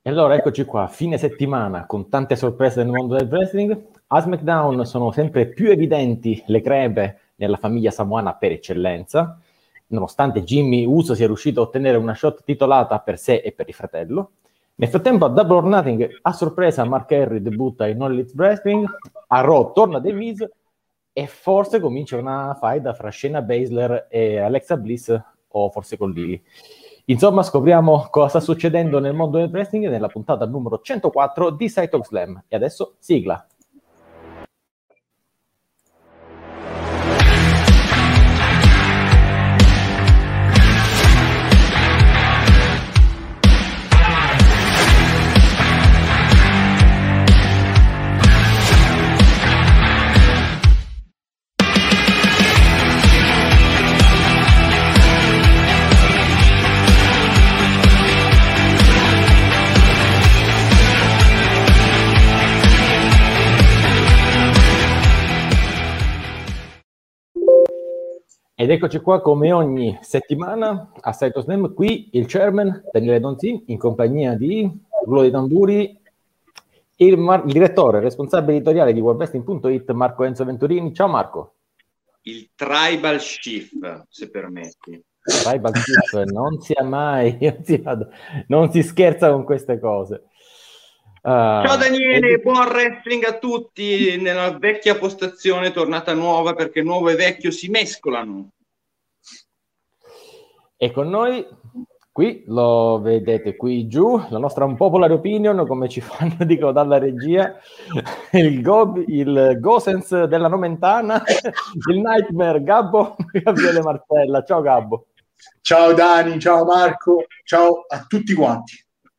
E allora eccoci qua, fine settimana con tante sorprese nel mondo del wrestling. A SmackDown sono sempre più evidenti le crepe nella famiglia samoana per eccellenza, nonostante Jimmy Uso sia riuscito a ottenere una shot titolata per sé e per il fratello. Nel frattempo a Double or Nothing, a sorpresa, Mark Henry debutta in All Elite Wrestling, a Raw torna The Miz e forse comincia una faida fra Shayna Baszler e Alexa Bliss, o forse con Lily. Insomma, scopriamo cosa sta succedendo nel mondo del wrestling nella puntata numero 104 di Side Talk Slam. E adesso sigla. Ed eccoci qua come ogni settimana a Side Talk Slam, qui il chairman Daniele Donzin in compagnia di Ruolo dei Tamburi, il direttore responsabile editoriale di WorldWrestling.it Marco Enzo Venturini. Ciao Marco. Il Tribal Chief, se permetti. Tribal Chief, non sia mai, non si scherza con queste cose. Ciao Daniele, buon wrestling a tutti nella vecchia postazione tornata nuova, perché nuovo e vecchio si mescolano. E con noi, qui lo vedete qui giù, la nostra unpopular opinion, come ci fanno, dico, dalla regia, il Gosens della Nomentana, il Nightmare Gabbo Gabriele Martella. Ciao Gabbo. Ciao Dani, ciao Marco, ciao a tutti quanti.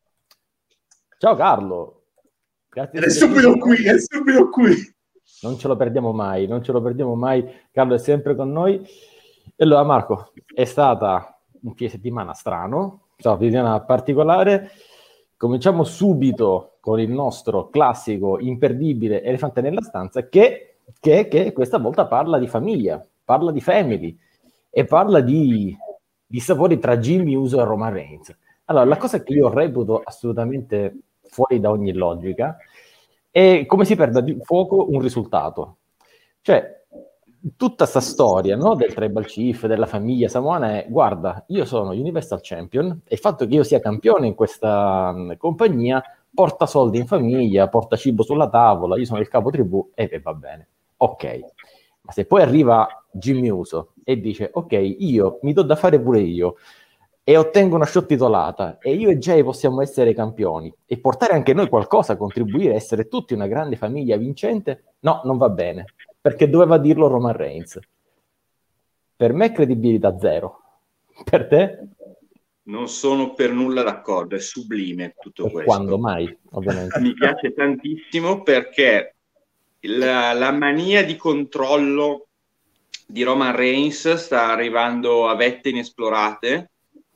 Ciao Carlo. Grazie, è subito qui. Non ce lo perdiamo mai. Carlo è sempre con noi. E allora Marco, è stata un fine settimana strano, settimana particolare. Cominciamo subito con il nostro classico, imperdibile elefante nella stanza, che questa volta parla di famiglia, parla di family e parla di sapori tra Jimmy Uso e Roman Reigns. Allora, la cosa che io reputo assolutamente fuori da ogni logica è come si perda di fuoco un risultato. Cioè, tutta sta storia, no, del Tribal Chief, della famiglia samoana è: guarda, io sono Universal Champion e il fatto che io sia campione in questa compagnia porta soldi in famiglia, porta cibo sulla tavola, io sono il capo tribù e va bene. Ok, ma se poi arriva Jimmy Uso e dice: ok, io mi do da fare pure io e ottengo una shot titolata e io e Jay possiamo essere campioni e portare anche noi qualcosa, contribuire, essere tutti una grande famiglia vincente, no, non va bene, perché doveva dirlo Roman Reigns. Per me credibilità zero. Per te? Non sono per nulla d'accordo, è sublime tutto questo. Quando mai, ovviamente. Mi piace tantissimo perché la mania di controllo di Roman Reigns sta arrivando a vette inesplorate,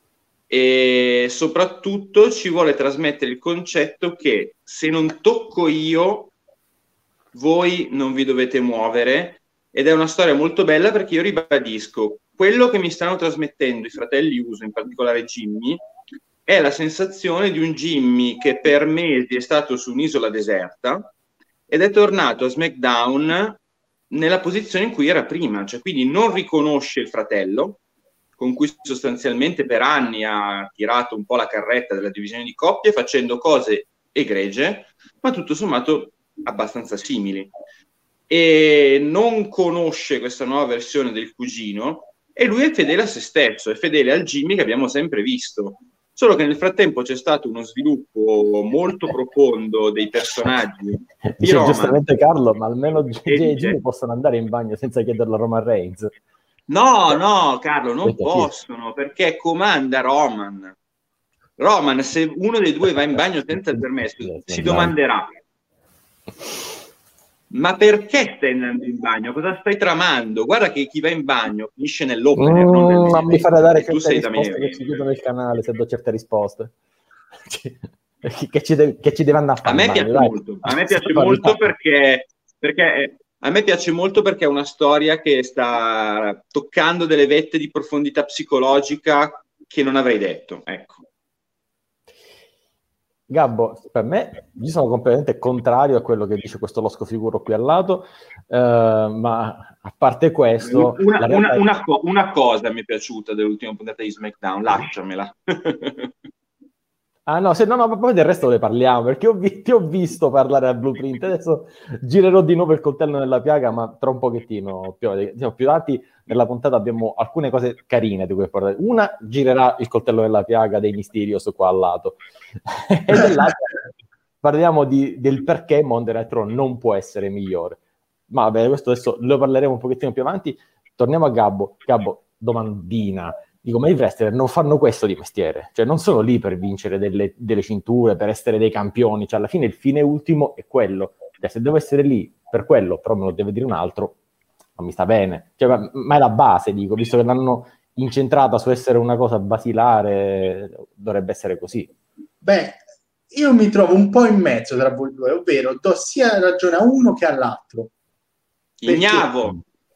e soprattutto ci vuole trasmettere il concetto che se non tocco io, voi non vi dovete muovere, ed è una storia molto bella perché io ribadisco, quello che mi stanno trasmettendo i fratelli Uso, in particolare Jimmy, è la sensazione di un Jimmy che per mesi è stato su un'isola deserta ed è tornato a SmackDown nella posizione in cui era prima, cioè quindi non riconosce il fratello, con cui sostanzialmente per anni ha tirato un po' la carretta della divisione di coppie, facendo cose egregie, ma tutto sommato abbastanza simili. E non conosce questa nuova versione del cugino, e lui è fedele a se stesso, è fedele al Jimmy che abbiamo sempre visto. Solo che nel frattempo c'è stato uno sviluppo molto profondo dei personaggi. Dice giustamente Carlo, ma almeno Jay e Jimmy possono andare in bagno senza chiederlo a Roman Reigns. No, Carlo, non possono, perché comanda Roman. Roman, se uno dei due va in bagno senza il permesso, si domanderà: ma perché stai andando in bagno? Cosa stai tramando? Guarda che chi va in bagno finisce nell'opener, non mi fare dare certe risposte che ci chiudono il canale se do certe risposte. che ci deve andare a fare? A me piace molto. A me piace molto perché a me piace molto perché è una storia che sta toccando delle vette di profondità psicologica che non avrei detto, ecco. Gabbo, per me, io sono completamente contrario a quello che dice questo losco figuro qui al lato, ma a parte questo, la realtà è... Una cosa mi è piaciuta dell'ultima puntata di SmackDown, lasciamela. Ah no, se no, no, ma poi del resto ne parliamo, perché ti ho visto parlare al Blueprint, adesso girerò di nuovo il coltello nella piaga, ma tra un pochettino, più avanti nella puntata abbiamo alcune cose carine di cui parlare. Una girerà il coltello nella piaga dei Mysterios qua al lato, e dell'altra parliamo del perché Monday Night Raw non può essere migliore. Ma vabbè, questo adesso lo parleremo un pochettino più avanti. Torniamo a Gabbo. Gabbo, domandina. Dico, ma i wrestler non fanno questo di mestiere, cioè non sono lì per vincere delle cinture, per essere dei campioni, cioè alla fine il fine ultimo è quello, cioè se devo essere lì per quello, però me lo deve dire un altro, non mi sta bene, cioè, ma è la base, dico, visto che l'hanno incentrata su essere una cosa basilare, dovrebbe essere così. Beh, io mi trovo un po' in mezzo tra voi due, ovvero do sia ragione a uno che all'altro. Ignavo!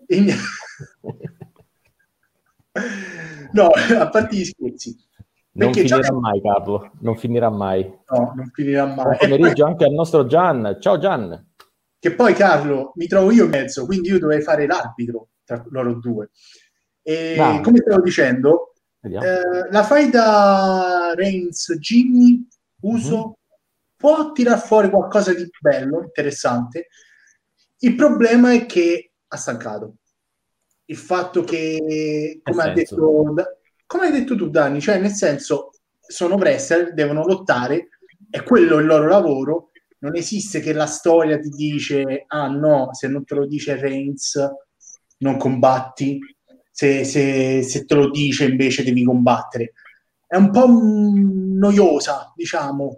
No, a parte gli scherzi. Non finirà mai, Carlo, non finirà mai. No, non finirà mai. Buon pomeriggio poi, anche al nostro Gian. Ciao Gian. Che poi, Carlo, mi trovo io in mezzo, quindi io dovrei fare l'arbitro tra loro due. E come stavo dicendo, la faida Reigns-Jimmy Uso può tirar fuori qualcosa di bello, interessante. Il problema è che ha stancato. Il fatto che, come hai detto tu, Dani, cioè nel senso, sono wrestler, devono lottare, è quello il loro lavoro, non esiste che la storia ti dice, ah no, se non te lo dice Reigns non combatti, se te lo dice invece devi combattere. È un po' noiosa, diciamo.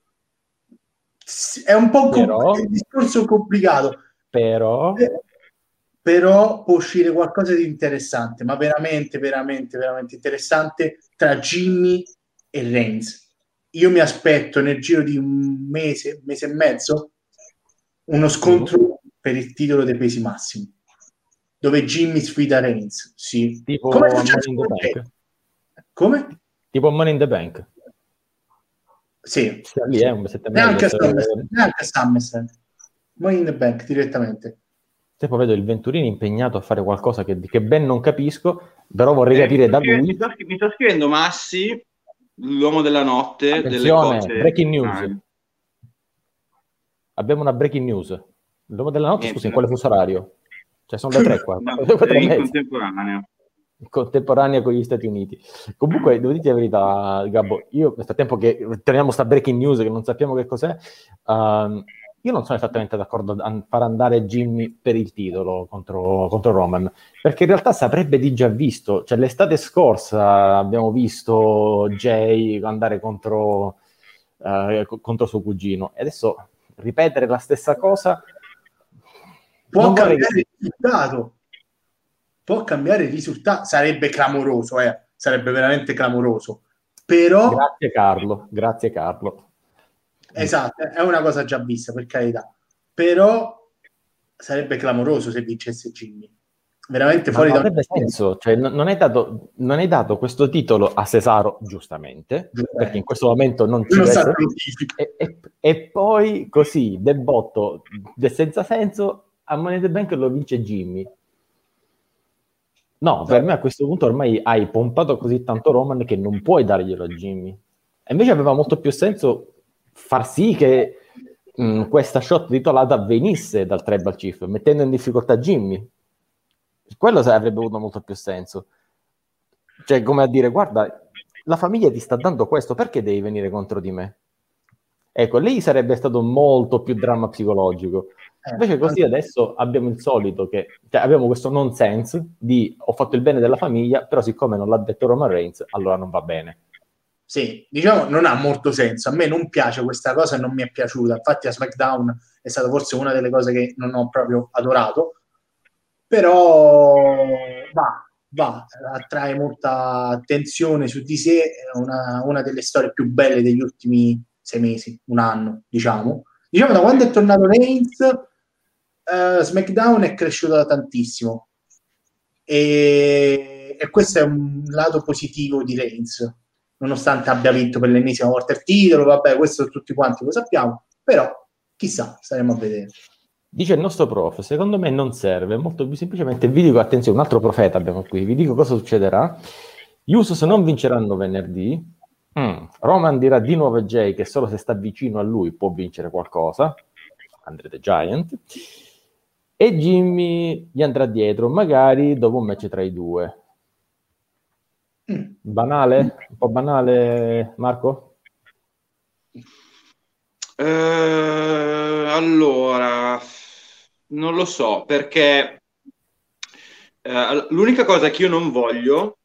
È un po' un discorso complicato. Però può uscire qualcosa di interessante, ma veramente, veramente, veramente interessante tra Jimmy e Reigns. Io mi aspetto nel giro di un mese e mezzo, uno scontro per il titolo dei pesi massimi, dove Jimmy sfida Reigns. Sì. Tipo Money in the Bank. Come? Tipo Money in the Bank. Sì. Lì è un mese e mezzo. Neanche SummerSlam. Money in the Bank direttamente. Poi vedo il Venturini impegnato a fare qualcosa che ben non capisco, però vorrei capire da lui. Mi sta scrivendo Massi, l'uomo della notte. Attenzione, delle cose... breaking news. Abbiamo una breaking news. L'uomo della notte, scusa, in quale fuso orario? Cioè sono le 3 qua. No, in contemporanea. Contemporanea con gli Stati Uniti. Comunque, devo dirti la verità, Gabbo, io nel frattempo che teniamo sta breaking news che non sappiamo che cos'è, io non sono esattamente d'accordo a far andare Jimmy per il titolo contro Roman, perché in realtà saprebbe di già visto, cioè l'estate scorsa abbiamo visto Jay andare contro suo cugino, e adesso ripetere la stessa cosa può cambiare il risultato. Può cambiare il risultato, sarebbe clamoroso, sarebbe veramente clamoroso. Però grazie Carlo. Esatto, è una cosa già vista, per carità. Però sarebbe clamoroso se vincesse Jimmy. Veramente fuori da avrebbe senso, cioè non hai dato questo titolo a Cesaro, giustamente, perché in questo momento non ci resta, e poi così, del botto, senza senso, a Money in the Bank lo vince Jimmy. No, per me a questo punto ormai hai pompato così tanto Roman che non puoi darglielo a Jimmy. E invece aveva molto più senso far sì che questa shot titolata venisse dal Tribal Chief, mettendo in difficoltà Jimmy. Quello avrebbe avuto molto più senso. Cioè, come a dire, guarda, la famiglia ti sta dando questo, perché devi venire contro di me? Ecco, lì sarebbe stato molto più dramma psicologico. Invece così adesso abbiamo il solito, cioè abbiamo questo nonsense di ho fatto il bene della famiglia, però siccome non l'ha detto Roman Reigns, allora non va bene. Sì, diciamo, non ha molto senso. A me non piace questa cosa e non mi è piaciuta. Infatti a SmackDown è stata forse una delle cose che non ho proprio adorato. Però attrae molta attenzione su di sé, è una delle storie più belle degli ultimi 6 mesi, un anno, diciamo. Diciamo, da quando è tornato Reigns, SmackDown è cresciuto da tantissimo. E questo è un lato positivo di Reigns. nonostante abbia vinto per l'ennesima volta il titolo, vabbè, questo tutti quanti lo sappiamo, però chissà, staremo a vedere. Dice il nostro prof, secondo me non serve, molto più semplicemente vi dico, attenzione, un altro profeta abbiamo qui, vi dico cosa succederà. Gli Usos non vinceranno venerdì, Roman dirà di nuovo a Jay che solo se sta vicino a lui può vincere qualcosa, Andre the Giant, e Jimmy gli andrà dietro, magari dopo un match tra i due. Banale? Un po' banale, Marco? Allora, non lo so, perché l'unica cosa che io non voglio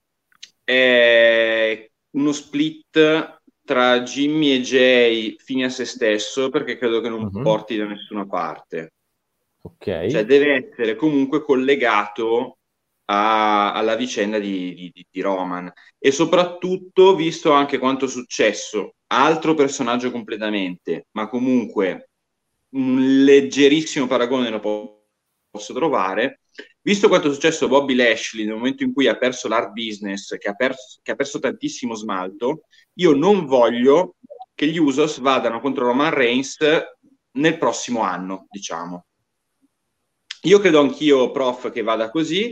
è uno split tra Jimmy e Jay fine a se stesso, perché credo che non porti da nessuna parte. Ok. Cioè deve essere comunque collegato alla vicenda di Roman, e soprattutto visto anche quanto è successo, altro personaggio completamente, ma comunque un leggerissimo paragone lo posso trovare, visto quanto è successo a Bobby Lashley nel momento in cui ha perso l'hard business, che ha perso tantissimo smalto. Io non voglio che gli Usos vadano contro Roman Reigns nel prossimo anno, diciamo. Io credo anch'io, prof, che vada così,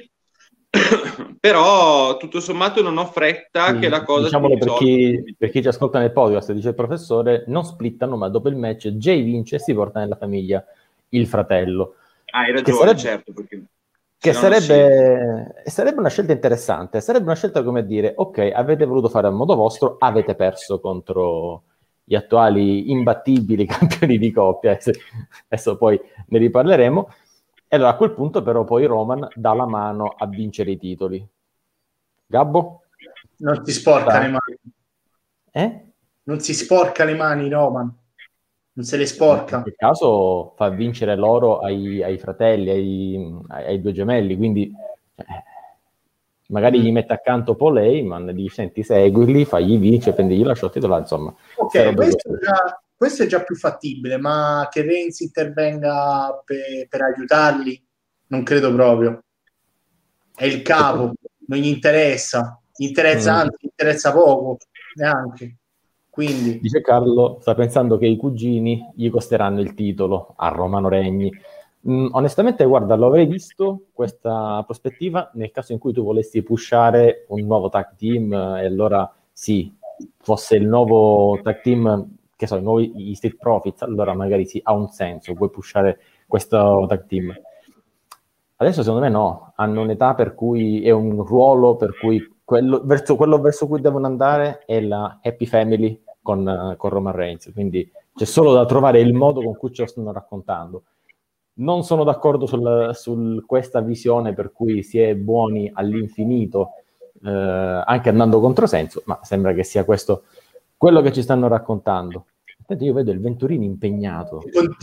però tutto sommato non ho fretta che la cosa diciamolo per chi ci ascolta nel podcast, dice il professore, non splittano, ma dopo il match Jay vince e si porta nella famiglia il fratello. Hai ragione, certo, perché che sarebbe una scelta interessante, sarebbe una scelta come dire, ok, avete voluto fare a modo vostro, avete perso contro gli attuali imbattibili campioni di coppia, adesso poi ne riparleremo. E allora a quel punto però poi Roman dà la mano a vincere i titoli. Gabbo? Non si sporca le mani. Non si sporca le mani Roman. Non se le sporca. In quel caso fa vincere loro ai fratelli, ai due gemelli, quindi magari gli mette accanto Paul Heyman, gli senti, seguili, fagli vincere, prendigli la shot titolare, insomma. Ok, questo è già più fattibile, ma che Reigns intervenga per aiutarli, non credo proprio. È il capo, non gli interessa, anzi, gli interessa poco, neanche. Quindi. Dice Carlo, sta pensando che i cugini gli costeranno il titolo a Romano Regni. Onestamente, guarda, lo avrei visto questa prospettiva nel caso in cui tu volessi pushare un nuovo tag team e allora sì, fosse il nuovo tag team, che so, i Street Profits, allora magari sì, ha un senso, puoi pushare questo tag team. Adesso secondo me no, hanno un'età per cui è un ruolo per cui quello verso cui devono andare è la happy family con Roman Reigns, quindi c'è solo da trovare il modo con cui ce lo stanno raccontando. Non sono d'accordo su questa visione per cui si è buoni all'infinito, anche andando controsenso, ma sembra che sia questo quello che ci stanno raccontando. Senti, io vedo il Venturini impegnato.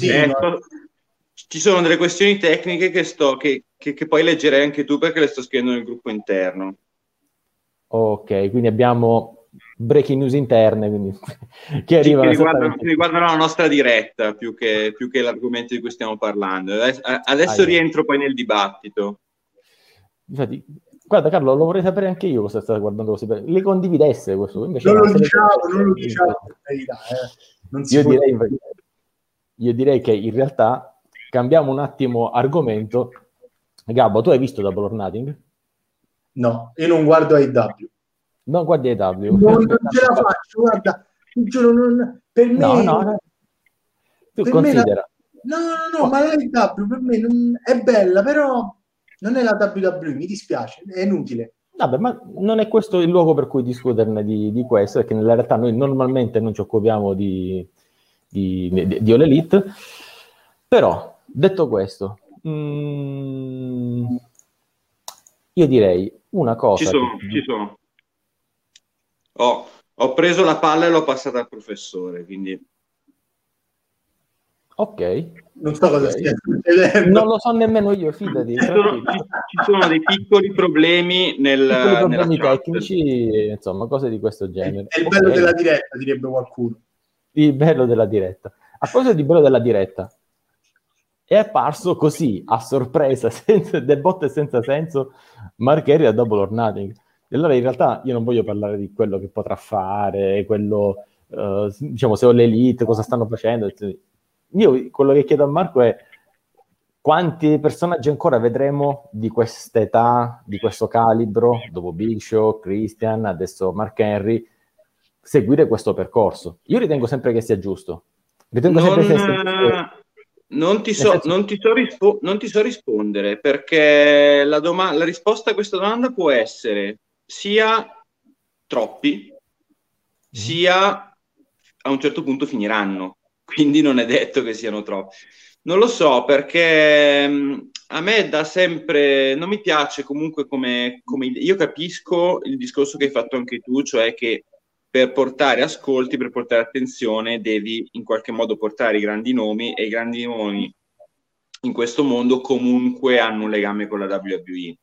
Ci sono delle questioni tecniche che poi leggerei anche tu, perché le sto scrivendo nel gruppo interno. Ok, quindi abbiamo breaking news interne, quindi che riguardano la nostra diretta più che l'argomento di cui stiamo parlando. Adesso rientro poi nel dibattito. Infatti, guarda Carlo, lo vorrei sapere anche io cosa state guardando così. Le condividesse questo. Invece non lo diciamo. Io direi che in realtà cambiamo un attimo argomento. Gabbo, tu hai visto Double or Nothing? No, io non guardo AEW. Non guardi AEW? Non ce la faccio, guarda, giuro, per me... No. Tu considera. Ma l'AEW per me è bella, però non è la WWE, mi dispiace, è inutile. Vabbè, ma non è questo il luogo per cui discuterne di questo, perché nella realtà noi normalmente non ci occupiamo di All Elite. Però, detto questo, io direi una cosa. Ci sono. Ho preso la palla e l'ho passata al professore, quindi... Ok. Non so cosa stia succedendo. Non lo so nemmeno io, fidati. Ci sono dei piccoli problemi piccoli problemi tecnici, insomma, cose di questo genere. È il bello della diretta, direbbe qualcuno. Il bello della diretta. A proposito di bello della diretta, è apparso così, a sorpresa, senza botte senza senso, Mark Henry a Double or Nothing. E allora in realtà io non voglio parlare di quello che potrà fare, quello, diciamo, se ho l'elite, cosa stanno facendo. Io quello che chiedo a Marco è quanti personaggi ancora vedremo di questa età, di questo calibro, dopo Big Show, Christian, adesso Mark Henry, seguire questo percorso. Io ritengo sempre che sia giusto. Ritengo sempre che sia giusto. Non ti so rispondere, perché la risposta a questa domanda può essere sia troppi, sia a un certo punto finiranno, quindi non è detto che siano troppi. Non lo so, perché a me da sempre non mi piace comunque come io capisco il discorso che hai fatto anche tu, cioè che per portare ascolti, per portare attenzione, devi in qualche modo portare i grandi nomi, e i grandi nomi in questo mondo comunque hanno un legame con la WWE.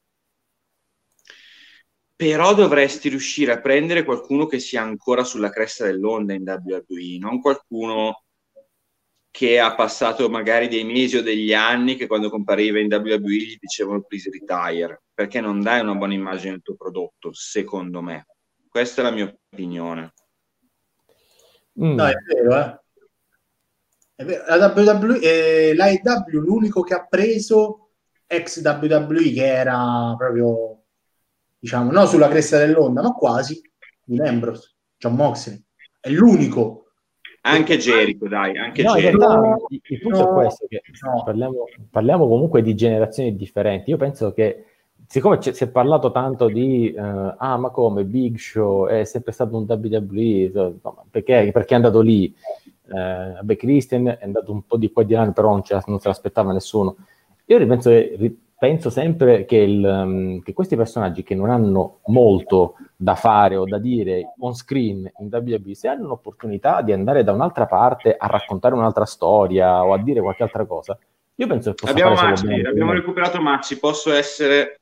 Però dovresti riuscire a prendere qualcuno che sia ancora sulla cresta dell'onda in WWE, non qualcuno che ha passato magari dei mesi o degli anni che quando compariva in WWE gli dicevano please retire, perché non dai una buona immagine del tuo prodotto, secondo me. Questa è la mia opinione. No, è vero, È vero. La WWE, l'AEW, l'unico che ha preso ex WWE, che era proprio, diciamo, non sulla cresta dell'onda, ma quasi, Dean Ambrose, Jon Moxley. È l'unico. Anche Jericho, dai, anche no, Jericho. In realtà il punto è questo, che parliamo comunque di generazioni differenti. Io penso che, siccome si è parlato tanto di ma come Big Show è sempre stato un WWE, no, perché è andato lì? Vabbè, Christian è andato un po' di qua e di là, però non se l'aspettava nessuno. Io penso sempre che questi personaggi che non hanno molto da fare o da dire on screen in WWE, se hanno l'opportunità di andare da un'altra parte a raccontare un'altra storia o a dire qualche altra cosa, io penso che abbiamo recuperato Maxi, posso essere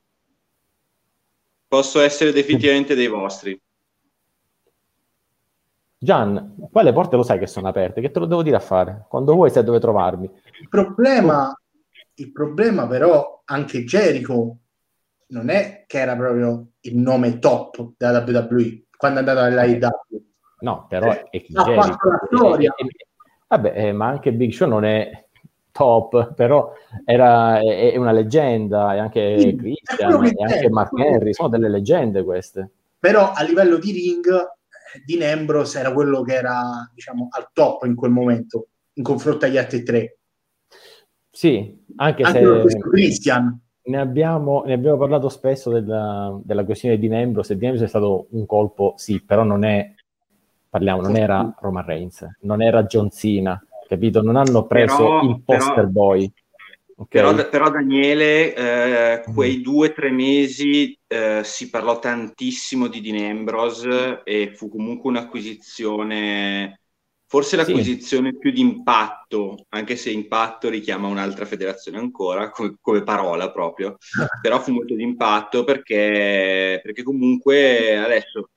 definitivamente dei vostri. Gian, qua le porte lo sai che sono aperte, che te lo devo dire a fare? Quando vuoi sai dove trovarmi. Il problema però, anche Jericho non è che era proprio il nome top della WWE quando è andato all'AEW. No, però è che Jericho la storia. Vabbè, ma anche Big Show non è top, però è una leggenda, e anche Christian e anche Mark Henry sono delle leggende queste. Però a livello di ring Dean Ambrose era quello che era, diciamo, al top in quel momento in confronto agli altri tre. Sì, anche se Christian. Ne abbiamo parlato spesso della questione di Dean Ambrose, e Dean Ambrose è stato un colpo, sì, però non era Roman Reigns, non era John Cena, capito? Non hanno preso il poster boy. Okay. Però Daniele, quei 2 o 3 mesi si parlò tantissimo di Dean Ambrose e fu comunque un'acquisizione, forse l'acquisizione più di impatto, anche se impatto richiama un'altra federazione ancora, come parola proprio, però fu molto di impatto perché comunque adesso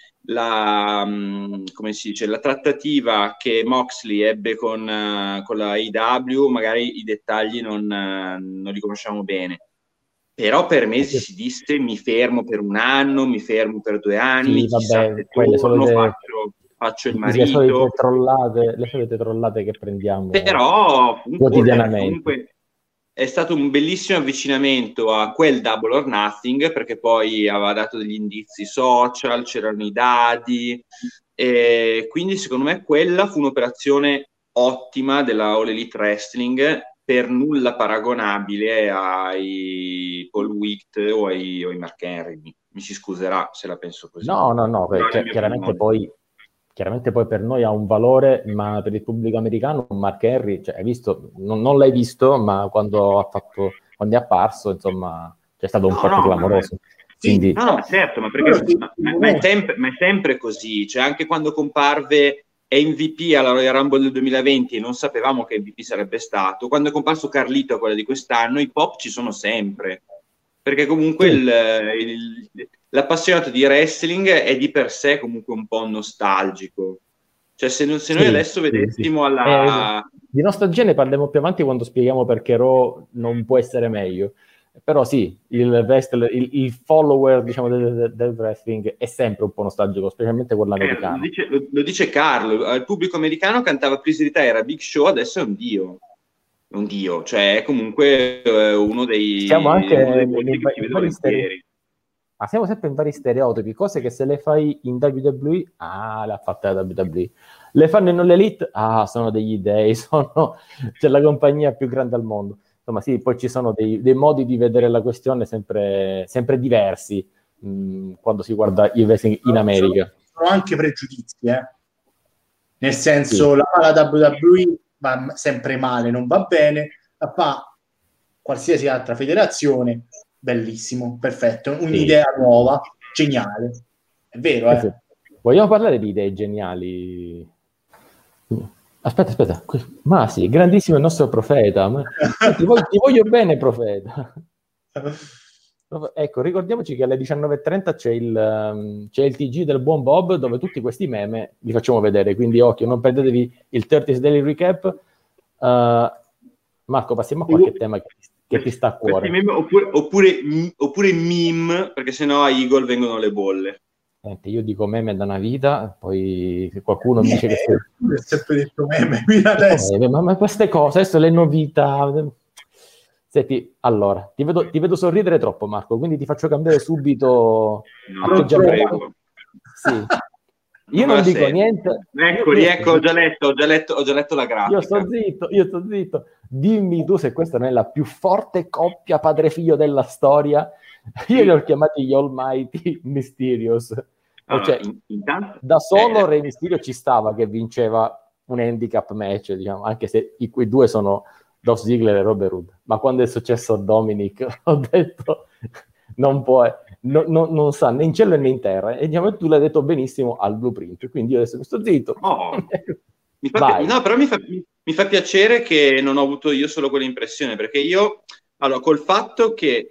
come si dice, la trattativa che Moxley ebbe con la AEW, magari i dettagli non li conosciamo bene, però per mesi si disse mi fermo per 1 anno, mi fermo per 2 anni, sì, vabbè, faccio il marito, le solite trollate che prendiamo però quotidianamente. Comunque è stato un bellissimo avvicinamento a quel Double or Nothing, perché poi aveva dato degli indizi social, c'erano i dadi, e quindi secondo me quella fu un'operazione ottima della All Elite Wrestling, per nulla paragonabile ai Paul Wight o ai Mark Henry. Mi si scuserà se la penso così. No, chiaramente poi per noi ha un valore, ma per il pubblico americano Mark Henry, cioè, hai visto, non l'hai visto, ma quando è apparso, insomma, c'è stato un fatto clamoroso. Quindi... No, certo, ma è sempre così, cioè anche quando comparve MVP alla Royal Rumble del 2020 e non sapevamo che MVP sarebbe stato, quando è comparso Carlito a quella di quest'anno, i pop ci sono sempre, perché comunque l'appassionato di wrestling è di per sé comunque un po' nostalgico. Cioè se noi adesso vedessimo di nostalgia ne parliamo più avanti quando spieghiamo perché Raw non può essere meglio. Però sì, il follower, diciamo, del wrestling è sempre un po' nostalgico, specialmente quello americano. Lo dice Carlo, il pubblico americano cantava Please Retire, era Big Show, adesso è un dio, cioè è comunque uno dei volti che si vedono volentieri. Ma siamo sempre in vari stereotipi, cose che se le fai in WWE, le ha fatte la WWE. Le fanno in All Elite, sono degli dei, c'è la compagnia più grande al mondo. Insomma, sì, poi ci sono dei modi di vedere la questione sempre diversi quando si guarda il wrestling in America. Sono anche pregiudizi, nel senso, sì. La WWE va sempre male, non va bene, la fa qualsiasi altra federazione, bellissimo, perfetto, un'idea nuova, geniale, è vero, Sì. Vogliamo parlare di idee geniali? Aspetta, ma sì, grandissimo il nostro profeta, ti voglio bene, profeta. Ecco, ricordiamoci che alle 19:30 c'è il TG del buon Bob, dove tutti questi meme li facciamo vedere, quindi occhio, non perdetevi il 30's Daily Recap. Marco, passiamo a qualche tema che ti sta a cuore. Meme, oppure meme, perché sennò a Eagle vengono le bolle. Senti, io dico meme da una vita, poi qualcuno mi dice che hai sempre detto meme, adesso. Ma queste cose, adesso le novità. Senti, allora, ti vedo sorridere troppo, Marco, quindi ti faccio cambiare subito atteggiamento. Sì. Io non dico niente. Ecco, ho già letto la grafica. Io sto zitto. Dimmi tu se questa non è la più forte coppia padre-figlio della storia. Io li ho chiamati gli Almighty Mysterious. Cioè, da solo Re Mysterio ci stava che vinceva un handicap match, diciamo, anche se quei due sono Dolph Ziggler e Robert Roode. Ma quando è successo a Dominic ho detto non può, non sa né in cielo né in terra, e diciamo, tu l'hai detto benissimo al Blueprint, quindi io adesso mi sto zitto. Però mi fa piacere che non ho avuto io solo quell'impressione, perché io, allora, col fatto che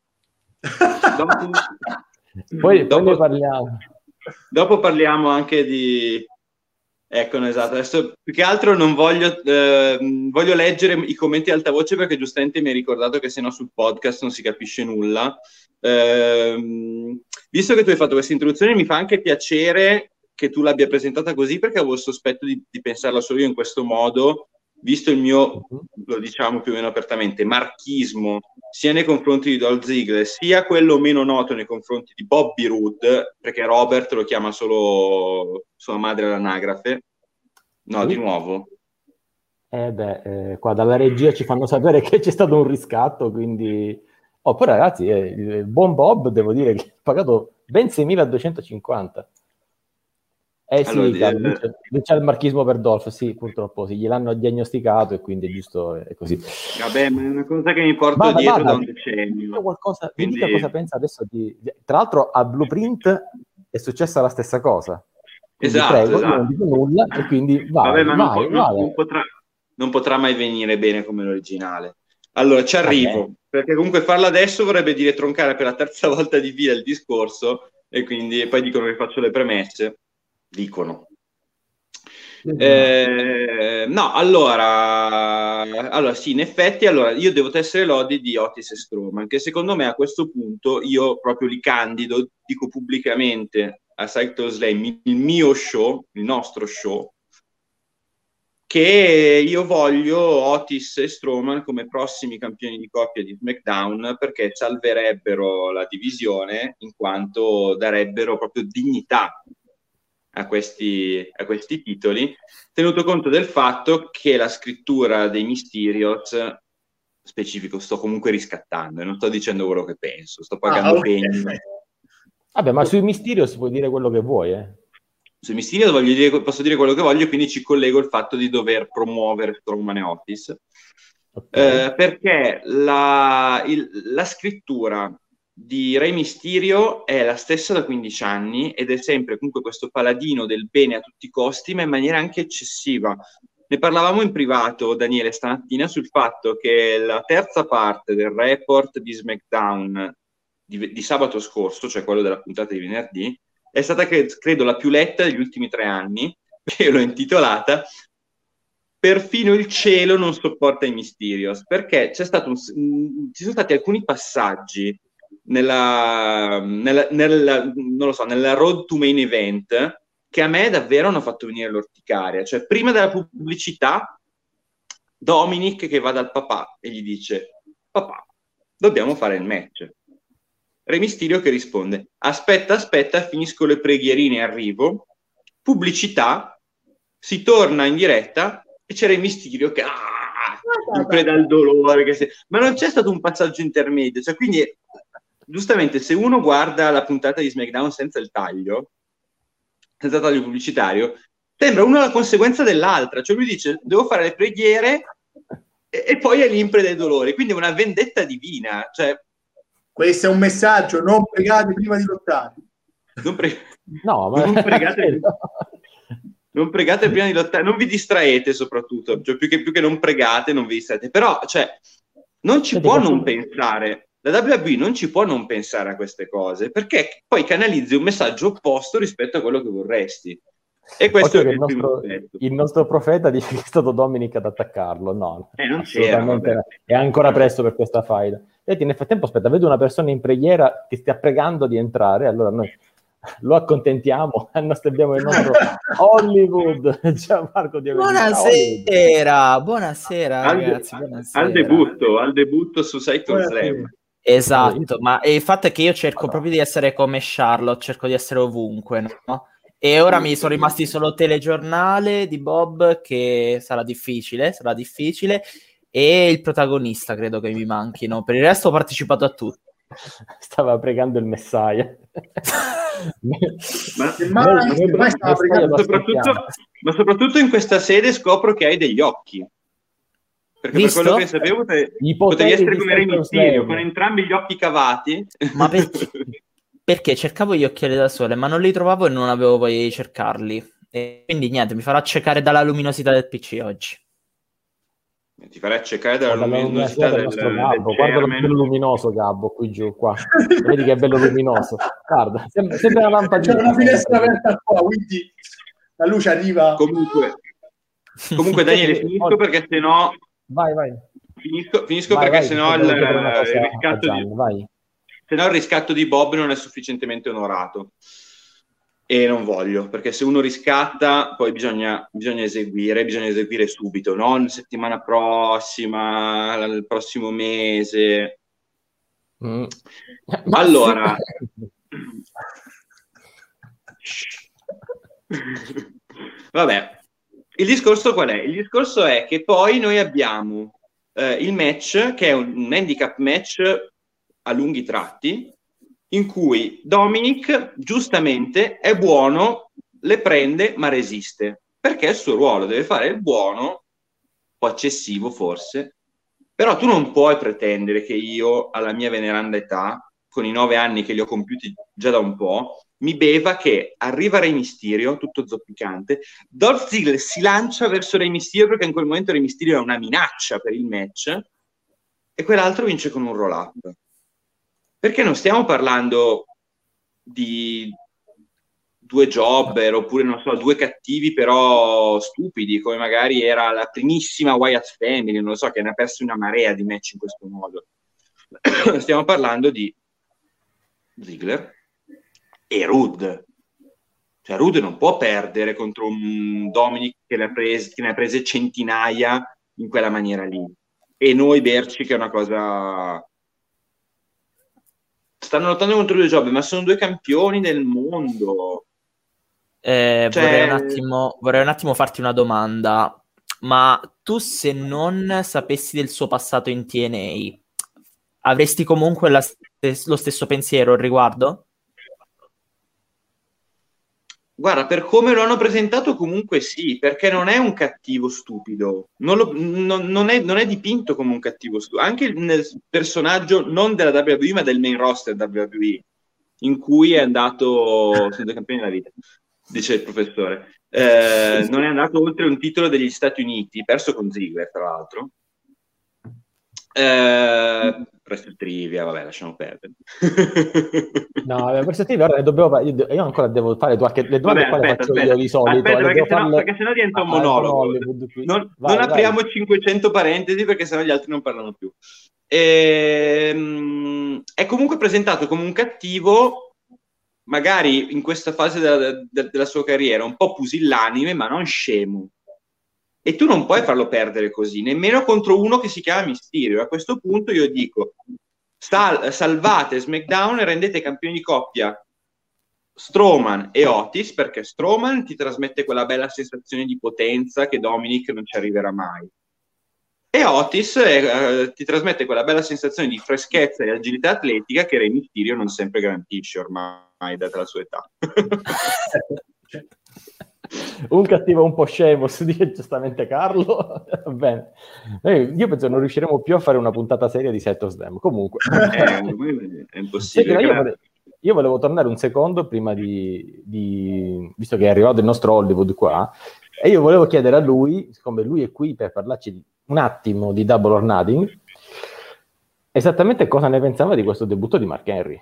poi ne parliamo. Dopo parliamo anche di... Ecco, esatto. Adesso più che altro non voglio leggere i commenti ad alta voce, perché giustamente mi hai ricordato che sennò sul podcast non si capisce nulla. Visto che tu hai fatto questa introduzione, mi fa anche piacere che tu l'abbia presentata così, perché avevo il sospetto di pensarla solo io in questo modo, visto il mio, lo diciamo più o meno apertamente, marchismo sia nei confronti di Dolph Ziggler, sia quello meno noto nei confronti di Bobby Roode, perché Robert lo chiama solo sua madre all'anagrafe. No, sì. Di nuovo. Qua dalla regia ci fanno sapere che c'è stato un riscatto, quindi... poi ragazzi, il buon Bob, devo dire che ha pagato ben 6.250. Allora, sì, lui c'ha il marchismo per Dolph, sì, purtroppo sì, gliel'hanno diagnosticato e quindi è giusto, è così. Vabbè, ma è una cosa che mi porto dietro da un decennio. Mi dica cosa pensa adesso Tra l'altro a Blueprint è successa la stessa cosa. Quindi esatto. Io non dico nulla e quindi vai. Non potrà mai venire bene come l'originale. Allora, ci arrivo, perché comunque farlo adesso vorrebbe dire troncare per la terza volta di fila il discorso, e quindi poi dicono che faccio le premesse. Dicono. No, allora sì, in effetti, allora io devo tessere lodi di Otis e Strowman, che secondo me a questo punto io proprio li candido, dico pubblicamente a Psycho Slam, il mio show, il nostro show, che io voglio Otis e Strowman come prossimi campioni di coppia di SmackDown, perché salverebbero la divisione, in quanto darebbero proprio dignità a questi titoli, tenuto conto del fatto che la scrittura dei Mysterios, specifico, sto comunque riscattando e non sto dicendo quello che penso, sto pagando pegni. Vabbè, ma sui Mysterios puoi dire quello che vuoi, Sui Mysterios posso dire quello che voglio, quindi ci collego il fatto di dover promuovere Strowman e Otis, perché la scrittura di Re Mysterio è la stessa da 15 anni ed è sempre comunque questo paladino del bene a tutti i costi, ma in maniera anche eccessiva. Ne parlavamo in privato, Daniele, stamattina, sul fatto che la terza parte del report di SmackDown di sabato scorso, cioè quello della puntata di venerdì, è stata credo la più letta degli ultimi 3 anni, che l'ho intitolata perfino il cielo non sopporta i Mysterios, perché ci sono stati alcuni passaggi nella road to main event che a me davvero hanno fatto venire l'orticaria. Cioè, prima della pubblicità, Dominic che va dal papà e gli dice: papà, dobbiamo fare il match. Re Mysterio che risponde: aspetta, finisco le preghierine e arrivo. Pubblicità, si torna in diretta e c'era il Mysterio che in preda al dolore. Ma non c'è stato un passaggio intermedio. Cioè, quindi, giustamente, se uno guarda la puntata di SmackDown senza taglio pubblicitario, sembra una la conseguenza dell'altra. Cioè lui dice: devo fare le preghiere e poi è lì in preda ai dolori. Quindi è una vendetta divina. Cioè, questo è un messaggio: non pregate prima di lottare. Non pregate prima di lottare, non vi distraete soprattutto, cioè, più che non pregate, non vi distraete. Però, cioè, non ci può non pensare, la WWE non ci può non pensare a queste cose, perché poi canalizzi un messaggio opposto rispetto a quello che vorresti. E questo è il nostro profeta dice che è stato Dominic ad attaccarlo. No, non c'era, è ancora presto per questa faida. Vedi, nel frattempo, aspetta, vedo una persona in preghiera che stia pregando di entrare, allora noi lo accontentiamo, abbiamo il nostro Hollywood. Gianmarco di buonasera ragazzi, buonasera. Al debutto su SummerSlam. Esatto, ma il fatto è che io cerco proprio di essere come Charlotte, cerco di essere ovunque, no? E ora mi sono rimasti solo telegiornale di Bob, che sarà difficile, e il protagonista credo che mi manchino. Per il resto ho partecipato a tutto. Stava pregando il Messiah. Ma soprattutto in questa sede scopro che hai degli occhi. Perché visto? Per quello che sapevo potevi essere come Re Mysterio, con entrambi gli occhi cavati. Ma perché cercavo gli occhiali da sole, ma non li trovavo e non avevo voglia di cercarli. E quindi niente, mi farò accecare dalla luminosità del PC oggi. Ti farei accecare dalla luminosità del nostro Gabbo. Guarda che bello luminoso Gabbo qui giù, qua. Vedi che è bello luminoso. Guarda, sembra una lampadina. C'è una finestra aperta qua, quindi la luce arriva. Comunque Daniele, finisco perché sennò... Vai. Finisco perché sennò il riscatto di Bob non è sufficientemente onorato. E non voglio, perché se uno riscatta poi bisogna eseguire subito, non settimana prossima, il prossimo mese. Allora, vabbè, il discorso qual è? Il discorso è che poi noi abbiamo il match, che è un handicap match a lunghi tratti, in cui Dominic giustamente è buono, le prende ma resiste, perché è il suo ruolo, deve fare il buono, un po' eccessivo forse, però tu non puoi pretendere che io alla mia veneranda età, con i 9 anni che li ho compiuti già da un po', mi beva che arriva Re Mysterio, tutto zoppicante, Dolph Ziggler si lancia verso Re Mysterio perché in quel momento Re Mysterio è una minaccia per il match e quell'altro vince con un roll-up. Perché non stiamo parlando di 2 jobber oppure, non so, 2 cattivi però stupidi, come magari era la primissima Wyatt Family, non lo so, che ne ha perso una marea di match in questo modo. Stiamo parlando di Ziggler e Rude. Cioè Rude non può perdere contro un Dominic che ne ha prese centinaia in quella maniera lì. E noi berci che è una cosa... Stanno lottando contro 2 jobber, ma sono 2 campioni del mondo. Vorrei un attimo farti una domanda. Ma tu, se non sapessi del suo passato in TNA, avresti comunque lo stesso pensiero al riguardo? Guarda, per come lo hanno presentato comunque sì, perché non è un cattivo stupido, non è dipinto come un cattivo stupido, anche nel personaggio non della WWE ma del main roster WWE, in cui è andato, sono 2 campioni della vita, dice il professore, non è andato oltre un titolo degli Stati Uniti, perso con Ziggler tra l'altro, Presto il trivia, vabbè, lasciamo perdere. No, presto il trivia, ora ne dobbiamo io ancora devo fare le domande. Vabbè, aspetta, io di solito. Aspetta, perché sennò diventa un monologo. Non apriamo 500 parentesi, perché sennò gli altri non parlano più. È comunque presentato come un cattivo, magari in questa fase della sua carriera, un po' pusillanime, ma non scemo. E tu non puoi farlo perdere così, nemmeno contro uno che si chiama Mysterio. A questo punto io dico, salvate SmackDown e rendete campioni di coppia Strowman e Otis, perché Strowman ti trasmette quella bella sensazione di potenza che Dominic non ci arriverà mai. E Otis ti trasmette quella bella sensazione di freschezza e agilità atletica che Rey Mysterio non sempre garantisce ormai, data la sua età. Un cattivo un po' scemo, si dice giustamente Carlo. Va bene. Io penso che non riusciremo più a fare una puntata seria di Set of Slam. Comunque è impossibile. Io volevo tornare un secondo prima visto che è arrivato il nostro Hollywood qua, e io volevo chiedere a lui, siccome lui è qui per parlarci un attimo di Double or Nothing, esattamente cosa ne pensava di questo debutto di Mark Henry.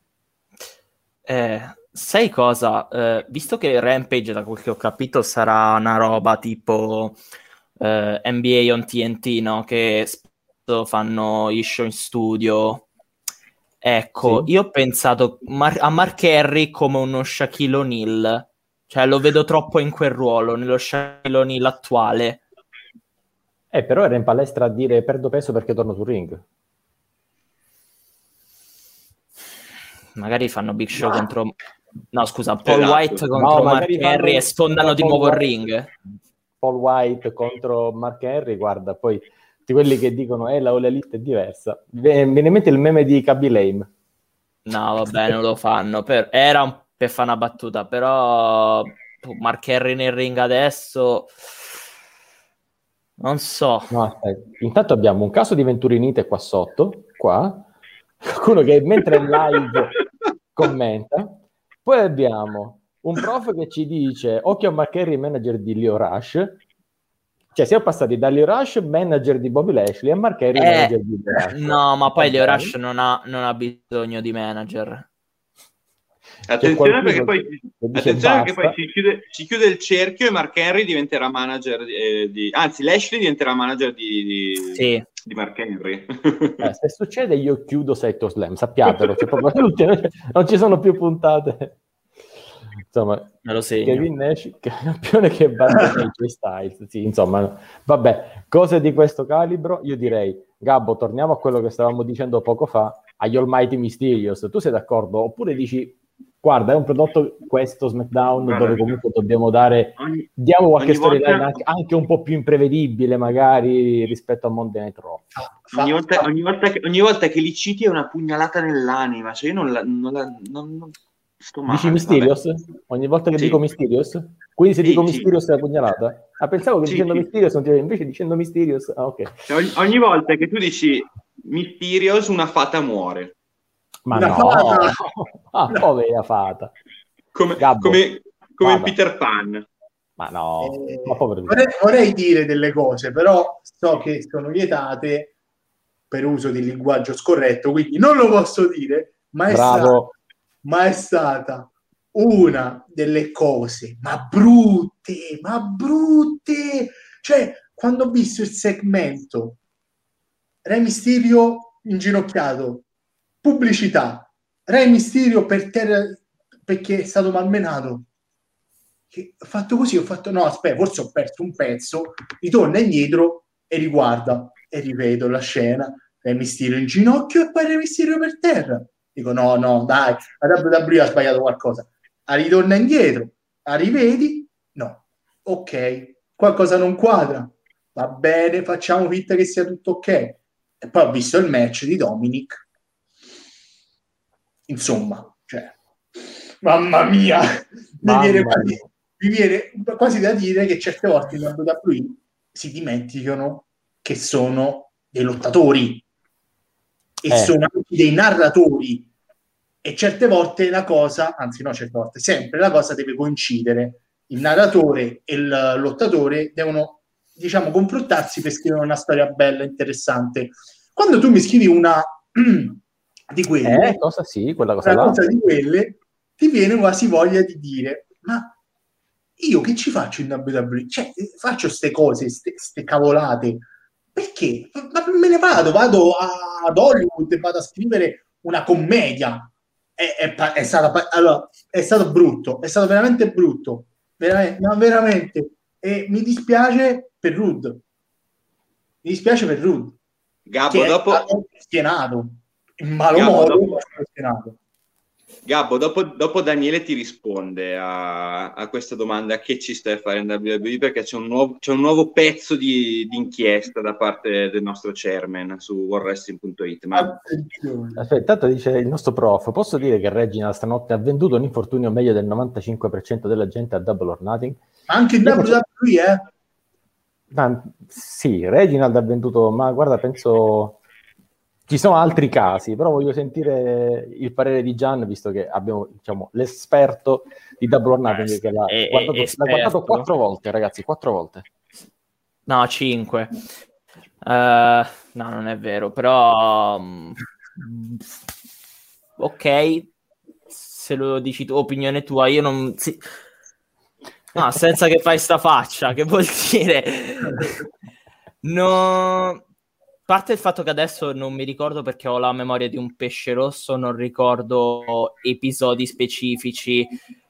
Sai cosa? Visto che Rampage, da quel che ho capito, sarà una roba tipo NBA on TNT, no? Che spesso fanno gli show in studio. Ecco, sì. Io ho pensato a Mark Henry come uno Shaquille O'Neal. Cioè, lo vedo troppo in quel ruolo, nello Shaquille O'Neal attuale. Però era in palestra a dire perdo peso perché torno sul ring. Magari fanno Big Show contro... No, scusa, Paul White contro Mark Henry e sfondano di nuovo il ring. Paul White contro Mark Henry, guarda, poi di quelli che dicono la All Elite è diversa. Viene in mente il meme di Khabib Lame. No, vabbè, non lo fanno. Era per fare una battuta, però Mark Henry nel ring adesso... Non so. No, aspetta. Intanto abbiamo un caso di Venturinite qua sotto, qua. Qualcuno che mentre è live commenta. Poi abbiamo un prof che ci dice occhio a Mark Henry, manager di Lio Rush. Cioè siamo passati da Lio Rush, manager di Bobby Lashley, a Mark Henry, manager di Lio Rush. No, ma poi Lio Rush non ha bisogno di manager. Attenzione perché poi si chiude il cerchio e Mark Henry diventerà manager anzi Lashley diventerà manager di Mark Henry. Se succede io chiudo Set of Slam, sappiatelo, cioè, proprio non ci sono più puntate. Insomma, me lo segno. Kevin Nash, campione che batte AJ Styles. Sì, insomma, vabbè, cose di questo calibro. Io direi, Gabbo, torniamo a quello che stavamo dicendo poco fa, agli Almighty Mysterious. Tu sei d'accordo? Oppure dici, guarda, è un prodotto questo SmackDown dove comunque diamo qualche storyline anche un po' più imprevedibile magari rispetto a Monday Night Raw. Ogni volta che li citi è una pugnalata nell'anima, cioè io non sto male. Dici Mysterious? Vabbè. Ogni volta che dico Mysterious? Quindi se dico Mysterious è la pugnalata? Pensavo che dicendo Mysterious non ti invece dicendo Mysterious, ok. Cioè, ogni volta che tu dici Mysterious una fata muore. Ma no, povera fata. Come in Peter Pan. Ma no, vorrei dire delle cose, però so che sono vietate per uso di linguaggio scorretto, quindi non lo posso dire, ma è stata una delle cose ma brutte, cioè quando ho visto il segmento Rey Mysterio inginocchiato, pubblicità, Rey Mysterio per terra perché è stato malmenato, che ho fatto così, ho fatto no aspetta, forse ho perso un pezzo, ritorna indietro e riguarda e rivedo la scena, Rey Mysterio in ginocchio e poi Rey Mysterio per terra. Dico no dai, la WWE ha sbagliato qualcosa, ritorna indietro, la rivedi, no, ok, qualcosa non quadra, va bene, facciamo finta che sia tutto ok. E poi ho visto il match di Dominic, insomma, cioè mamma mia, mi viene quasi da dire che certe volte in WWE si dimenticano che sono dei lottatori e sono anche dei narratori, e certe volte la cosa, anzi no, certe volte, sempre la cosa deve coincidere, il narratore e il lottatore devono, diciamo, confrontarsi per scrivere una storia bella, interessante. Quando tu mi scrivi una di quelle, cosa sì, quella cosa là. Cosa di quelle, ti viene quasi voglia di dire, ma io che ci faccio in WWE? Cioè, faccio ste cose, ste cavolate, perché? Ma me ne vado ad Hollywood e vado a scrivere una commedia. È stato brutto, è stato veramente brutto, veramente, ma veramente. E mi dispiace per Rude. Mi dispiace per Rude. Gabbo, dopo schienato in malo modo, schienato. Gabbo, dopo Daniele ti risponde a questa domanda che ci stai a fare in WWE, perché c'è un nuovo pezzo di inchiesta da parte del nostro chairman su WorldWrestling.it. Ma... Aspetta, intanto dice il nostro prof, posso dire che Reginald stanotte ha venduto un infortunio meglio del 95% della gente a Double or Nothing? Anche in WWE, sì, Reginald ha venduto, ma guarda, penso... Ci sono altri casi, però voglio sentire il parere di Gian, visto che abbiamo, diciamo, l'esperto di Double or Nothing che l'ha guardato 4 volte, ragazzi, 4 volte. No, 5. No, non è vero, però... ok, se lo dici tu, opinione tua, io non... Sì. No, senza che fai sta faccia, che vuol dire? No... A parte il fatto che adesso non mi ricordo, perché ho la memoria di un pesce rosso, non ricordo episodi specifici.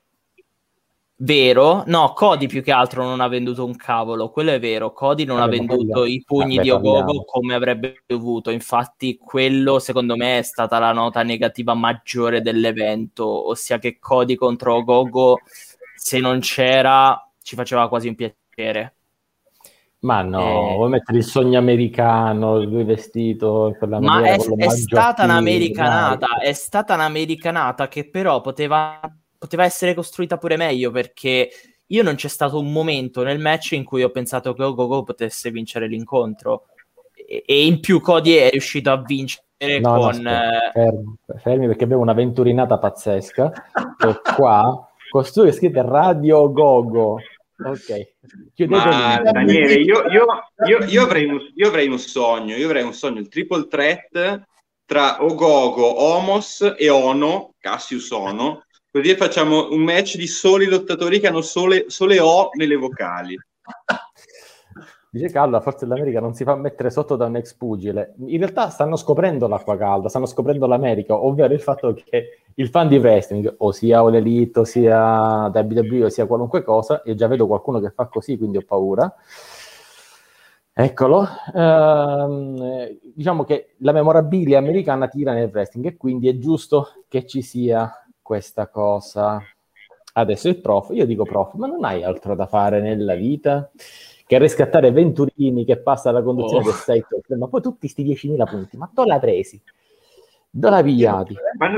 Vero? No, Cody più che altro non ha venduto un cavolo, quello è vero. Cody non ha venduto i pugni di Ogogo come avrebbe dovuto. Infatti quello secondo me è stata la nota negativa maggiore dell'evento, ossia che Cody contro Ogogo, se non c'era, ci faceva quasi un piacere. Ma no, vuoi mettere il sogno americano, lui vestito in quella maniera, è stata un'americanata, è stata un'americanata che però poteva essere costruita pure meglio, perché io non c'è stato un momento nel match in cui ho pensato che Ogogo potesse vincere l'incontro, e in più Cody è riuscito a vincere fermi, perché abbiamo una venturinata pazzesca che qua costui è scritto Radio Gogo. Ok, ma Daniele, io avrei un sogno, il triple threat tra Ogogo, Omos e Ono, Cassius Ono, così facciamo un match di soli lottatori che hanno sole O nelle vocali. Dice Carlo, la Forza dell'America non si fa mettere sotto da un ex pugile. In realtà stanno scoprendo l'acqua calda, stanno scoprendo l'America, ovvero il fatto che il fan di wrestling, o sia All Elite, o sia WWE, o sia qualunque cosa, io già vedo qualcuno che fa così, quindi ho paura. Eccolo. Diciamo che la memorabilia americana tira nel wrestling e quindi è giusto che ci sia questa cosa. Adesso il prof, io dico prof, ma non hai altro da fare nella vita che riscattare Venturini che passa alla conduzione del 6, ma poi tutti sti 10.000 punti, ma dove l'ha presi? Dove l'ha pigliati?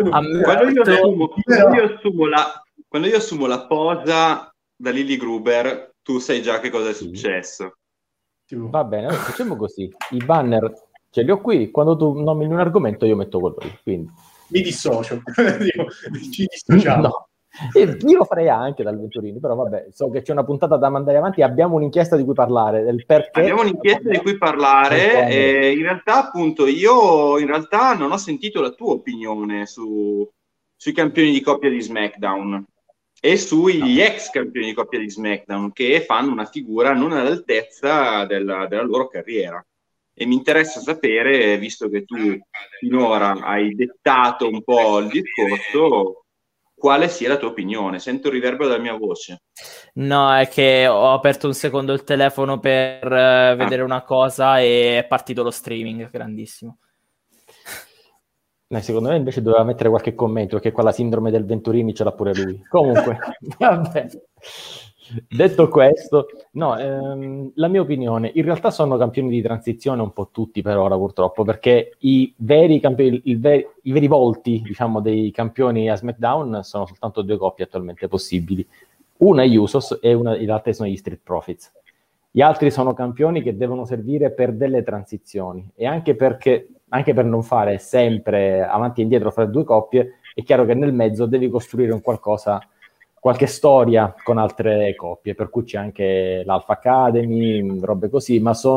Quando io assumo la posa da Lily Gruber, tu sai già che cosa è successo. Va bene, allora facciamo così, i banner ce li ho qui, quando tu nomini un argomento io metto quello lì, quindi mi dissocio. Ci dissociamo. No. Io lo farei anche dal Venturini, però vabbè, so che c'è una puntata da mandare avanti, abbiamo un'inchiesta di cui parlare, del perché. Abbiamo un'inchiesta di cui parlare, e in realtà appunto io non ho sentito la tua opinione sui campioni di coppia di SmackDown e sugli ex campioni di coppia di SmackDown che fanno una figura non all'altezza della loro carriera. E mi interessa sapere, visto che tu finora hai dettato un po' il discorso, quale sia la tua opinione. Sento il riverbero della mia voce. No, è che ho aperto un secondo il telefono per vedere una cosa e è partito lo streaming, grandissimo. Secondo me invece doveva mettere qualche commento, perché qua la sindrome del Venturini ce l'ha pure lui. Comunque, vabbè. Detto questo, no, la mia opinione, in realtà sono campioni di transizione un po' tutti per ora purtroppo, perché i veri campioni, i veri volti, diciamo, dei campioni a SmackDown sono soltanto 2 coppie attualmente possibili. Una è Usos e l'altra sono gli Street Profits. Gli altri sono campioni che devono servire per delle transizioni, e anche per non fare sempre avanti e indietro fra 2 coppie, è chiaro che nel mezzo devi costruire un qualche storia con altre coppie, per cui c'è anche l'Alpha Academy, robe così, ma sono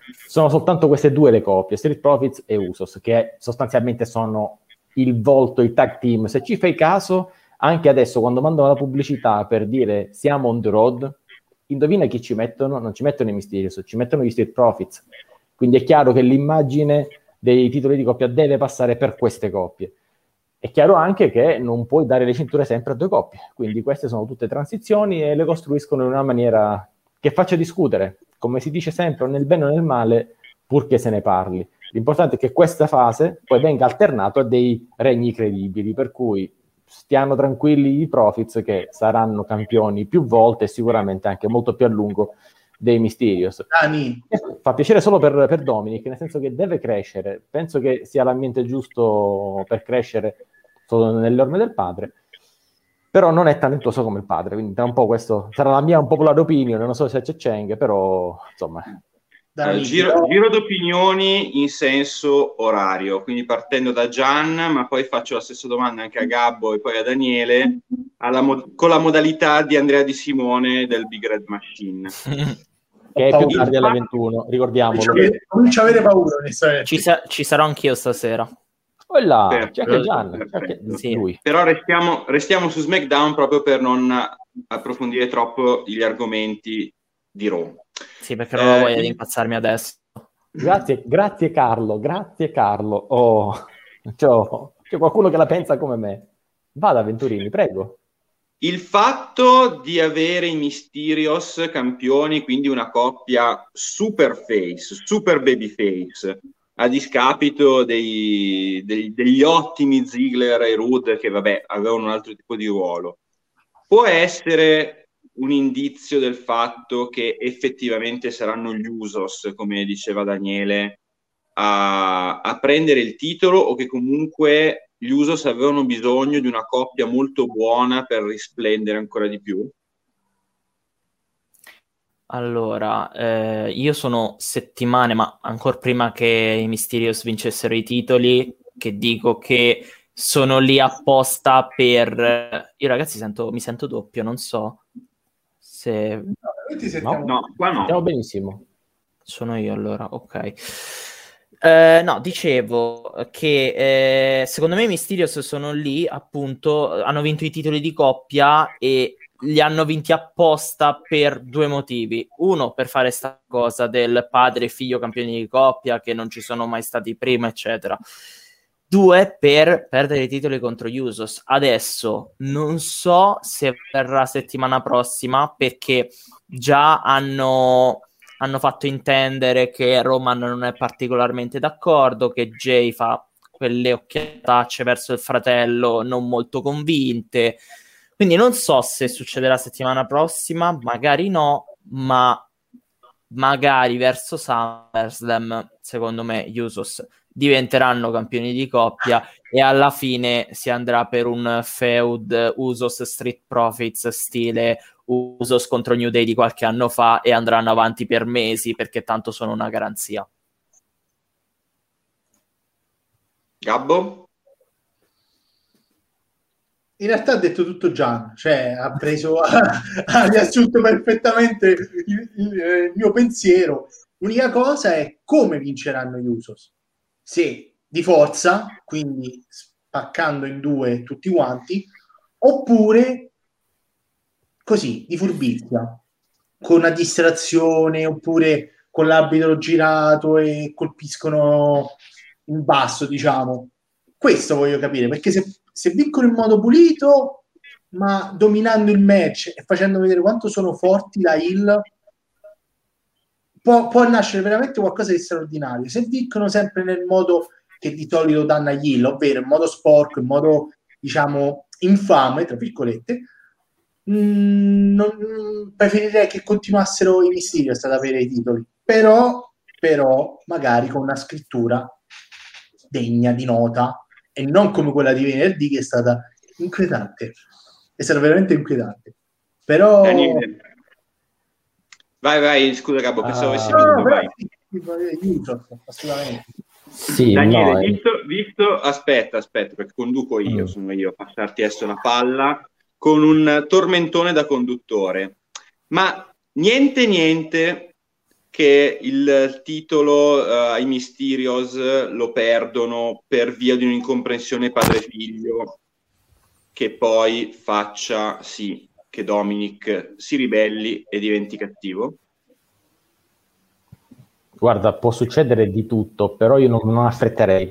sono soltanto queste due le coppie, Street Profits e Usos, che sostanzialmente sono il volto, il tag team. Se ci fai caso, anche adesso quando mandano la pubblicità per dire siamo on the road, indovina chi ci mettono? Non ci mettono i Mysterious, ci mettono gli Street Profits. Quindi è chiaro che l'immagine dei titoli di coppia deve passare per queste coppie. È chiaro anche che non puoi dare le cinture sempre a due coppie, quindi queste sono tutte transizioni e le costruiscono in una maniera che faccia discutere, come si dice sempre, nel bene o nel male, purché se ne parli. L'importante è che questa fase poi venga alternato a dei regni credibili, per cui stiano tranquilli i Profits che saranno campioni più volte e sicuramente anche molto più a lungo dei Mysterious. Fa piacere solo per Dominic, nel senso che deve crescere. Penso che sia l'ambiente giusto per crescere solo nelle orme del padre, però non è talentuoso come il padre, quindi tra un po' questo sarà la mia un popolare opinione, non so se c'è Cheng, però insomma... Giro d'opinioni in senso orario, quindi partendo da Gian, ma poi faccio la stessa domanda anche a Gabbo e poi a Daniele, con la modalità di Andrea Di Simone del Big Red Machine. Che è più tardi alle 21, ricordiamolo. Comincio a avere paura, ci sarò anch'io stasera. Là, c'è anche Gian, sì. Lui. Però restiamo su SmackDown proprio per non approfondire troppo gli argomenti di Raw. Sì, perché non ho voglia di impazzarmi adesso. Grazie Carlo. Oh, c'è qualcuno che la pensa come me. Vada Venturini, prego. Il fatto di avere i Mysterious campioni, quindi una coppia super face, super babyface, a discapito degli ottimi Ziggler e Rude, che vabbè avevano un altro tipo di ruolo, può essere un indizio del fatto che effettivamente saranno gli Usos, come diceva Daniele, a prendere il titolo, o che comunque gli Usos avevano bisogno di una coppia molto buona per risplendere ancora di più? Allora, io sono settimane, ma ancora prima che i Mysterious vincessero i titoli, che dico che sono lì apposta per... Io ragazzi mi sento doppio, non so se... No, qua no. Stiamo benissimo. Sono io allora, ok. No, dicevo che secondo me i Mysterious sono lì, appunto, hanno vinto i titoli di coppia e li hanno vinti apposta per due motivi. Uno, per fare sta cosa del padre e figlio campioni di coppia, che non ci sono mai stati prima, eccetera. Due, per perdere i titoli contro gli Usos. Adesso non so se verrà settimana prossima, perché già hanno fatto intendere che Roman non è particolarmente d'accordo, che Jay fa quelle occhiatacce verso il fratello non molto convinte. Quindi non so se succederà settimana prossima, magari no, ma magari verso SummerSlam, secondo me, gli Usos diventeranno campioni di coppia e alla fine si andrà per un feud Usos Street Profits stile Usos contro New Day di qualche anno fa, e andranno avanti per mesi perché tanto sono una garanzia. Gabbo? In realtà ha detto tutto Gian, cioè ha riassunto perfettamente il mio pensiero. L'unica cosa è come vinceranno gli Usos. Se di forza, quindi spaccando in due tutti quanti, oppure così, di furbizia, con una distrazione, oppure con l'arbitro girato e colpiscono in basso, diciamo. Questo voglio capire, perché se vincono in modo pulito, ma dominando il match e facendo vedere quanto sono forti la heel, può nascere veramente qualcosa di straordinario. Se vincono sempre nel modo che di solito danno agli heel, ovvero in modo sporco, in modo, diciamo, infame, tra virgolette, preferirei che continuassero i Mysterious ad avere i titoli, però magari con una scrittura degna di nota e non come quella di venerdì, che è stata inquietante, è stata veramente inquietante. Però vai, scusa Gabbo, pensavo avessi assolutamente. Sì, Daniele, visto aspetta, perché conduco io, sono io a passarti adesso la palla con un tormentone da conduttore, ma niente che il titolo ai Mysterios lo perdono per via di un'incomprensione padre-figlio che poi faccia sì che Dominic si ribelli e diventi cattivo? Guarda, può succedere di tutto, però io non affretterei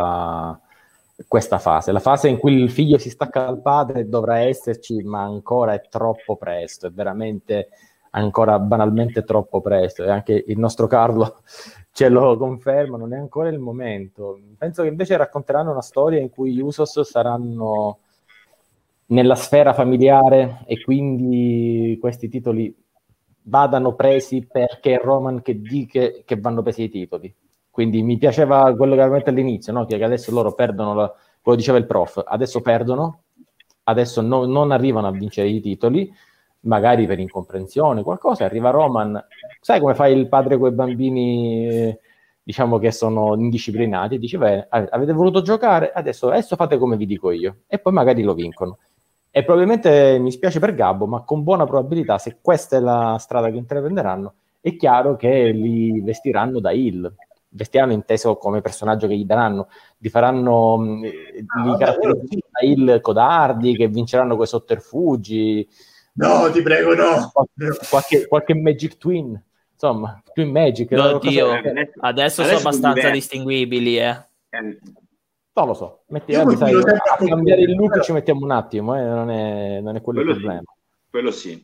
questa fase. La fase in cui il figlio si stacca dal padre dovrà esserci, ma ancora è troppo presto, è veramente ancora banalmente troppo presto. E anche il nostro Carlo ce lo conferma, non è ancora il momento. Penso che invece racconteranno una storia in cui gli Usos saranno nella sfera familiare e quindi questi titoli vadano presi perché è Roman che dice che vanno presi i titoli. Quindi mi piaceva quello che avevo detto all'inizio, no? Che adesso loro perdono, quello diceva il prof, adesso perdono, adesso non arrivano a vincere i titoli, magari per incomprensione, qualcosa, arriva Roman, sai come fa il padre con i bambini, diciamo che sono indisciplinati, dice, beh, avete voluto giocare, adesso fate come vi dico io, e poi magari lo vincono. E probabilmente mi spiace per Gabbo, ma con buona probabilità, se questa è la strada che intraprenderanno, è chiaro che li vestiranno da heel. Vestiranno inteso come personaggio che gli daranno, li faranno li caratterizzano da heel codardi, che vinceranno quei sotterfugi. No, ti prego, no. Qualche Magic Twin, insomma, Twin Magic. Oddio, adesso sono abbastanza distinguibili, Non lo so, a cambiare il look ci mettiamo un attimo, non è quello il problema. Quello sì.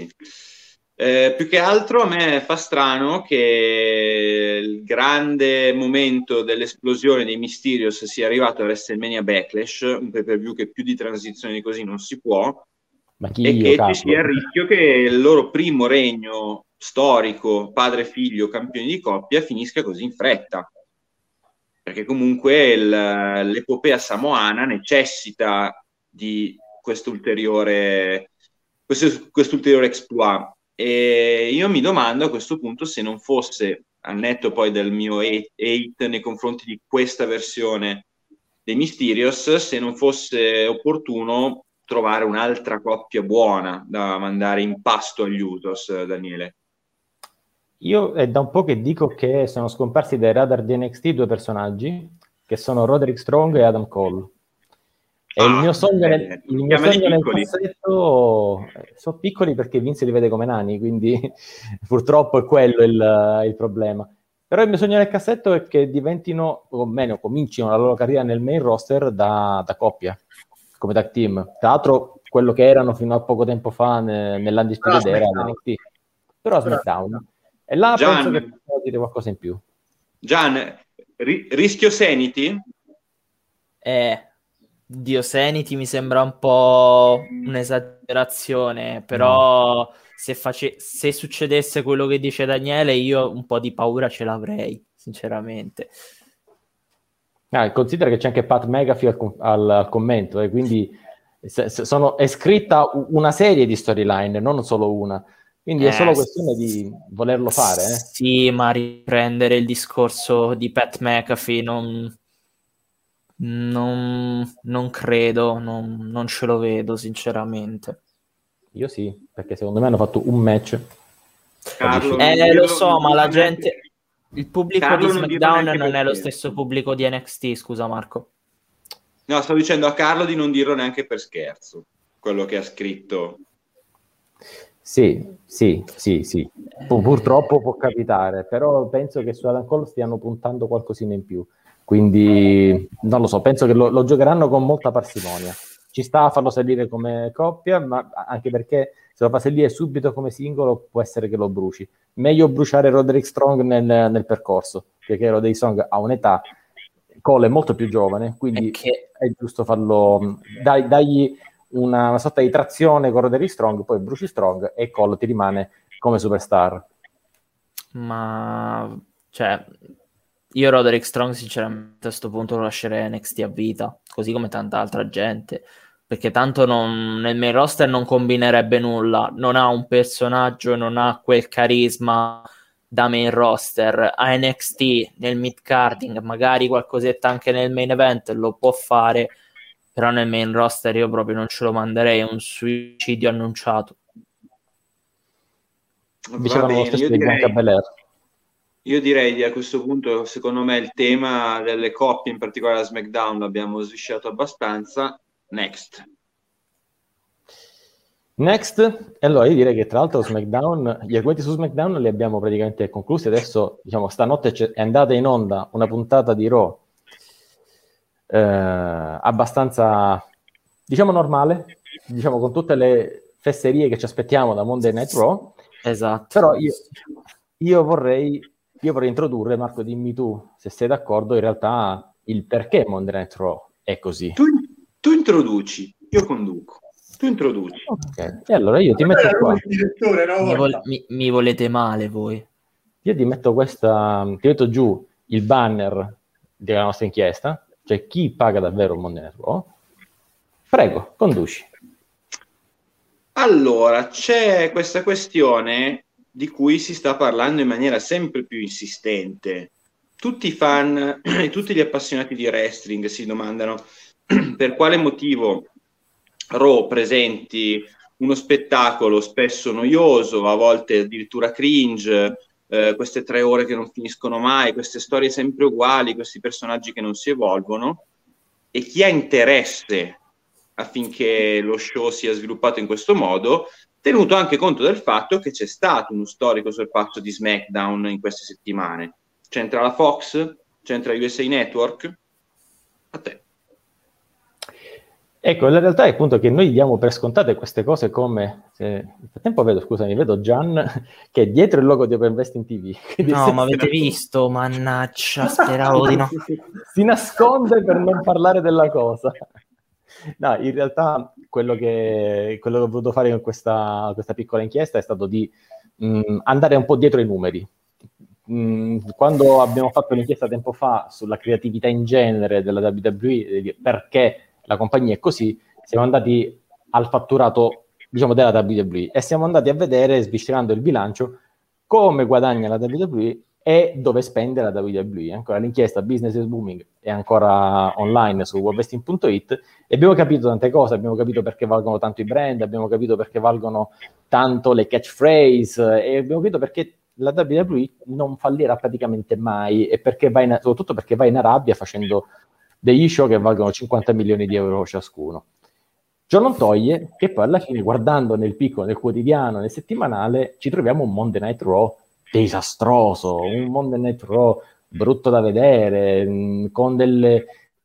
Più che altro a me fa strano che il grande momento dell'esplosione dei Mysterios sia arrivato a WrestleMania Backlash, un pay-per-view che più di transizione di così non si può, e che ci sia il rischio che il loro primo regno storico, padre-figlio, campioni di coppia, finisca così in fretta. Perché comunque l'epopea samoana necessita di quest'ulteriore exploit. E io mi domando a questo punto se non fosse, al netto poi del mio hate nei confronti di questa versione dei Mysterios, se non fosse opportuno trovare un'altra coppia buona da mandare in pasto agli Usos, Daniele. Io è da un po' che dico che sono scomparsi dai radar di NXT due personaggi, che sono Roderick Strong e Adam Cole. E il mio sogno nel cassetto, sono piccoli perché Vince li vede come nani, quindi purtroppo è quello il problema. Però il mio sogno nel cassetto è che diventino, o meno, comincino la loro carriera nel main roster da coppia, come tag team. Tra l'altro, quello che erano fino a poco tempo fa nell'Undisputed Era NXT. Però a SmackDown. E là penso che possiamo dire qualcosa in più. Gian, rischio Sanity? Dio, Sanity mi sembra un po' un'esagerazione, però se succedesse quello che dice Daniele, io un po' di paura ce l'avrei, sinceramente. Considera che c'è anche Pat McAfee al commento, e quindi è scritta una serie di storyline, non solo una. Quindi è solo questione di volerlo fare. Sì, ma riprendere il discorso di Pat McAfee non credo, non ce lo vedo sinceramente. Io sì, perché secondo me hanno fatto un match. Carlo, lo so, ma la gente, il pubblico di SmackDown non è lo stesso pubblico di NXT, scusa Marco. No, sto dicendo a Carlo di non dirlo neanche per scherzo, quello che ha scritto. Sì. Purtroppo può capitare, però penso che su Adam Cole stiano puntando qualcosina in più. Quindi non lo so, penso che lo giocheranno con molta parsimonia. Ci sta a farlo salire come coppia, ma anche perché se lo fa salire subito come singolo può essere che lo bruci. Meglio bruciare Roderick Strong nel percorso, perché Roderick Strong ha un'età, Cole è molto più giovane, quindi è giusto farlo, dagli una sorta di trazione con Roderick Strong, poi bruci Strong e Cole ti rimane come superstar. Ma cioè, io Roderick Strong sinceramente a questo punto lo lascerei NXT a vita, così come tanta altra gente, perché tanto nel main roster non combinerebbe nulla, non ha un personaggio, non ha quel carisma da main roster. A NXT nel mid carding magari qualcosetta anche nel main event lo può fare, però nel main roster io proprio non ce lo manderei, è un suicidio annunciato. Dicevano lo stesso di Bianca Belair. Io direi a questo punto, secondo me, il tema delle coppie, in particolare la SmackDown, l'abbiamo svisciato abbastanza. Next. E allora io direi che tra l'altro SmackDown, gli argomenti su SmackDown li abbiamo praticamente conclusi. Adesso, diciamo, stanotte è andata in onda una puntata di Raw abbastanza, diciamo, normale, diciamo, con tutte le fesserie che ci aspettiamo da Monday Night Raw. Esatto. Però io vorrei introdurre, Marco, dimmi tu se sei d'accordo, in realtà il perché Monday Night Raw è così. Tu introduci, io conduco. Tu introduci. Ok, e allora io ti metto qua. Mi volete male voi. Io ti metto giù il banner della nostra inchiesta, cioè chi paga davvero Monday Night Raw. Prego, conduci. Allora, c'è questa questione di cui si sta parlando in maniera sempre più insistente. Tutti i fan e tutti gli appassionati di wrestling si domandano per quale motivo Raw presenti uno spettacolo spesso noioso, a volte addirittura cringe, queste 3 ore che non finiscono mai, queste storie sempre uguali, questi personaggi che non si evolvono, e chi ha interesse affinché lo show sia sviluppato in questo modo, tenuto anche conto del fatto che c'è stato uno storico sorpasso di SmackDown in queste settimane. C'entra la Fox? C'entra USA Network? A te. Ecco, la realtà è appunto che noi diamo per scontate queste cose come... nel frattempo vedo Gian che è dietro il logo di Open Wrestling TV. No, ma avete visto? Mannaggia, speravo di no. Si nasconde per non parlare della cosa. No, in realtà quello che ho voluto fare con questa piccola inchiesta è stato di andare un po' dietro i numeri. Quando abbiamo fatto l'inchiesta tempo fa sulla creatività in genere della WWE, perché la compagnia è così, siamo andati al fatturato, diciamo, della WWE e siamo andati a vedere, sviscerando il bilancio, come guadagna la WWE e dove spende la WWE. Ancora l'inchiesta Business is Booming è ancora online su webwrestling.it e abbiamo capito tante cose, abbiamo capito perché valgono tanto i brand, abbiamo capito perché valgono tanto le catchphrase e abbiamo capito perché la WWE non fallirà praticamente mai e perché soprattutto perché va in Arabia facendo degli show che valgono 50 milioni di euro ciascuno. Ciò non toglie che poi alla fine, guardando nel piccolo, nel quotidiano, nel settimanale, ci troviamo un Monday Night Raw disastroso, un Monday Night Raw brutto da vedere, con dei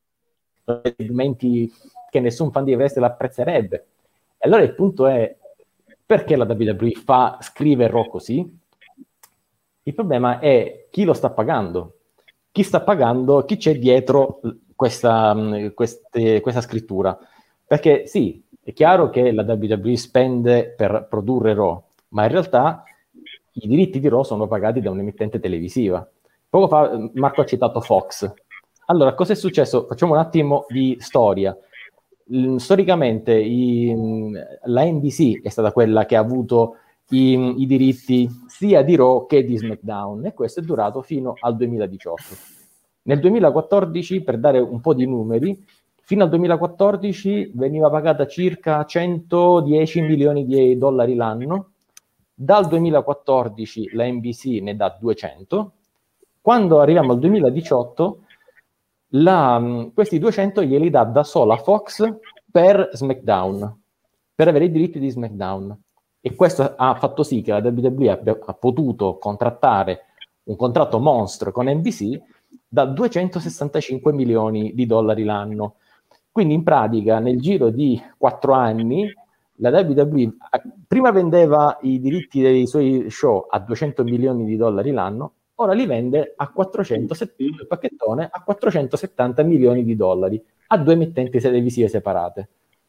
segmenti che nessun fan di wrestling apprezzerebbe. E allora il punto è: perché la WWE scrive Raw così? Il problema è chi lo sta pagando. Chi sta pagando, chi c'è dietro questa scrittura. Perché sì, è chiaro che la WWE spende per produrre Raw, ma in realtà i diritti di Raw sono pagati da un'emittente televisiva. Poco fa Marco ha citato Fox. Allora, cosa è successo? Facciamo un attimo di storia. Storicamente la NBC è stata quella che ha avuto i diritti sia di Raw che di SmackDown e questo è durato fino al 2018. Nel 2014, per dare un po' di numeri, fino al 2014 veniva pagata circa 110 milioni di dollari l'anno. Dal 2014 la NBC ne dà 200. Quando arriviamo al 2018, questi 200 glieli dà da sola Fox per SmackDown, per avere i diritti di SmackDown. E questo ha fatto sì che la WWE ha potuto contrattare un contratto mostro con NBC da 265 milioni di dollari l'anno. Quindi in pratica nel giro di 4 anni la WWE prima vendeva i diritti dei suoi show a 200 milioni di dollari l'anno, ora li vende a 470, il pacchettone a 470 milioni di dollari a 2 emittenti televisive separate.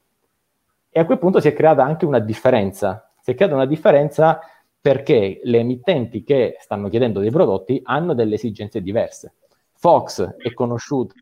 E a quel punto si è creata anche una differenza. Si è creata una differenza perché le emittenti che stanno chiedendo dei prodotti hanno delle esigenze diverse. Fox è conosciuta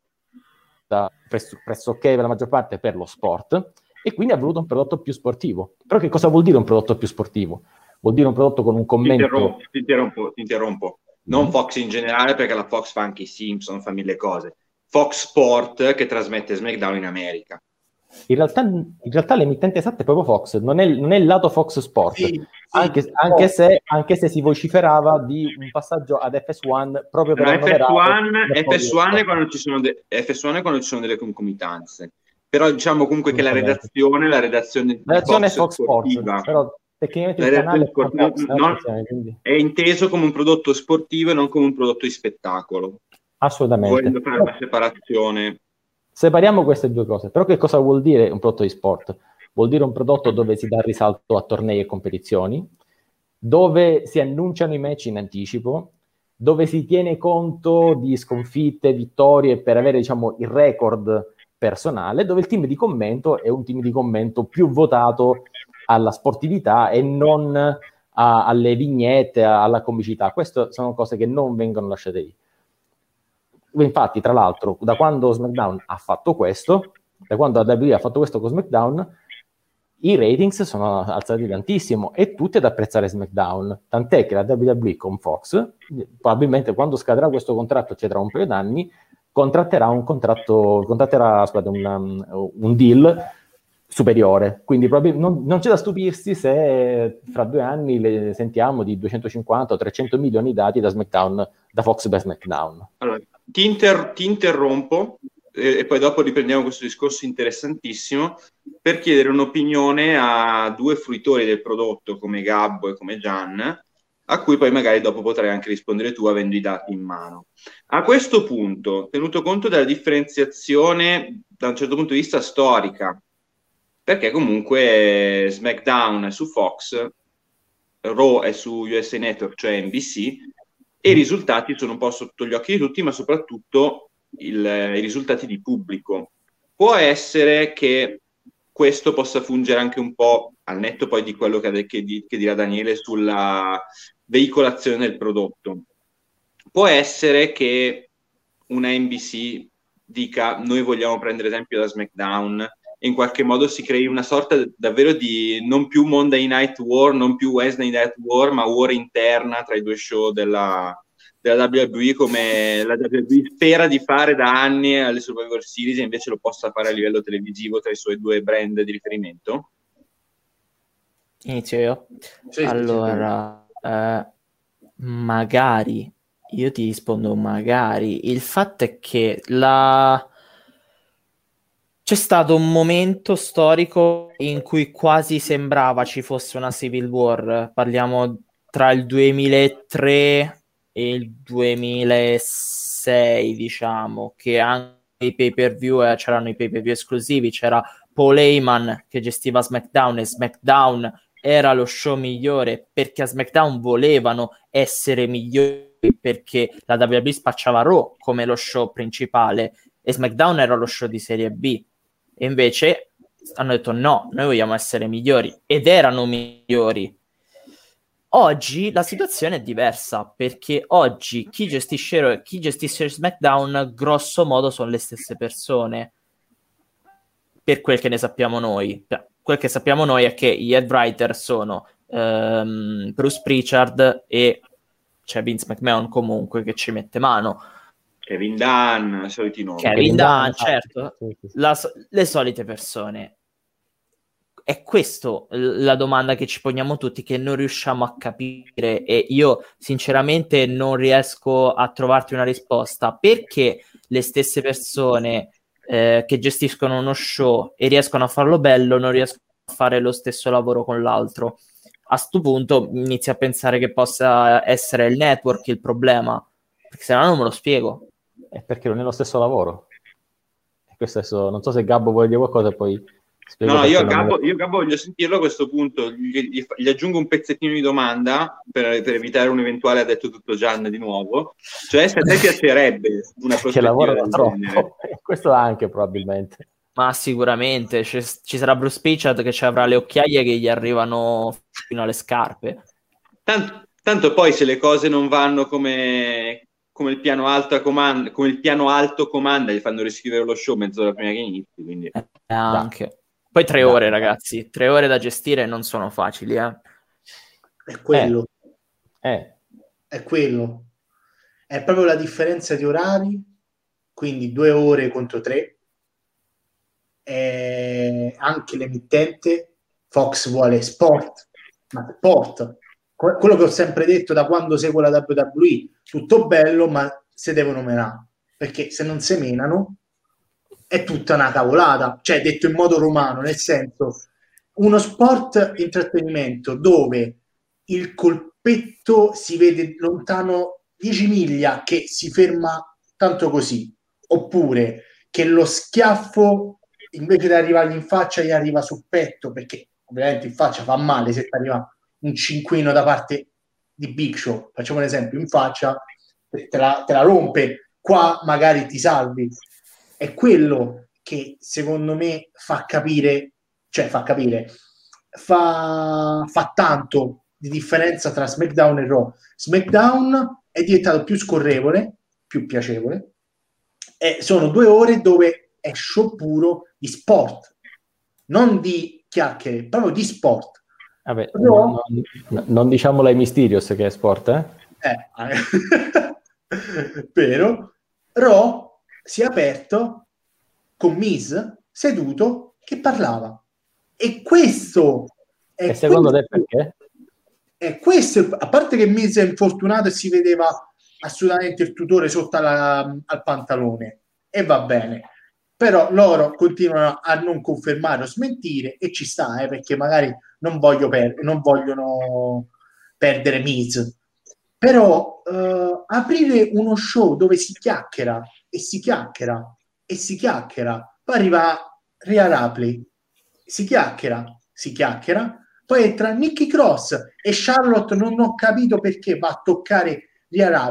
pressoché per la maggior parte per lo sport e quindi ha voluto un prodotto più sportivo. Però che cosa vuol dire un prodotto più sportivo? Vuol dire un prodotto con un commento... Ti interrompo. Non Fox in generale, perché la Fox fa anche i Simpson, fa mille cose. Fox Sport che trasmette SmackDown in America. In realtà l'emittente esatta è proprio Fox, non è il lato Fox Sport, Sì, anche se si vociferava di un passaggio ad FS1 proprio per FS1 è quando ci sono FS1 è quando ci sono delle concomitanze, però diciamo comunque che la redazione di è Fox sportiva, Sports, però tecnicamente il canale è Fox, quindi... è inteso come un prodotto sportivo e non come un prodotto di spettacolo. Assolutamente. Volendo fare una separazione. Separiamo queste due cose, però che cosa vuol dire un prodotto di sport? Vuol dire un prodotto dove si dà risalto a tornei e competizioni, dove si annunciano i match in anticipo, dove si tiene conto di sconfitte, vittorie per avere, diciamo, il record personale, dove il team di commento è un team di commento più votato alla sportività e non alle vignette, alla comicità. Queste sono cose che non vengono lasciate lì. Infatti, tra l'altro, da quando SmackDown ha fatto questo, da quando la WWE ha fatto questo con SmackDown, i ratings sono alzati tantissimo e tutti ad apprezzare SmackDown, tant'è che la WWE con Fox, probabilmente quando scadrà questo contratto, cioè tra un paio d'anni, contratterà un deal superiore, quindi non c'è da stupirsi se fra 2 anni le sentiamo di 250 o 300 milioni dati da SmackDown, da Fox per SmackDown. Allora, ti interrompo e poi dopo riprendiamo questo discorso interessantissimo per chiedere un'opinione a 2 fruitori del prodotto come Gabbo e come Gian, a cui poi magari dopo potrai anche rispondere tu avendo i dati in mano. A questo punto, tenuto conto della differenziazione da un certo punto di vista storica, perché comunque SmackDown è su Fox, Raw è su USA Network, cioè NBC, e i risultati sono un po' sotto gli occhi di tutti, ma soprattutto i risultati di pubblico. Può essere che questo possa fungere anche un po', al netto poi di quello che dirà Daniele sulla veicolazione del prodotto. Può essere che una NBC dica noi vogliamo prendere esempio da SmackDown e in qualche modo si crei una sorta davvero di non più Monday Night War, non più Wednesday Night War, ma war interna tra i 2 show della WWE, come la WWE spera di fare da anni alle Survivor Series e invece lo possa fare a livello televisivo tra i suoi 2 brand di riferimento? Inizio io? Sì, allora, magari, io ti rispondo magari. Il fatto è che c'è stato un momento storico in cui quasi sembrava ci fosse una Civil War, parliamo tra il 2003 e il 2006, diciamo, che anche i pay-per-view, c'erano i pay-per-view esclusivi, c'era Paul Heyman che gestiva SmackDown e SmackDown era lo show migliore perché a SmackDown volevano essere migliori perché la WWE spacciava Raw come lo show principale e SmackDown era lo show di serie B. E invece hanno detto no, noi vogliamo essere migliori ed erano migliori. Oggi la situazione è diversa perché oggi chi gestisce SmackDown grosso modo sono le stesse persone, per quel che ne sappiamo noi. Quel che sappiamo noi è che gli head writer sono Bruce Pritchard e c'è Vince McMahon comunque che ci mette mano. Kevin Dunn, soliti nomi. Kevin Dunn, certo, le solite persone. È questa la domanda che ci poniamo tutti, che non riusciamo a capire e io sinceramente non riesco a trovarti una risposta. Perché le stesse persone che gestiscono uno show e riescono a farlo bello non riescono a fare lo stesso lavoro con l'altro? A sto punto inizi a pensare che possa essere il network il problema, perché se no non me lo spiego. È perché non è lo stesso lavoro. E questo non so se Gabbo vuole dire qualcosa e poi spiego. No, io a Gabbo voglio sentirlo a questo punto, gli aggiungo un pezzettino di domanda per evitare un eventuale ha detto tutto Gian di nuovo, cioè se a te piacerebbe una prospettiva del genere. Questo anche probabilmente. Ma sicuramente ci sarà Bruce Pritchard che ci avrà le occhiaie che gli arrivano fino alle scarpe. Tanto poi se le cose non vanno come il piano alto comanda, gli fanno riscrivere lo show mezz'ora prima che inizi, quindi anche. Poi 3 ore, ragazzi, 3 ore da gestire non sono facili, È quello. È quello. È proprio la differenza di orari, quindi 2 ore contro 3. anche l'emittente Fox vuole sport, ma sport, quello che ho sempre detto da quando seguo la WWE, tutto bello, ma se devono menare, perché se non se menano è tutta una cavolata, cioè detto in modo romano, nel senso, uno sport intrattenimento dove il colpetto si vede lontano 10 miglia che si ferma tanto così, oppure che lo schiaffo invece di arrivargli in faccia gli arriva sul petto, perché ovviamente in faccia fa male se ti arriva un cinquino da parte di Big Show, facciamo un esempio, in faccia te la rompe, qua magari ti salvi. È quello che secondo me fa capire, fa tanto di differenza tra SmackDown e Raw. SmackDown è diventato più scorrevole, più piacevole, e sono 2 ore dove è show puro di sport, non di chiacchiere, proprio di sport. Vabbè, non diciamolo ai Mysterios che è sport, Vero. Raw si è aperto con Miz seduto che parlava, e questo è, e secondo te perché? È questo, a parte che Miz è infortunato e si vedeva assolutamente il tutore sotto al pantalone, e va bene, però loro continuano a non confermare o smentire, e ci sta, perché magari non vogliono perdere Miz. Però aprire uno show dove si chiacchiera e si chiacchiera e si chiacchiera, poi arriva Rhea Ripley, si chiacchiera, poi entra Nikki Cross e Charlotte, non ho capito perché va a toccare Rhea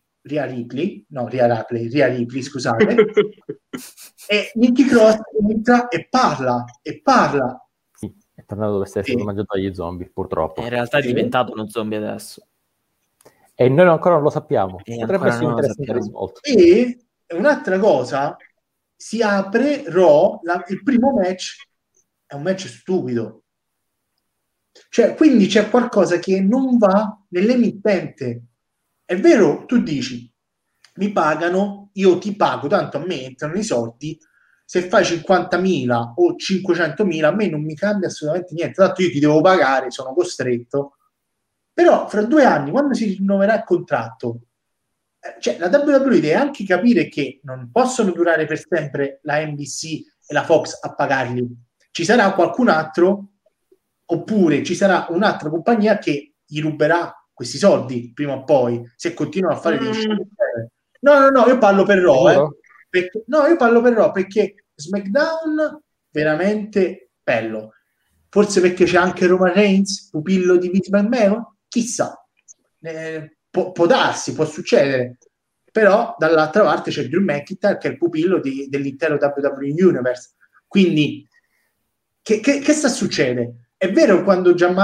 Ripley, scusate, e Nikki Cross entra e parla. Sì, è tornato dove essere stato mangiato dagli zombie, purtroppo. In realtà è diventato uno zombie adesso. E noi ancora non lo sappiamo. Potrebbe essere interessante molto. E un'altra cosa, si apre Raw, il primo match è un match stupido. Cioè, quindi c'è qualcosa che non va nell'emittente. È vero, tu dici, mi pagano, io ti pago, tanto a me entrano i soldi, se fai 50.000 o 500.000 a me non mi cambia assolutamente niente, tanto io ti devo pagare, sono costretto. Però fra 2 anni, quando si rinnoverà il contratto, cioè la WWE deve anche capire che non possono durare per sempre la NBC e la Fox a pagarli. Ci sarà qualcun altro, oppure ci sarà un'altra compagnia che gli ruberà questi soldi prima o poi, se continuano a fare dei show. No, io parlo per Raw, io parlo per Raw perché SmackDown veramente bello. Forse perché c'è anche Roman Reigns, pupillo di Vince McMahon, chissà, può darsi, può succedere, però dall'altra parte c'è Drew McIntyre che è il pupillo dell'intero WWE Universe, quindi che sta succedendo? È vero quando Gian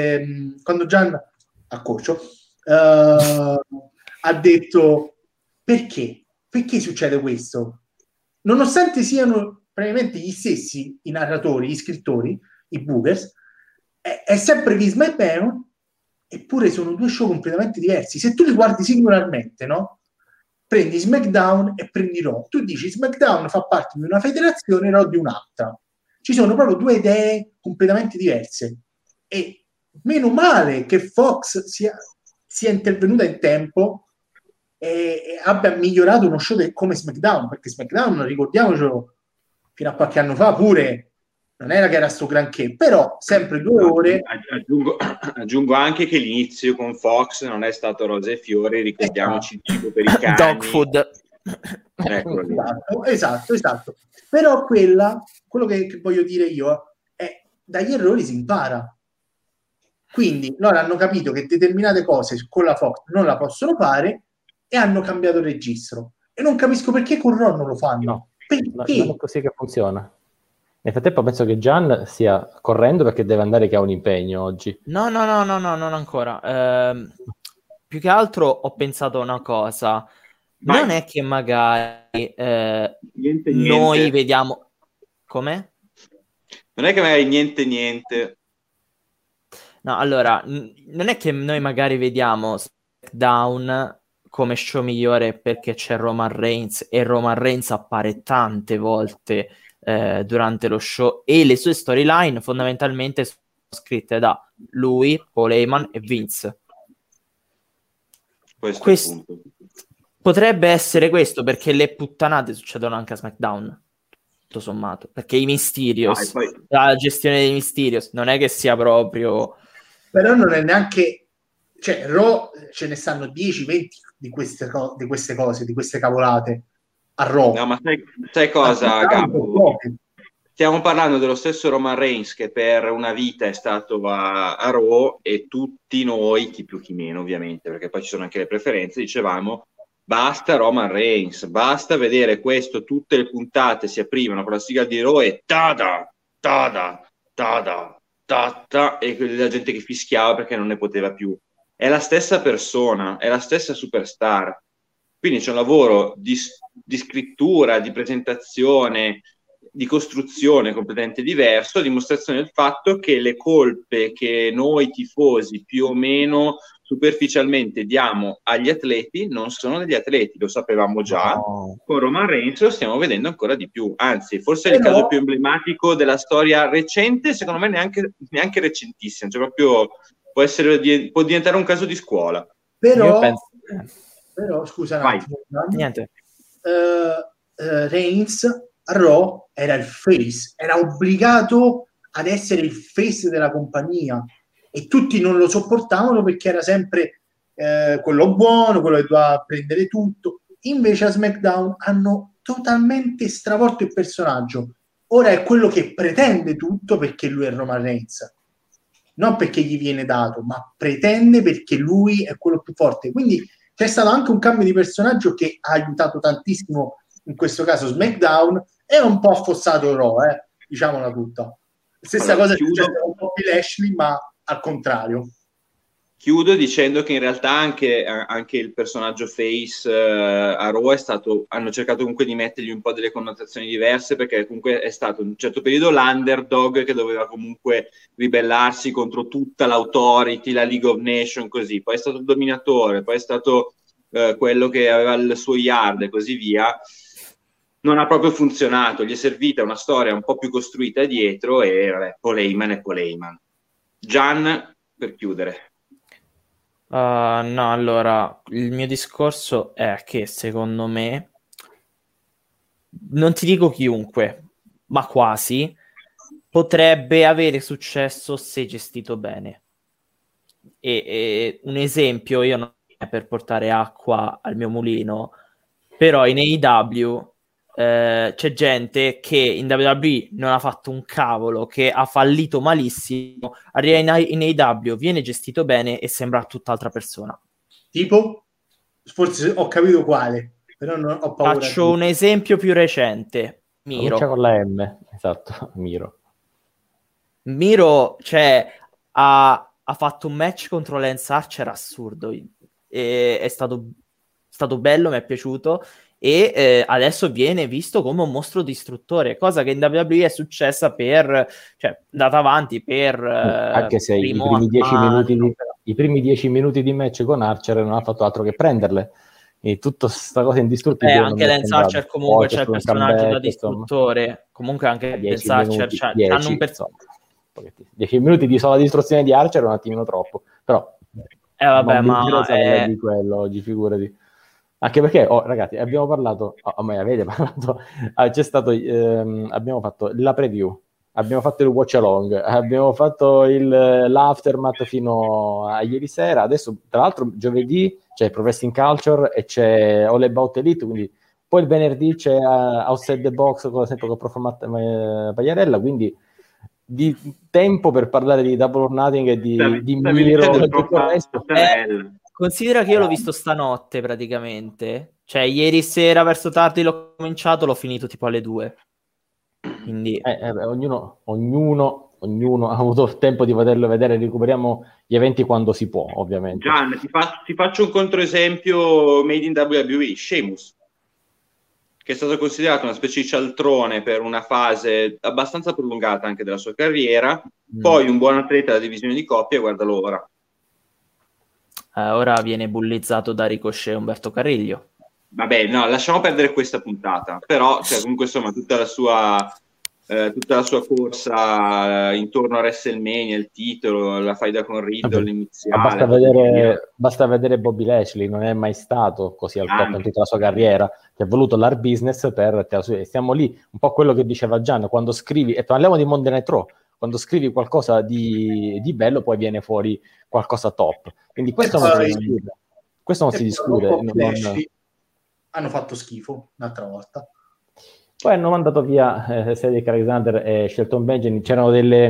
Accorcio ha detto perché succede questo? Nonostante siano praticamente gli stessi i narratori, gli scrittori, i bookers, è sempre Vince McMahon, eppure sono 2 show completamente diversi. Se tu li guardi singolarmente, no? Prendi SmackDown e prendi Raw. Tu dici SmackDown fa parte di una federazione, Raw di un'altra. Ci sono proprio 2 idee completamente diverse. E meno male che Fox sia intervenuta in tempo e abbia migliorato uno show come SmackDown, perché SmackDown, ricordiamocelo, fino a qualche anno fa pure non era che era sto granché, però sempre 2 ore. Aggiungo anche che l'inizio con Fox non è stato rose e fiori, ricordiamoci il cibo per i cani. Dog food. Esatto. Però quello che voglio dire io è dagli errori si impara. Quindi loro hanno capito che determinate cose con la Fox non la possono fare e hanno cambiato il registro. E non capisco perché con Raw non lo fanno. No, perché? Non è così che funziona. Nel frattempo penso che Gian stia correndo perché deve andare, che ha un impegno oggi. No, non ancora. Più che altro ho pensato una cosa. Vai. Non è che magari niente. Noi vediamo... Come? Non è che magari niente. No, allora, non è che noi magari vediamo SmackDown come show migliore perché c'è Roman Reigns e Roman Reigns appare tante volte durante lo show, e le sue storyline fondamentalmente sono scritte da lui, Paul Heyman e Vince. Questo potrebbe essere questo, perché le puttanate succedono anche a SmackDown, tutto sommato, perché i Mysterios, la gestione dei Mysterios non è che sia proprio, però non è neanche, cioè Raw ce ne stanno 10-20 di queste cose, di queste cavolate a Raw. No, ma sai cosa, Gabbo? Stiamo parlando dello stesso Roman Reigns che per una vita è stato a Raw, e tutti noi, chi più chi meno ovviamente, perché poi ci sono anche le preferenze, dicevamo basta Roman Reigns, basta vedere questo, tutte le puntate si aprivano con la sigla di Raw e tada, tada, tada, tada, e la gente che fischiava perché non ne poteva più. È la stessa persona, è la stessa superstar, quindi c'è un lavoro di scrittura, di presentazione, di costruzione completamente diverso, a dimostrazione del fatto che le colpe che noi tifosi più o meno superficialmente diamo agli atleti non sono degli atleti, lo sapevamo già, con Roman Reigns lo stiamo vedendo ancora di più, anzi forse è il caso più emblematico della storia recente, secondo me neanche recentissima, cioè proprio può diventare un caso di scuola. Però scusa un attimo, niente. Reigns a Raw era il face, era obbligato ad essere il face della compagnia, e tutti non lo sopportavano perché era sempre quello buono, quello che doveva prendere tutto. Invece a SmackDown hanno totalmente stravolto il personaggio. Ora è quello che pretende tutto perché lui è Roman Reigns, non perché gli viene dato, ma pretende perché lui è quello più forte. Quindi c'è stato anche un cambio di personaggio che ha aiutato tantissimo, in questo caso SmackDown, e un po' affossato Raw, diciamola tutta. Stessa cosa che succede con Bobby Lashley, ma al contrario. Chiudo dicendo che in realtà anche il personaggio face a Raw hanno cercato comunque di mettergli un po' delle connotazioni diverse, perché comunque è stato in un certo periodo l'underdog che doveva comunque ribellarsi contro tutta l'authority, la League of Nations, così. Poi è stato il dominatore, poi è stato quello che aveva il suo yard e così via. Non ha proprio funzionato, gli è servita una storia un po' più costruita dietro, e vabbè, Paul Heyman è Paul Heyman. Gian, per chiudere. No, allora, il mio discorso è che secondo me, non ti dico chiunque, ma quasi, potrebbe avere successo se gestito bene. E un esempio, io non è per portare acqua al mio mulino, però in AEW c'è gente che in WWE non ha fatto un cavolo, che ha fallito malissimo, arriva in AEW, viene gestito bene e sembra tutt'altra persona. Tipo? Forse ho capito quale, però non ho paura. Faccio un esempio più recente. Miro. Comincia con la M, esatto, Miro, cioè, ha fatto un match contro Lance Archer assurdo, e è stato bello, mi è piaciuto, e adesso viene visto come un mostro distruttore, cosa che in WWE è successa andata avanti per anche se i primi 10 minuti di match con Archer non ha fatto altro che prenderle, e tutta questa cosa indistruttibile. Anche Lance Archer comunque c'è il personaggio da distruttore, insomma. Comunque anche Lance Archer hanno un 10 minuti di sola distruzione di Archer è un attimino troppo, però vabbè, ma di quello oggi, figurati. Anche perché, ragazzi, abbiamo parlato, avete parlato, c'è stato, abbiamo fatto la preview, abbiamo fatto il watch along, abbiamo fatto l'aftermath fino a ieri sera, adesso tra l'altro giovedì c'è Pro Wrestling Culture e c'è All About Elite, quindi poi il venerdì c'è Outside the Box, sempre con Proformat Pagliarella, quindi di tempo per parlare di Double or Nothing e di Miro e tutto il resto. Considera che io l'ho visto stanotte praticamente, cioè ieri sera verso tardi l'ho cominciato, l'ho finito tipo alle 2. Quindi ognuno ha avuto il tempo di poterlo vedere. Recuperiamo gli eventi quando si può, ovviamente. Gian, ti faccio un controesempio made in WWE, Sheamus, che è stato considerato una specie di cialtrone per una fase abbastanza prolungata anche della sua carriera, poi un buon atleta della divisione di coppia, guardalo ora. Ora viene bullizzato da Ricochet e Umberto Carrillo. Vabbè, no, lasciamo perdere questa puntata, però comunque insomma tutta la sua tutta la sua corsa intorno a WrestleMania, il titolo, la faida con Riddle iniziale. Basta vedere Bobby Lashley, non è mai stato così al top in tutta la sua carriera, che ha voluto l'art business stiamo lì, un po' quello che diceva Gian, quando scrivi, e parliamo di Monday Night Raw, quando scrivi qualcosa di bello poi viene fuori qualcosa top, quindi questo non si discute. Hanno fatto schifo l'altra volta. Poi hanno mandato via Cedric Alexander e Shelton Benjamin, c'era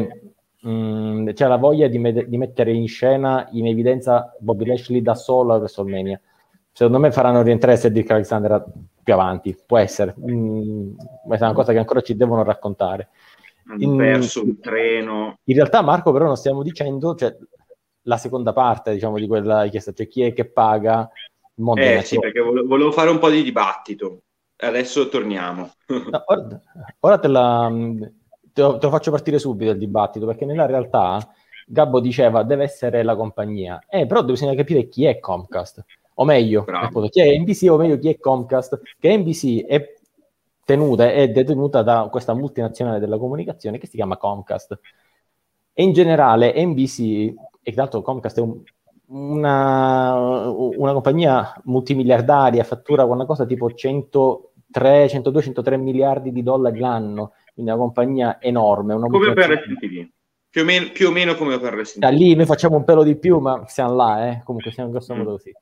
la voglia di mettere in scena, in evidenza Bobby Lashley da solo a WrestleMania. Secondo me faranno rientrare Cedric Alexander più avanti, può essere, ma è una cosa che ancora ci devono raccontare. Hanno perso un treno. In realtà, Marco, però non stiamo dicendo, cioè, la seconda parte, diciamo, di quella richiesta, cioè chi è che paga il mondo. Sì, perché volevo fare un po' di dibattito. Adesso torniamo. No, ora te lo faccio partire subito il dibattito, perché nella realtà Gabbo diceva deve essere la compagnia, però bisogna capire chi è Comcast, o meglio, appunto, chi è NBC, o meglio chi è Comcast, che NBC è detenuta da questa multinazionale della comunicazione che si chiama Comcast. E in generale NBC, e tra l'altro Comcast è una compagnia multimiliardaria, fattura con una cosa tipo 102-103 miliardi di dollari l'anno, quindi una compagnia enorme. Come per RTTV, più o meno come per RTTV. Lì noi facciamo un pelo di più, ma siamo là, comunque siamo in grosso modo così.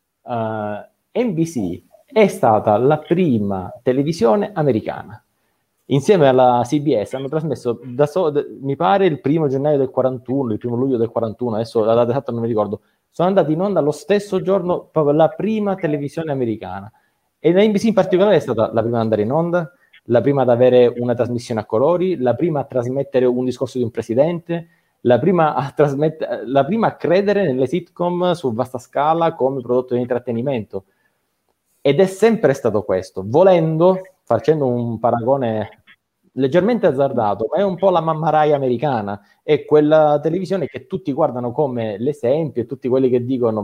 NBC è stata la prima televisione americana. Insieme alla CBS hanno trasmesso, mi pare, il 1 gennaio del 41, il 1 luglio del 41, adesso la data esatta non mi ricordo, sono andati in onda lo stesso giorno, proprio la prima televisione americana. E la NBC in particolare è stata la prima ad andare in onda, la prima ad avere una trasmissione a colori, la prima a trasmettere un discorso di un presidente, la prima a credere nelle sitcom su vasta scala come prodotto di intrattenimento. Ed è sempre stato questo, facendo un paragone leggermente azzardato, ma è un po' la Mamma Rai americana, è quella televisione che tutti guardano come l'esempio, e tutti quelli che dicono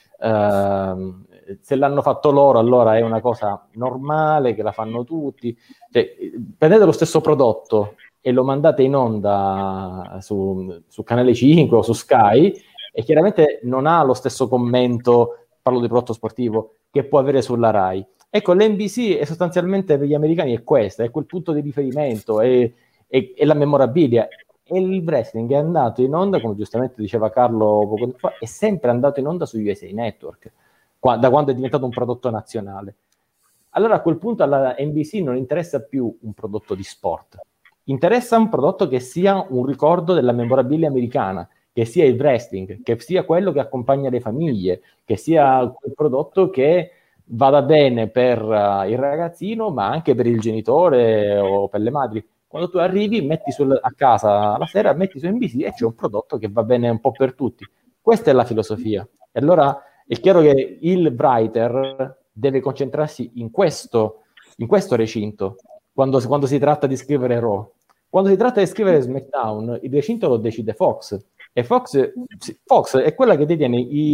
se l'hanno fatto loro allora è una cosa normale, che la fanno tutti. Cioè, prendete lo stesso prodotto e lo mandate in onda su Canale 5 o su Sky e chiaramente non ha lo stesso commento, parlo di prodotto sportivo, che può avere sulla Rai. Ecco, l'NBC è sostanzialmente per gli americani è questa, è quel punto di riferimento, è la memorabilia. E il wrestling è andato in onda, come giustamente diceva Carlo poco tempo fa, è sempre andato in onda su USA Network, da quando è diventato un prodotto nazionale. Allora a quel punto alla NBC non interessa più un prodotto di sport, interessa un prodotto che sia un ricordo della memorabilia americana, che sia il wrestling, che sia quello che accompagna le famiglie, che sia quel prodotto che vada bene per il ragazzino, ma anche per il genitore o per le madri. Quando tu arrivi, metti a casa la sera, metti su NBC e c'è un prodotto che va bene un po' per tutti. Questa è la filosofia. E allora è chiaro che il writer deve concentrarsi in questo recinto, quando si tratta di scrivere Raw. Quando si tratta di scrivere SmackDown, il recinto lo decide Fox. E Fox è quella che detiene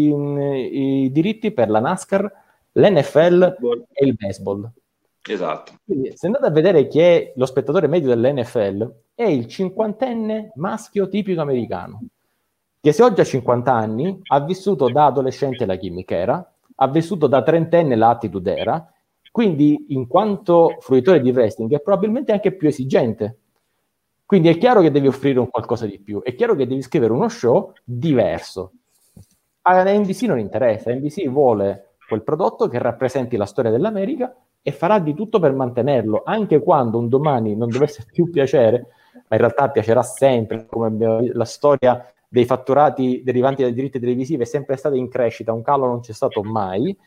i diritti per la NASCAR, l'NFL e il baseball. Esatto. Quindi, se andate a vedere chi è lo spettatore medio dell'NFL, è il 50enne maschio tipico americano, che se oggi ha 50 anni, ha vissuto da adolescente la gimmick era, ha vissuto da trentenne l'attitude era, quindi in quanto fruitore di wrestling è probabilmente anche più esigente. Quindi è chiaro che devi offrire un qualcosa di più, è chiaro che devi scrivere uno show diverso. A NBC non interessa, NBC vuole quel prodotto che rappresenti la storia dell'America e farà di tutto per mantenerlo, anche quando un domani non dovesse più piacere, ma in realtà piacerà sempre, come la storia dei fatturati derivanti dai diritti televisivi è sempre stata in crescita, un calo non c'è stato mai,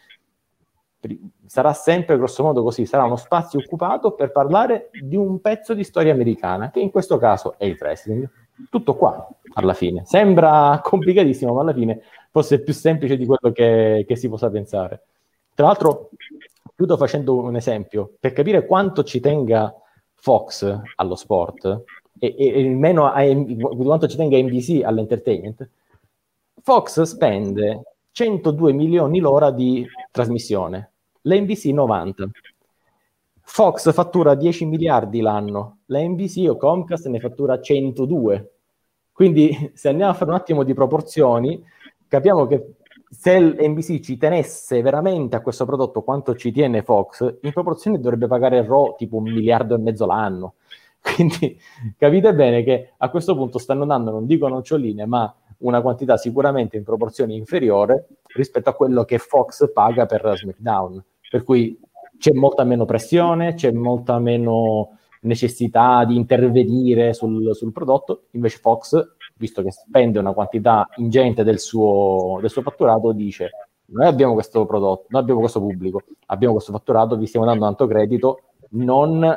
sarà sempre grosso modo così, sarà uno spazio occupato per parlare di un pezzo di storia americana, che in questo caso è il wrestling. Tutto qua, alla fine. Sembra complicatissimo, ma alla fine forse è più semplice di quello che si possa pensare. Tra l'altro, chiudo facendo un esempio, per capire quanto ci tenga Fox allo sport e meno quanto ci tenga NBC all'entertainment. Fox spende 102 milioni l'ora di trasmissione, l'NBC 90. Fox fattura 10 miliardi l'anno, la NBC o Comcast ne fattura 102. Quindi se andiamo a fare un attimo di proporzioni, capiamo che se NBC ci tenesse veramente a questo prodotto quanto ci tiene Fox, in proporzione dovrebbe pagare Raw tipo 1,5 miliardi l'anno. Quindi capite bene che a questo punto stanno dando, non dico noccioline, ma una quantità sicuramente in proporzione inferiore rispetto a quello che Fox paga per SmackDown. Per cui c'è molta meno pressione, c'è molta meno necessità di intervenire sul prodotto. Invece Fox, visto che spende una quantità ingente del suo fatturato, dice: noi abbiamo questo prodotto, noi abbiamo questo pubblico, abbiamo questo fatturato, vi stiamo dando tanto credito, non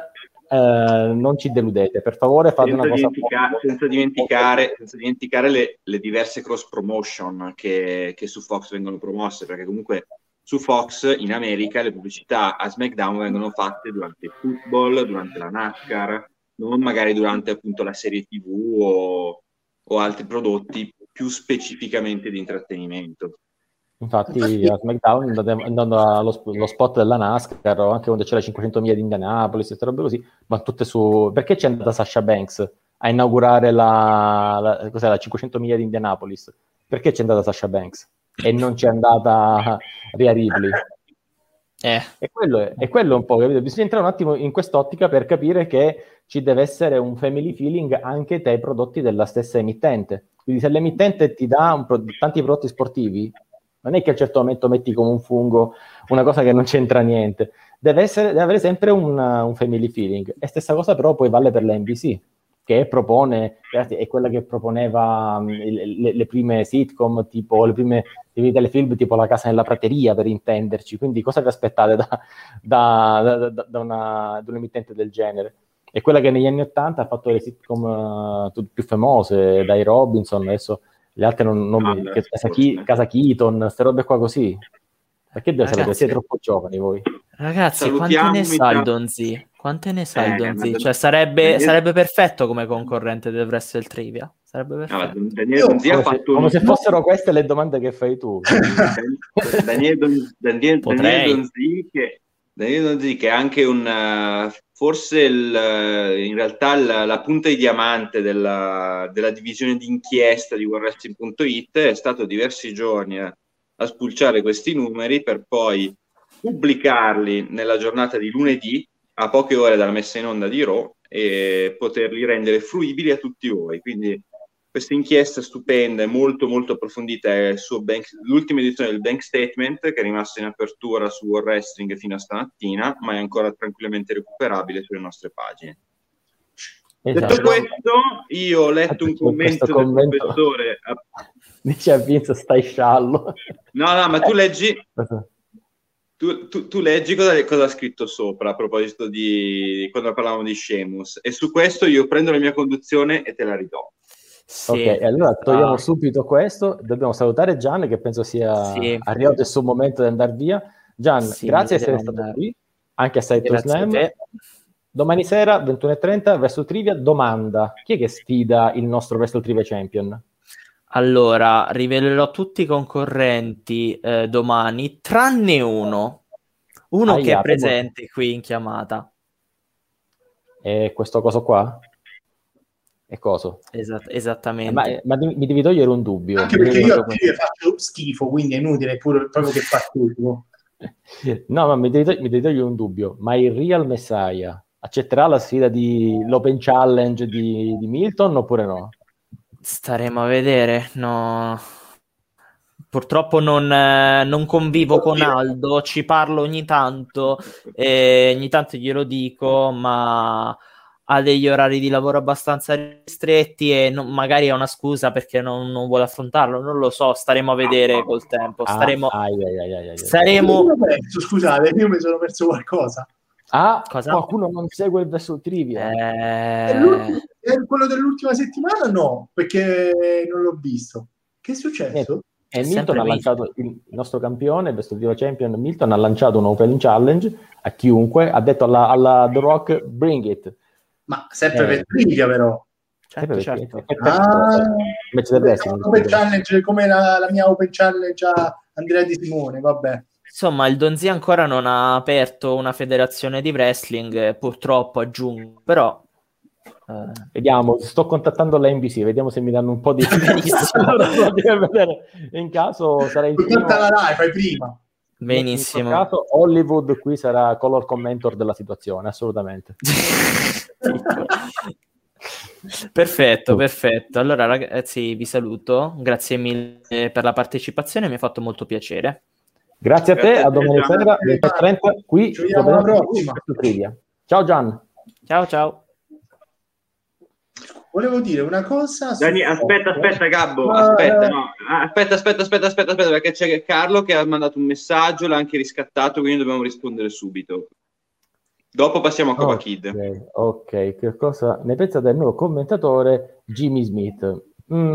ci deludete, per favore fate una cosa. Senza dimenticare le diverse cross promotion che su Fox vengono promosse, perché comunque su Fox in America le pubblicità a SmackDown vengono fatte durante il football, durante la NASCAR, non magari durante appunto la serie TV o altri prodotti più specificamente di intrattenimento. Infatti a SmackDown, andando allo spot della NASCAR o anche quando c'è la 500 miglia di Indianapolis, queste robe così, ma tutte su... Perché c'è andata Sasha Banks a inaugurare la 500 miglia di Indianapolis? Perché c'è andata Sasha Banks e non c'è andata Rhea Ripley? E quello è un po', capito? Bisogna entrare un attimo in quest'ottica per capire che ci deve essere un family feeling anche dai prodotti della stessa emittente. Quindi se l'emittente ti dà tanti prodotti sportivi, non è che a un certo momento metti come un fungo una cosa che non c'entra niente. Deve avere sempre un family feeling. E stessa cosa però poi vale per la NBC, che propone, è quella che proponeva le prime sitcom, tipo le prime telefilm, tipo La casa nella prateria, per intenderci. Quindi cosa vi aspettate da un'emittente del genere? È quella che negli anni '80 ha fatto le sitcom più famose, dai Robinson, adesso le altre Casa Keaton, queste robe qua così. Perché deve sapere? Siete troppo giovani voi. Ragazzi, quante ne sa il Donzi? Quante ne sa il Donzi? Cioè sarebbe perfetto come concorrente del Wrestle Trivia. Sarebbe perfetto. Daniele Donzi ha fatto come se fossero queste le domande che fai tu. Daniele Donzi che è anche forse in realtà la punta di diamante della divisione di inchiesta di WorldWrestling.it, è stato diversi giorni a spulciare questi numeri per poi pubblicarli nella giornata di lunedì, a poche ore dalla messa in onda di Raw, e poterli rendere fruibili a tutti voi. Quindi questa inchiesta stupenda e molto molto approfondita è l'ultima edizione del Bank Statement, che è rimasto in apertura su World Wrestling fino a stamattina, ma è ancora tranquillamente recuperabile sulle nostre pagine. Esatto. Detto questo, io ho letto un commento del professore. Dice a Vince: stai sciallo. No, ma tu leggi. Tu leggi cosa ha scritto sopra a proposito di quando parlavamo di Sheamus, e su questo io prendo la mia conduzione e te la ridò. Sì. Ok, allora togliamo subito questo. Dobbiamo salutare Gian, che penso sia arrivato il suo momento di andare via. Gian, grazie di essere stato qui, anche a Saito Slam. Domani sera 21:30 Wrestle Trivia. Domanda: chi è che sfida il nostro Wrestle Trivia Champion? Allora, rivelerò tutti i concorrenti domani, tranne uno che è presente qui in chiamata. E questo coso qua? È coso? Esattamente. Ma mi devi togliere un dubbio. Anche perché io faccio schifo, quindi è inutile proprio che partecipo. No, ma mi devi togliere un dubbio. Ma il Real Messiah accetterà la sfida l'Open Challenge di Milton oppure no? Staremo a vedere. No, purtroppo non convivo con Aldo, ci parlo ogni tanto glielo dico, ma ha degli orari di lavoro abbastanza ristretti e magari è una scusa perché non vuole affrontarlo, non lo so, staremo a vedere col tempo. Scusate, io mi sono perso qualcosa. Qualcuno non segue il Wrestle Trivia? È quello dell'ultima settimana? No, perché non l'ho visto. Che è successo? Milton ha lanciato il nostro campione, il Wrestle Trivia Champion. Milton ha lanciato un Open Challenge a chiunque, ha detto alla The Rock: bring it. Ma sempre per trivia, però. Certo. Open Challenge come la mia Open Challenge a Andrea Di Simone, vabbè. insomma, il Donzi ancora non ha aperto una federazione di wrestling, purtroppo aggiungo, però vediamo, sto contattando la NBC, vediamo se mi danno un po' di in caso sarei il primo. La Rai, fai prima. Benissimo. In caso Hollywood qui sarà color commentor della situazione, assolutamente. Perfetto. Allora ragazzi, vi saluto, grazie mille per la partecipazione, mi ha fatto molto piacere. Grazie a te, a domani sera 20:30 qui. Ci vediamo alla prossima. Ciao Gian. Ciao. Volevo dire una cosa. Dani, aspetta, Gabbo. Aspetta, perché c'è Carlo che ha mandato un messaggio, l'ha anche riscattato, quindi dobbiamo rispondere subito. Dopo passiamo a Copa Kid. Ok, che cosa ne pensa del nuovo commentatore Jimmy Smith?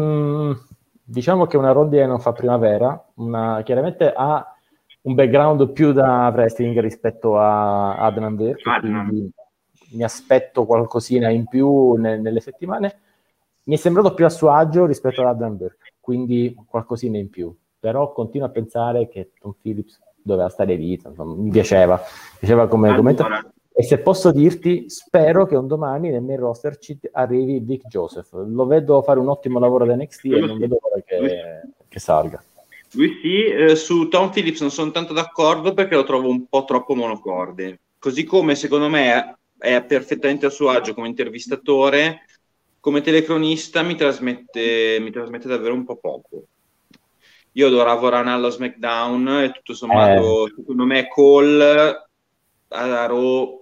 Diciamo che una rondine non fa primavera, chiaramente ha un background più da wrestling rispetto a Adnan Virk, quindi mi aspetto qualcosina in più nelle settimane. Mi è sembrato più a suo agio rispetto ad Adnan Virk, quindi qualcosina in più, però continuo a pensare che Tom Phillips doveva stare vita, mi piaceva come commentatore. E se posso dirti, spero che un domani nel main roster ci arrivi Vic Joseph. Lo vedo fare un ottimo lavoro da NXT e non vedo l'ora che salga. Lui sì, su Tom Phillips non sono tanto d'accordo perché lo trovo un po' troppo monocorde. Così come secondo me è perfettamente a suo agio come intervistatore, come telecronista mi trasmette davvero un po' poco. Io adoravo Ranallo SmackDown e tutto sommato secondo me Cole a Raw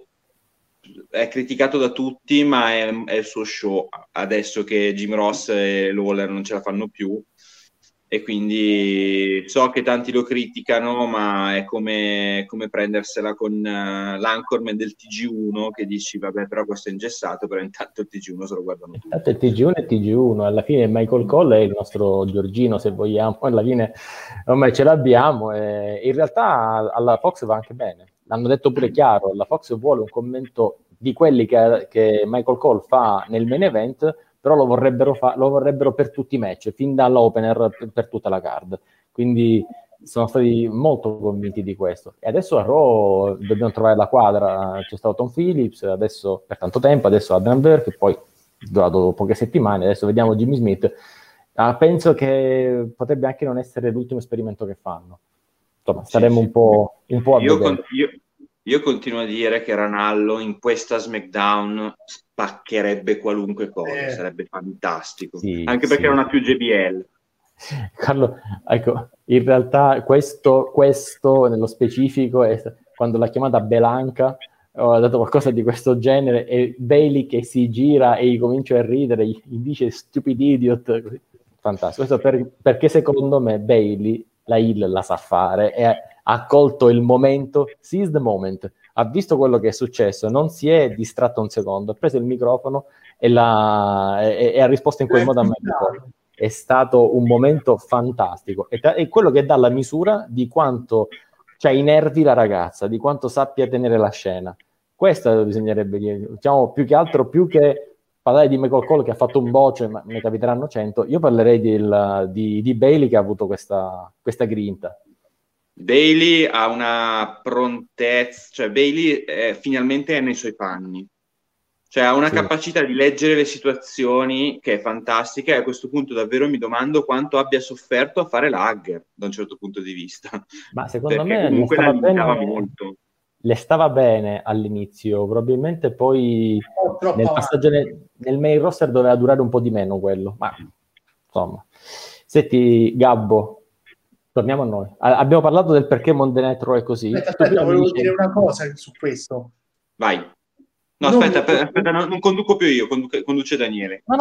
è criticato da tutti, ma è il suo show adesso che Jim Ross e Lawler non ce la fanno più, e quindi so che tanti lo criticano, ma è come prendersela con l'anchorman del TG1 che dici vabbè, però questo è ingessato, però intanto il TG1 se lo guardano tutti. Intanto il TG1 è TG1, alla fine Michael Cole è il nostro Giorgino, se vogliamo, alla fine ormai ce l'abbiamo, e in realtà alla Fox va anche bene. L'hanno detto pure chiaro, la Fox vuole un commento di quelli che Michael Cole fa nel main event, però lo vorrebbero per tutti i match, fin dall'opener per tutta la card. Quindi sono stati molto convinti di questo. E adesso a Raw dobbiamo trovare la quadra. C'è stato Tom Phillips, adesso per tanto tempo, adesso Adrian Burke, poi dopo poche settimane, adesso vediamo Jimmy Smith. Penso che potrebbe anche non essere l'ultimo esperimento che fanno. Insomma, staremo un po' a vedere. Io continuo a dire che Ranallo in questa SmackDown spaccherebbe qualunque cosa, sarebbe fantastico, sì, anche perché non ha più JBL. Carlo, ecco, in realtà questo nello specifico è quando l'ha chiamata Belanca, ho dato qualcosa di questo genere, e Bailey che si gira e gli comincia a ridere, gli dice stupid idiot, così. Fantastico. Questo perché secondo me Bailey la heel la sa fare e ha colto il momento, seize the moment, ha visto quello che è successo, non si è distratto un secondo, ha preso il microfono e ha risposto in quel modo a Michael. È stato un momento fantastico, è quello che dà la misura di quanto c'ha i nervi la ragazza, di quanto sappia tenere la scena. Questo bisognerebbe dire, diciamo, più che altro, più che parlare di Michael Cole che ha fatto un botch, ma ne capiteranno 100, io parlerei di Bailey che ha avuto questa grinta. Bailey ha una prontezza, cioè Bailey finalmente è nei suoi panni, cioè ha una capacità di leggere le situazioni che è fantastica, e a questo punto davvero mi domando quanto abbia sofferto a fare l'Hugger da un certo punto di vista. Ma secondo me comunque la limitava molto. Le stava bene all'inizio, probabilmente poi nel passaggio nel main roster doveva durare un po' di meno quello, ma insomma. Senti Gabbo, torniamo a noi. Abbiamo parlato del perché Monday Night Raw è così. Aspetta, volevo dire una cosa su questo. Vai. No, aspetta, non conduco più io, conduce Daniele. No,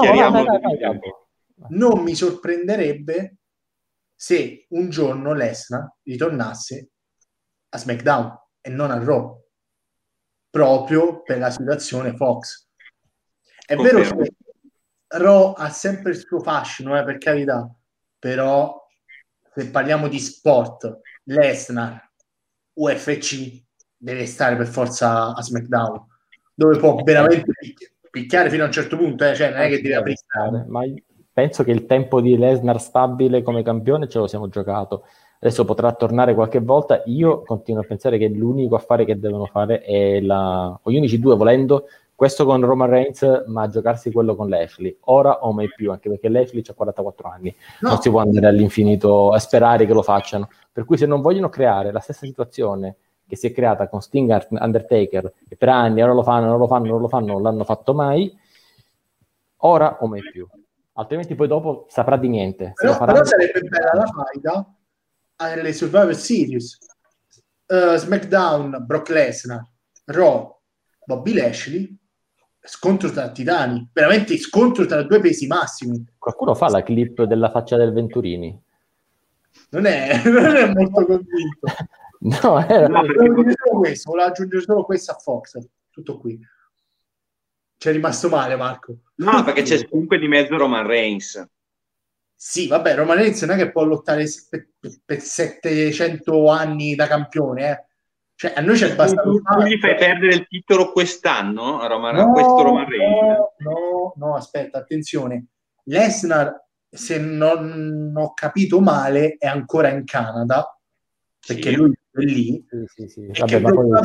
non mi sorprenderebbe se un giorno Lesnar ritornasse a SmackDown e non a Raw, proprio per la situazione Fox. È vero che Raw ha sempre il suo fascino, per carità, però se parliamo di sport, Lesnar, UFC, deve stare per forza a SmackDown, dove può veramente picchiare fino a un certo punto, cioè non è che deve aprire. Ma penso che il tempo di Lesnar stabile come campione ce lo siamo giocato. adesso potrà tornare qualche volta. Io continuo a pensare che l'unico affare che devono fare è o gli unici due, volendo, questo con Roman Reigns, ma giocarsi quello con Lashley, ora o mai più, anche perché Lashley ha 44 anni, non si può andare all'infinito a sperare che lo facciano, per cui se non vogliono creare la stessa situazione che si è creata con Sting e Undertaker, che per anni ora lo fanno, non l'hanno fatto mai, ora o mai più, altrimenti poi dopo saprà di niente. Però sarebbe bella la faida alle Survivor Series, SmackDown Brock Lesnar, Raw Bobby Lashley, scontro tra titani, veramente scontro tra due pesi massimi. Qualcuno fa la clip della faccia del Venturini? Non è molto convinto. Volevo dire solo questo, volevo aggiungere solo questo a Fox, tutto qui. C'è rimasto male, Marco. No, perché c'è comunque di mezzo Roman Reigns. Sì, vabbè, Roman Reigns non è che può lottare per 700 anni da campione, Cioè, a noi c'è bastato. Tu gli fai perdere il titolo quest'anno a questo Roman Reigns? No, aspetta, attenzione. Lesnar, se non ho capito male, è ancora in Canada, perché lui è lì. Sì. Vabbè, ma poi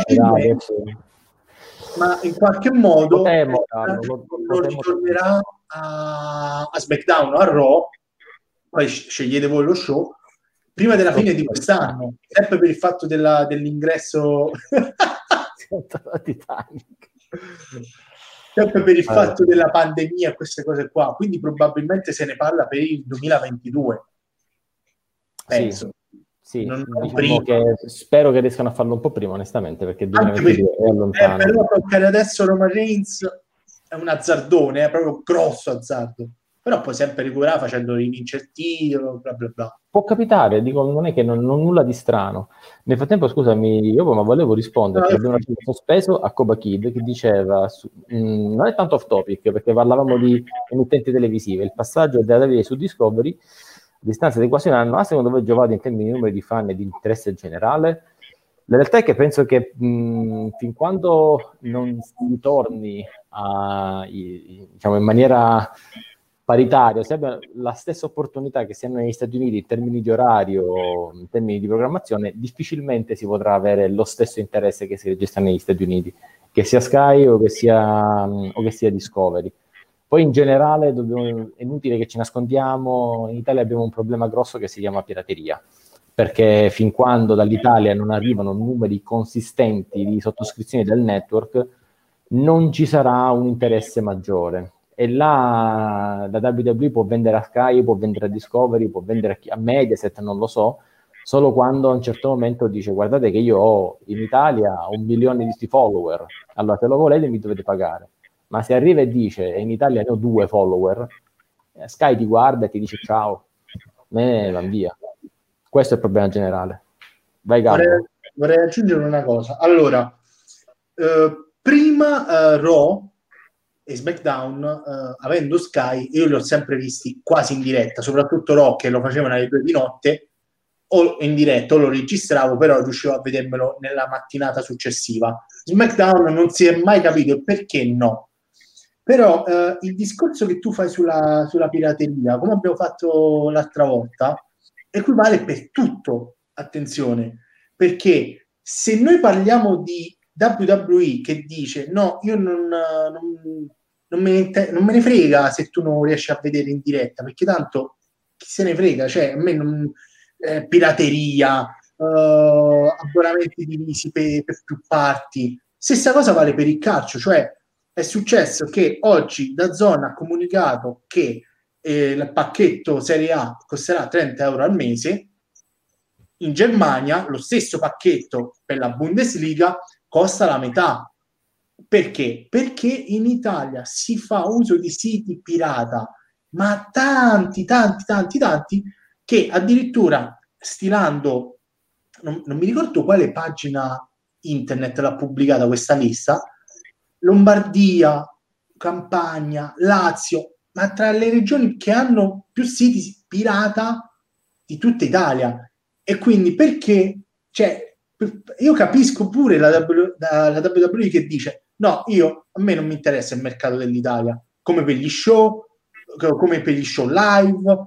ma in qualche modo lo ritornerà a SmackDown, a Raw, poi scegliete voi lo show, prima della fine di quest'anno, sempre per il fatto dell'ingresso Titanic, sempre per il fatto della pandemia e queste cose qua, quindi probabilmente se ne parla per il 2022, penso. Sì, diciamo che spero che riescano a farlo un po' prima, onestamente, perché il 2022 è lontano. Però toccare adesso Roman Reigns è un azzardone, è proprio grosso azzardo. Però puoi sempre recuperare facendo rivincere il titolo, bla bla bla. Può capitare, dico, non è che non nulla di strano. Nel frattempo, scusami, io ma volevo rispondere, abbiamo sospeso a Koba Kid che diceva, non è tanto off topic, perché parlavamo di emittenti televisive, il passaggio della WWE su Discovery, a distanza di quasi un anno, secondo voi giovate in termini di numeri di fan e di interesse generale? La realtà è che penso che fin quando non si torni diciamo in maniera paritaria, se abbia la stessa opportunità che si hanno negli Stati Uniti in termini di orario, in termini di programmazione, difficilmente si potrà avere lo stesso interesse che si registra negli Stati Uniti, che sia Sky o che sia Discovery. Poi in generale è inutile che ci nascondiamo, in Italia abbiamo un problema grosso che si chiama pirateria, perché fin quando dall'Italia non arrivano numeri consistenti di sottoscrizioni del network, non ci sarà un interesse maggiore. E là la WWE può vendere a Sky, può vendere a Discovery, può vendere a Mediaset, non lo so, solo quando a un certo momento dice guardate che io ho in Italia 1 milione di follower, allora se lo volete mi dovete pagare. Ma se arriva e dice in Italia ne ho 2 follower, Sky ti guarda e ti dice ciao, me va via. Questo è il problema generale. Vai Gallo. Vorrei aggiungere una cosa. Allora, prima Raw e SmackDown, avendo Sky, io li ho sempre visti quasi in diretta, soprattutto Raw che lo facevano alle 2 di notte, o in diretta, o lo registravo, però riuscivo a vedermelo nella mattinata successiva. SmackDown non si è mai capito il perché no. Però il discorso che tu fai sulla pirateria, come abbiamo fatto l'altra volta, equivale per tutto, attenzione, perché se noi parliamo di WWE che dice no, io non me ne frega se tu non riesci a vedere in diretta, perché tanto chi se ne frega, cioè a me non, pirateria, abbonamenti divisi per più parti, stessa cosa vale per il calcio, cioè è successo che oggi DAZN ha comunicato che il pacchetto Serie A costerà 30 euro al mese. In Germania lo stesso pacchetto per la Bundesliga costa la metà. Perché? Perché in Italia si fa uso di siti pirata, ma tanti, che addirittura stilando, non mi ricordo quale pagina internet l'ha pubblicata questa lista, Lombardia, Campania, Lazio, ma tra le regioni che hanno più siti pirata di tutta Italia. E quindi perché, cioè, io capisco pure la WWE che dice no, a me non mi interessa il mercato dell'Italia, come per gli show live,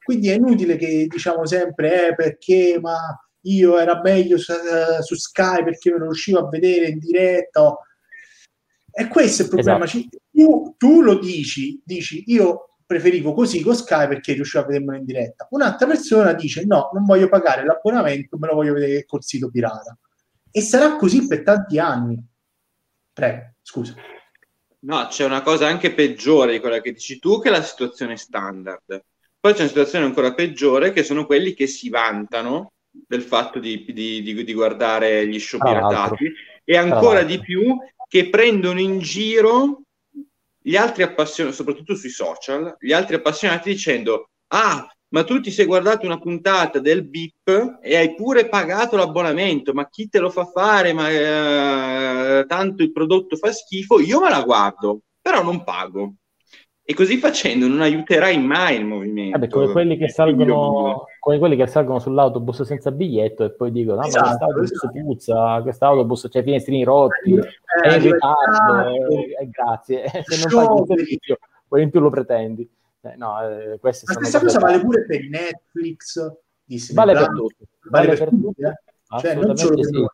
Quindi è inutile che diciamo sempre perché, ma io era meglio su Sky perché non riuscivo a vedere in diretta. E questo è il problema. Esatto. Tu lo dici io preferivo così con Sky perché riuscivo a vedermelo in diretta. Un'altra persona dice no, non voglio pagare l'abbonamento, me lo voglio vedere col sito pirata. E sarà così per tanti anni. Prego, scusa. No, c'è una cosa anche peggiore di quella che dici tu, che è la situazione standard. Poi c'è una situazione ancora peggiore, che sono quelli che si vantano del fatto di guardare gli show piratati, e ancora di più che prendono in giro gli altri appassionati, soprattutto sui social, gli altri appassionati dicendo ma tu ti sei guardato una puntata del BIP e hai pure pagato l'abbonamento, ma chi te lo fa fare? Ma tanto il prodotto fa schifo, io me la guardo, però non pago. E così facendo non aiuterai mai il movimento. Come quelli che salgono sull'autobus senza biglietto e poi dicono ma quest'autobus puzza, quest'autobus c'è finestrini rotti, è in ritardo, grazie. Se non fai il servizio poi in più lo pretendi. La stessa cosa vale pure per Netflix, vale per tutti. Vale per tutti. Cioè, non solo per noi.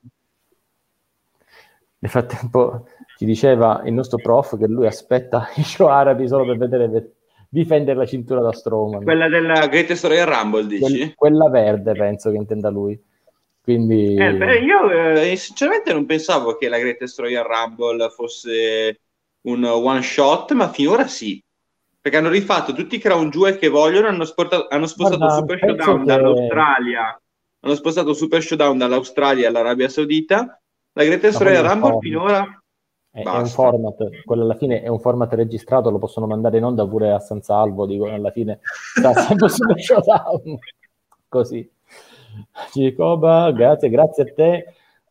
Nel frattempo ci diceva il nostro prof che lui aspetta i show arabi solo per vedere difendere la cintura da Strowman. Quella della Greatest Royal Rumble, dici? Quella verde, penso che intenda lui. Quindi io sinceramente non pensavo che la Greatest Royal Rumble fosse un one shot, ma finora sì. Perché hanno rifatto tutti i Crown Jewel che vogliono, hanno spostato Super Showdown dall'Australia, hanno spostato Super Showdown dall'Australia all'Arabia Saudita. La Greatest Royal Rumble finora è un format, quello alla fine è un format registrato, lo possono mandare in onda pure a San Salvo, dico, alla fine sta sempre Super Showdown. Così. Cicoba, grazie a te.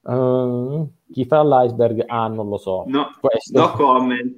Chi fa l'iceberg? Non lo so. No comment.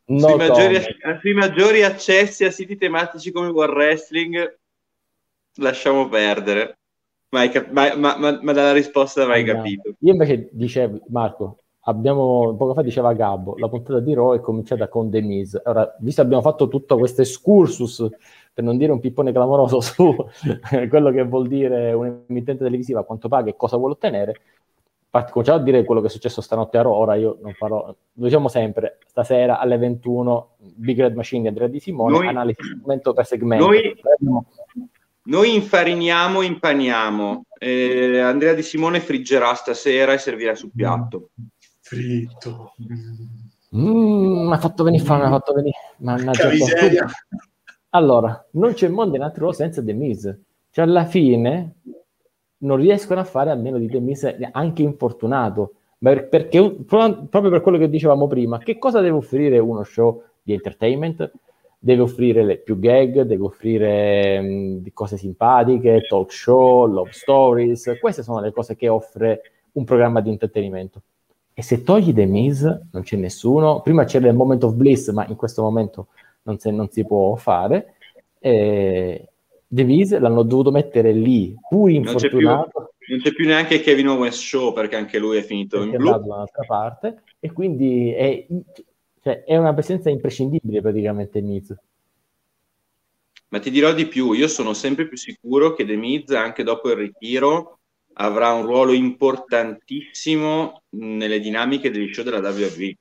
Sui maggiori accessi a siti tematici come World Wrestling lasciamo perdere. Ma dalla risposta mai capito. Io invece dicevo, Marco, poco fa diceva Gabbo, la puntata di Raw è cominciata con The Miz. Ora, visto che abbiamo fatto tutto questo excursus, per non dire un pippone clamoroso su quello che vuol dire un'emittente televisiva, quanto paga e cosa vuole ottenere, cominciamo a dire quello che è successo stanotte a Raw. Ora io non farò, lo diciamo sempre, stasera alle 21 Big Red Machine di Andrea Di Simone, analisi segmento per segmento. Noi infariniamo, impaniamo. Andrea Di Simone friggerà stasera e servirà sul piatto. Fritto. Mi ha fatto venire fame, mannaggia. Allora, non c'è Monday Night Raw senza The Miz. Cioè, alla fine non riescono a fare a meno di The Miz, anche infortunato. Perché proprio per quello che dicevamo prima, che cosa deve offrire uno show di entertainment? Deve offrire più gag, deve offrire cose simpatiche, talk show, love stories. Queste sono le cose che offre un programma di intrattenimento. E se togli The Miz, non c'è nessuno. Prima c'era il Moment of Bliss, ma in questo momento non si può fare. The Miz l'hanno dovuto mettere lì, pur infortunato. Non c'è più neanche Kevin Owens Show, perché anche lui è finito in blu. Da un'altra parte. E quindi è una presenza imprescindibile praticamente Miz. Ma ti dirò di più, io sono sempre più sicuro che The Miz, anche dopo il ritiro, avrà un ruolo importantissimo nelle dinamiche degli show della WWE.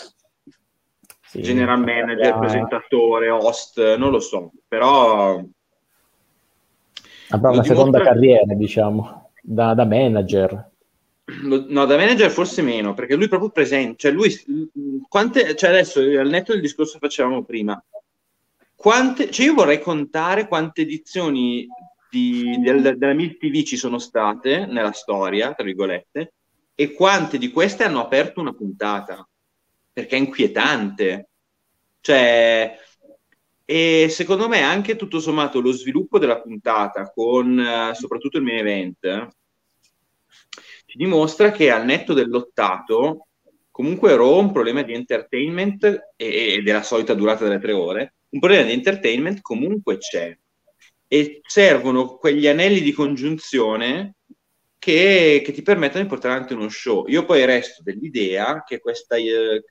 Sì, general manager, presentatore, host, non lo so, però avrà una seconda carriera, diciamo, da manager. No, da manager forse meno, perché lui è proprio presente, cioè lui adesso al netto del discorso che facevamo prima, io vorrei contare quante edizioni della MILF TV ci sono state nella storia, tra virgolette, e quante di queste hanno aperto una puntata, perché è inquietante. Cioè, e secondo me anche tutto sommato lo sviluppo della puntata con soprattutto il main event ci dimostra che al netto del lottato comunque Raw un problema di entertainment e della solita durata delle 3 ore, un problema di entertainment comunque c'è, e servono quegli anelli di congiunzione che ti permettono di portare avanti uno show. Io poi resto dell'idea che questa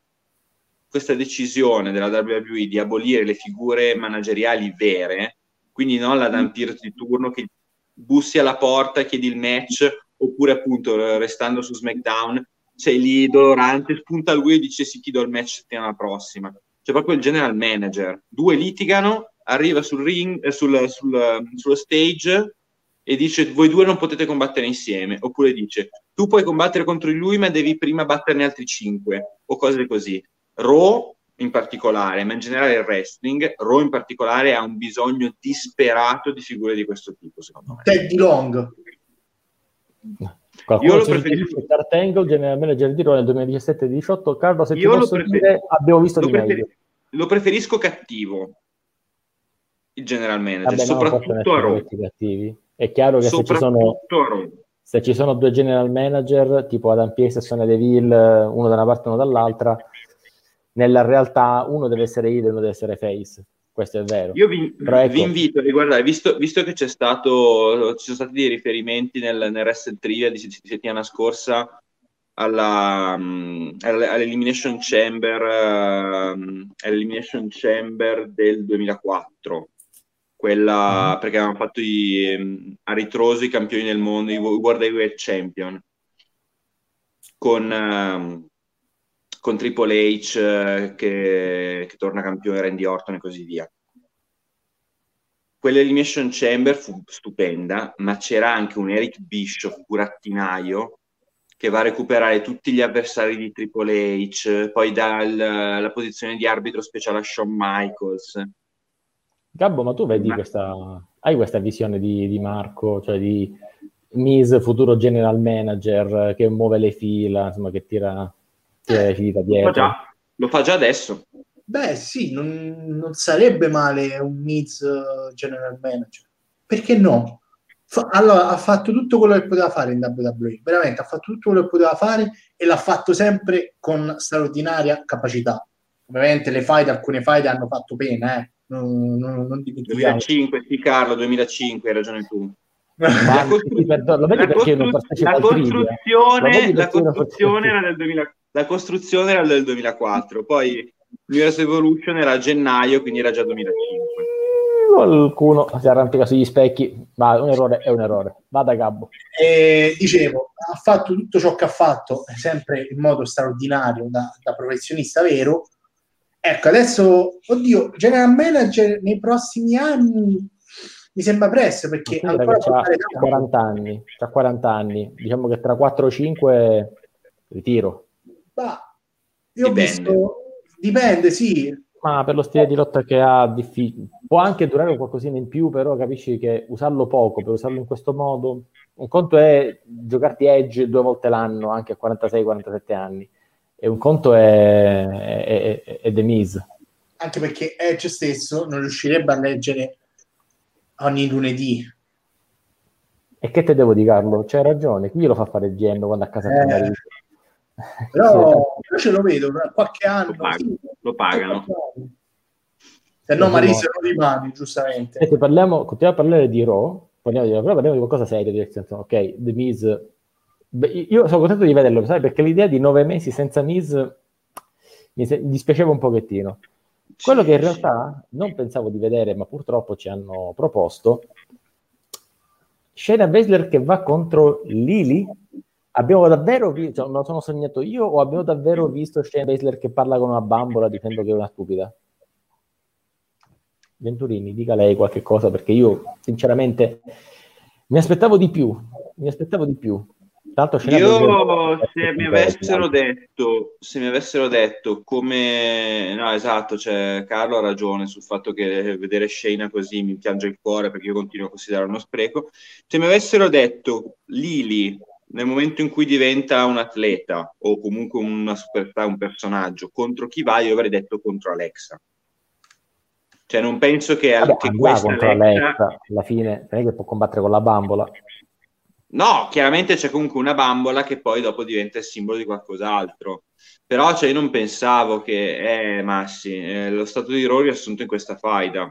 decisione della WWE di abolire le figure manageriali vere quindi non la Adam Pearce di turno che bussi alla porta, chiedi il match, oppure appunto restando su SmackDown sei lì dolorante, spunta lui e dice sì, ti do il match settimana prossima. C'è proprio il general manager, due litigano, arriva sul ring, sullo stage e dice voi due non potete combattere insieme, oppure dice tu puoi combattere contro di lui ma devi prima batterne altri 5 o cose così. Raw in particolare, ma in generale il wrestling, Raw in particolare ha un bisogno disperato di figure di questo tipo, secondo me. Teddy Long. Qualcuno io lo preferisco Kurt Angle, general manager di Raw nel 2017-18. Carlo, se ti posso dire, abbiamo visto di meglio. Lo preferisco cattivo, il general manager, soprattutto a Raw. Cattivi. È chiaro che se ci sono due general manager, tipo Adam Pearce e Sonya Deville, uno da una parte e uno dall'altra, nella realtà uno deve essere heel e uno deve essere face. Questo è vero. Io vi invito a riguardare, visto che ci sono stati dei riferimenti nel Wrestle Trivia di settimana scorsa all'Elimination Chamber del 2004, quella perché avevano fatto a ritroso i campioni del mondo, i World Heavyweight Champion, con Triple H che torna campione, Randy Orton e così via. Quell'Elimination Chamber fu stupenda, ma c'era anche un Eric Bischoff burattinaio che va a recuperare tutti gli avversari di Triple H, poi dà la posizione di arbitro speciale a Shawn Michaels. Gabbo, ma tu vedi hai questa visione di Marco, cioè di Miz, futuro general manager, che muove le fila, insomma, che tira le fila dietro. Lo fa già adesso. Beh, sì, non sarebbe male un Miz general manager. Perché no? Allora, ha fatto tutto quello che poteva fare in WWE, veramente, ha fatto tutto quello che poteva fare e l'ha fatto sempre con straordinaria capacità. Ovviamente alcune fight hanno fatto pena, non dimentichiamo. 2005, sì Carlo, 2005, hai ragione tu. La costruzione era del 2004, poi New Year's Evolution era a gennaio, quindi era già 2005. Qualcuno si arrampica sugli specchi, ma un errore è un errore. Vada Gabbo. Dicevo, ha fatto tutto ciò che ha fatto, sempre in modo straordinario, da professionista vero. Ecco, adesso, oddio, general manager nei prossimi anni mi sembra presto, perché ancora c'ha 40 anni, diciamo che tra 4 o 5 ritiro. Io ho visto, dipende, sì. Ma per lo stile di lotta che ha, può anche durare qualcosina in più, però capisci che usarlo poco, per usarlo in questo modo, un conto è giocarti Edge 2 volte l'anno, anche a 46-47 anni, e un conto è The Miz. Anche perché Edge stesso non riuscirebbe a leggere ogni lunedì. E che te devo dire, Carlo? C'hai ragione, qui lo fa fare il GM quando a casa il marito. Però io ce lo vedo tra qualche anno lo pagano. Se no Marisa non rimane, giustamente. Continuiamo a parlare di Raw, parliamo di qualcosa serio, ok, The Miz. Io sono contento di vederlo, sai, perché l'idea di 9 mesi senza Miz mi dispiaceva un pochettino. Quello che in realtà non pensavo di vedere, ma purtroppo ci hanno proposto, Shayna Baszler che va contro Lily. Abbiamo davvero visto, non lo sono sognato io, o abbiamo davvero visto Shayna Baszler che parla con una bambola dicendo che è una stupida? Venturini, dica lei qualche cosa, perché io sinceramente mi aspettavo di più. Tanto io se mi avessero detto come no, esatto, cioè Carlo ha ragione sul fatto che vedere Shayna così mi piange il cuore, perché io continuo a considerare uno spreco. Se mi avessero detto Lily nel momento in cui diventa un atleta o comunque una superstar, un personaggio, contro chi va, io avrei detto contro Alexa. Cioè non penso che questa Alexa alla fine non è che può combattere con la bambola. No, chiaramente c'è comunque una bambola che poi dopo diventa il simbolo di qualcos'altro. Però cioè, io non pensavo che Massi, lo stato di Raw riassunto in questa faida.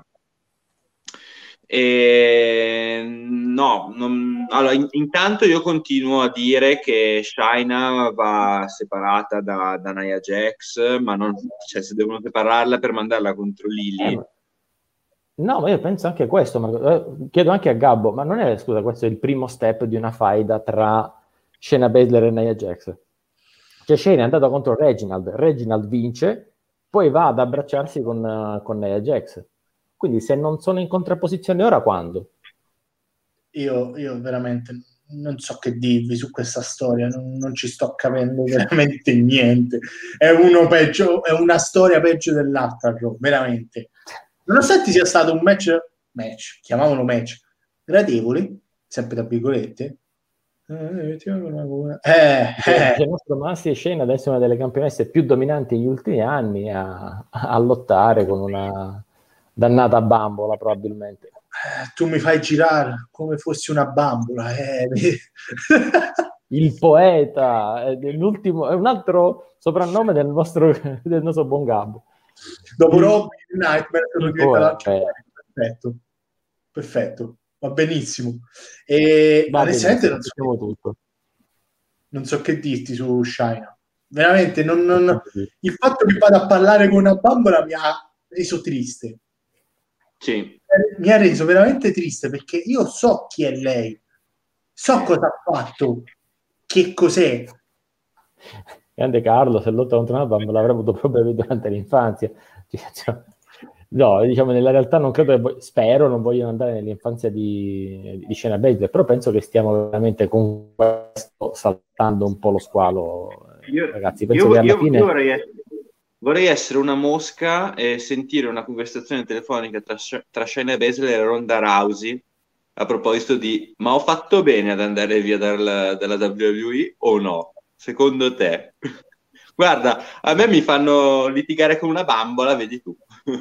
Allora, intanto io continuo a dire che Shayna va separata da Nia Jax, ma non, cioè, se devono separarla per mandarla contro Lily, No, ma io penso anche questo, chiedo anche a Gabbo, ma non è, scusa, questo è il primo step di una faida tra Shayna Baszler e Nia Jax? Cioè Shayna è andato contro Reginald vince, poi va ad abbracciarsi con Nia Jax. Quindi se non sono in contrapposizione ora, quando? Io veramente non so che dirvi su questa storia, non ci sto capendo veramente niente. È una storia peggio dell'altra, veramente. Nonostante sia stato un match, chiamavano match, gradevole, sempre tra virgolette. Il nostro Masi e Shayna adesso è una delle campionesse più dominanti negli ultimi anni a lottare con una dannata bambola, probabilmente. Tu mi fai girare come fossi una bambola. Il poeta, l'ultimo, è un altro soprannome del nostro buon Gabbo. Dopo Robin Nightmare sono diventato perfetto, va benissimo. E onestamente non so che dirti su Shayna. Veramente il fatto che vada a parlare con una bambola mi ha reso triste. Sì. Mi ha reso veramente triste perché io so chi è lei, so cosa ha fatto, che cos'è. Grande Carlo, se lotta contro una bambola avrà avuto problemi durante l'infanzia. No, diciamo, nella realtà non credo che spero non vogliono andare nell'infanzia di Shayna Baszler, però penso che stiamo veramente con questo saltando un po' lo squalo. Ragazzi, penso che alla fine... Vorrei essere una mosca e sentire una conversazione telefonica tra Shayna Baszler e Ronda Rousey a proposito di ma ho fatto bene ad andare via dalla WWE o no? Secondo te? Guarda, a me mi fanno litigare con una bambola, vedi tu.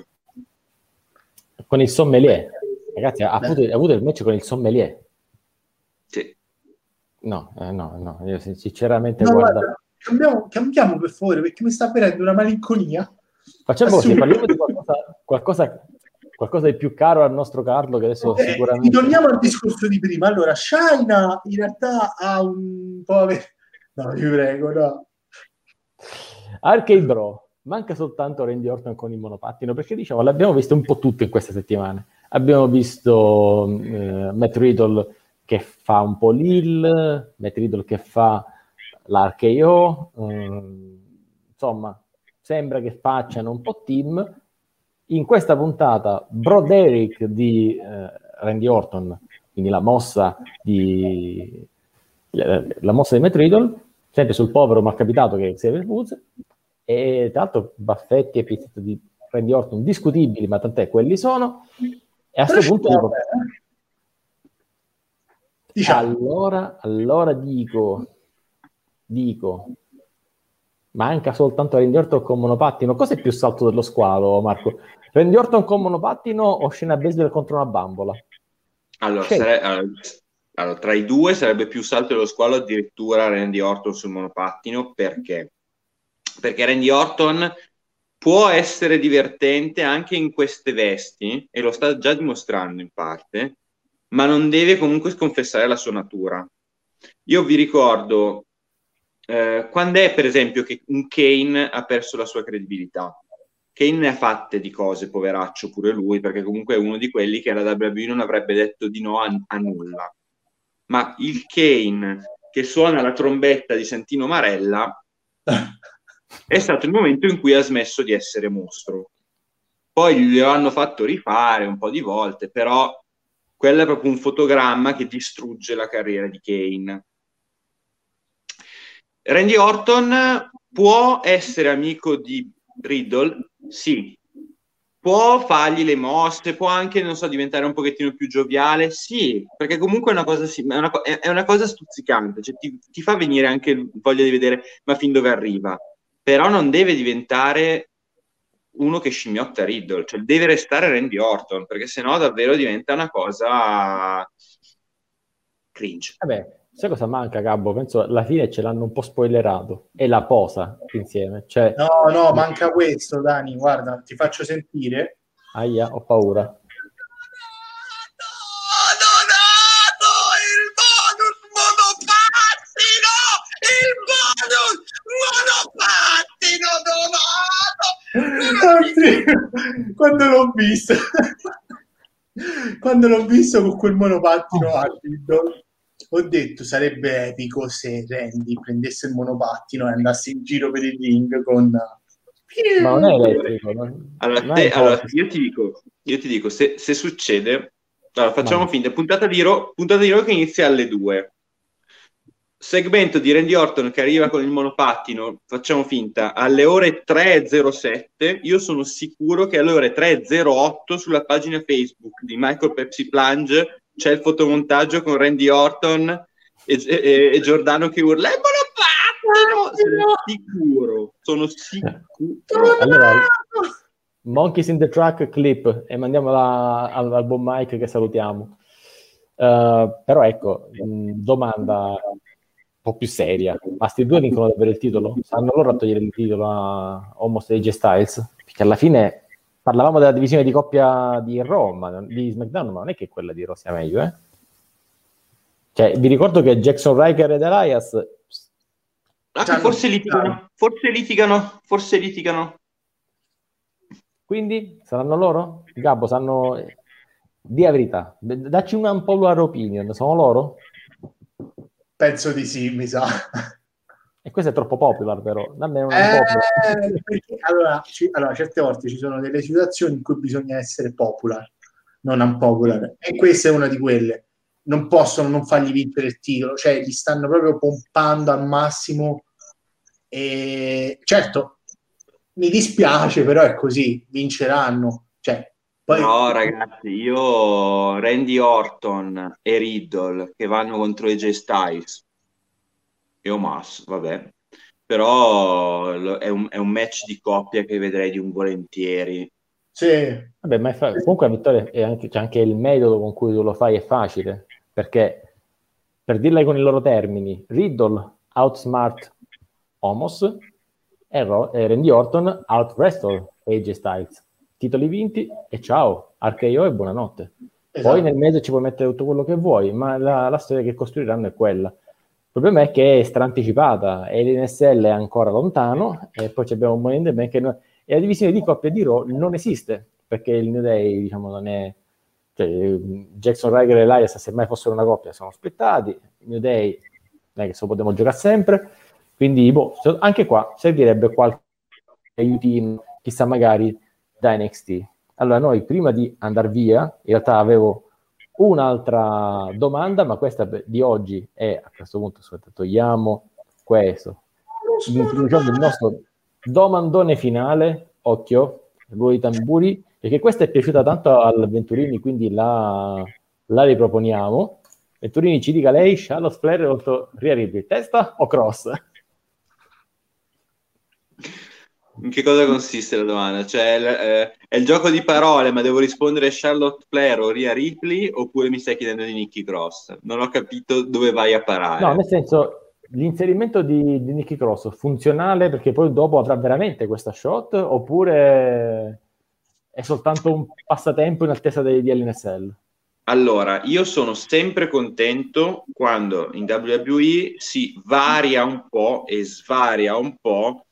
Con il sommelier. Ragazzi, ha avuto il match con il sommelier? Sì. No, io sinceramente guarda... Cambiamo per favore, perché mi sta venendo una malinconia. Facciamo così, parliamo di qualcosa di più caro al nostro Carlo, che adesso sicuramente... Torniamo al discorso di prima. Allora, Shayna in realtà ha un po'... No, vi prego, no. Arcade Bro, manca soltanto Randy Orton con il monopattino, perché diciamo, l'abbiamo visto un po' tutto in queste settimane. Abbiamo visto Matt Riddle che fa un po' l'Hill, Matt Riddle che fa l'RKO, insomma, sembra che facciano un po' team. In questa puntata, Bro Derek di Randy Orton, quindi la mossa di Matt Riddle, sempre sul povero malcapitato che è Xavier Woods, e tra l'altro baffetti e pizzetti di Randy Orton discutibili, ma tant'è, quelli sono. E a questo punto allora dico, manca soltanto Randy Orton con monopattino. Cos'è più salto dello squalo, Marco? Randy Orton con monopattino o Shayna Baszler contro una bambola? Allora, tra i due sarebbe più salto dello squalo addirittura Randy Orton sul monopattino. Perché Randy Orton può essere divertente anche in queste vesti, e lo sta già dimostrando in parte, ma non deve comunque sconfessare la sua natura. Io vi ricordo quando è, per esempio, che un Kane ha perso la sua credibilità. Kane ne ha fatte di cose, poveraccio pure lui, perché comunque è uno di quelli che alla WWE non avrebbe detto di no a nulla. Ma il Kane che suona la trombetta di Santino Marella è stato il momento in cui ha smesso di essere mostro. Poi glielo hanno fatto rifare un po' di volte, però quello è proprio un fotogramma che distrugge la carriera di Kane. Randy Orton può essere amico di Riddle? Sì. Può fargli le mosse, può anche, non so, diventare un pochettino più gioviale? Sì, perché comunque è una cosa stuzzicante, cioè ti fa venire anche voglia di vedere ma fin dove arriva. Però non deve diventare uno che scimmiotta Riddle, cioè deve restare Randy Orton, perché sennò davvero diventa una cosa cringe. Vabbè, sai cosa manca, Gabbo? Penso alla fine ce l'hanno un po' spoilerato. E la posa insieme. Cioè... No, manca questo, Dani. Guarda, ti faccio sentire. Aia, ho paura. Quando l'ho visto Quando l'ho visto con quel monopattino arbitro, ho detto sarebbe epico se Randy prendesse il monopattino e andasse in giro per il ring con... Ma non è elettrico. Allora, io ti dico, se succede, allora, facciamo finta, puntata di Raw che inizia alle 2. Segmento di Randy Orton che arriva con il monopattino, facciamo finta, alle ore 3:07, io sono sicuro che alle ore 3:08 sulla pagina Facebook di Michael Pepsi Plunge c'è il fotomontaggio con Randy Orton e Giordano che urla "è monopattino!" Sono sicuro. Allora, Monkeys in the Track clip e mandiamola al buon Mike che salutiamo. Però ecco, domanda un po' più seria, ma sti due vincono davvero il titolo? Sanno loro a togliere il titolo a Omos e AJ Styles? Perché alla fine parlavamo della divisione di coppia di Raw, di SmackDown, ma non è che quella di Raw sia meglio, eh? Cioè, vi ricordo che Jackson Ryker ed Elias forse litigano. Quindi saranno loro? Gabbo, sanno... Di la verità, dacci una unpopular opinion, sono loro? Penso di sì, mi sa. E questo è troppo popular, però. Dammi una popular. Perché, allora, certe volte ci sono delle situazioni in cui bisogna essere popular, non unpopular. E questa è una di quelle. Non possono non fargli vincere il titolo, cioè li stanno proprio pompando al massimo. E certo, mi dispiace, però è così, vinceranno. Cioè, poi... No, ragazzi, io Randy Orton e Riddle che vanno contro AJ Styles e Omos, vabbè, però è un match di coppia che vedrei di un volentieri. Sì. Vabbè, ma comunque la vittoria c'è anche il metodo con cui tu lo fai è facile, perché per dirla con i loro termini, Riddle outsmart Omos e Randy Orton outwrestle AJ Styles. Titoli vinti e ciao, RKO e buonanotte. Esatto. Poi nel mezzo ci puoi mettere tutto quello che vuoi, ma la storia che costruiranno è quella. Il problema è che è straanticipata e l'NSL è ancora lontano e poi abbiamo un Money in the Bank e la divisione di coppia di Raw non esiste, perché il New Day, diciamo, non è... Cioè, Jackson Ryker e Elias, se mai fossero una coppia, sono splittati. Il New Day non è che se lo potremo giocare sempre. Quindi, anche qua servirebbe qualche aiutino, chissà magari da NXT. Allora, noi prima di andare via, in realtà avevo un'altra domanda, ma questa di oggi è, a questo punto, togliamo questo. Introduciamo il nostro domandone finale, occhio, ruolo di tamburi, perché questa è piaciuta tanto al Venturini, quindi la riproponiamo. Venturini, ci dica lei, Charlotte Flair contro Rhea Ripley, testa o cross? In che cosa consiste la domanda? Cioè, è il gioco di parole, ma devo rispondere Charlotte Flair o Rhea Ripley, oppure mi stai chiedendo di Nikki Cross? Non ho capito dove vai a parare. No, nel senso, l'inserimento di Nikki Cross funzionale perché poi dopo avrà veramente questa shot, oppure è soltanto un passatempo in attesa di LNSL? Allora, io sono sempre contento quando in WWE si varia un po' e svaria un po'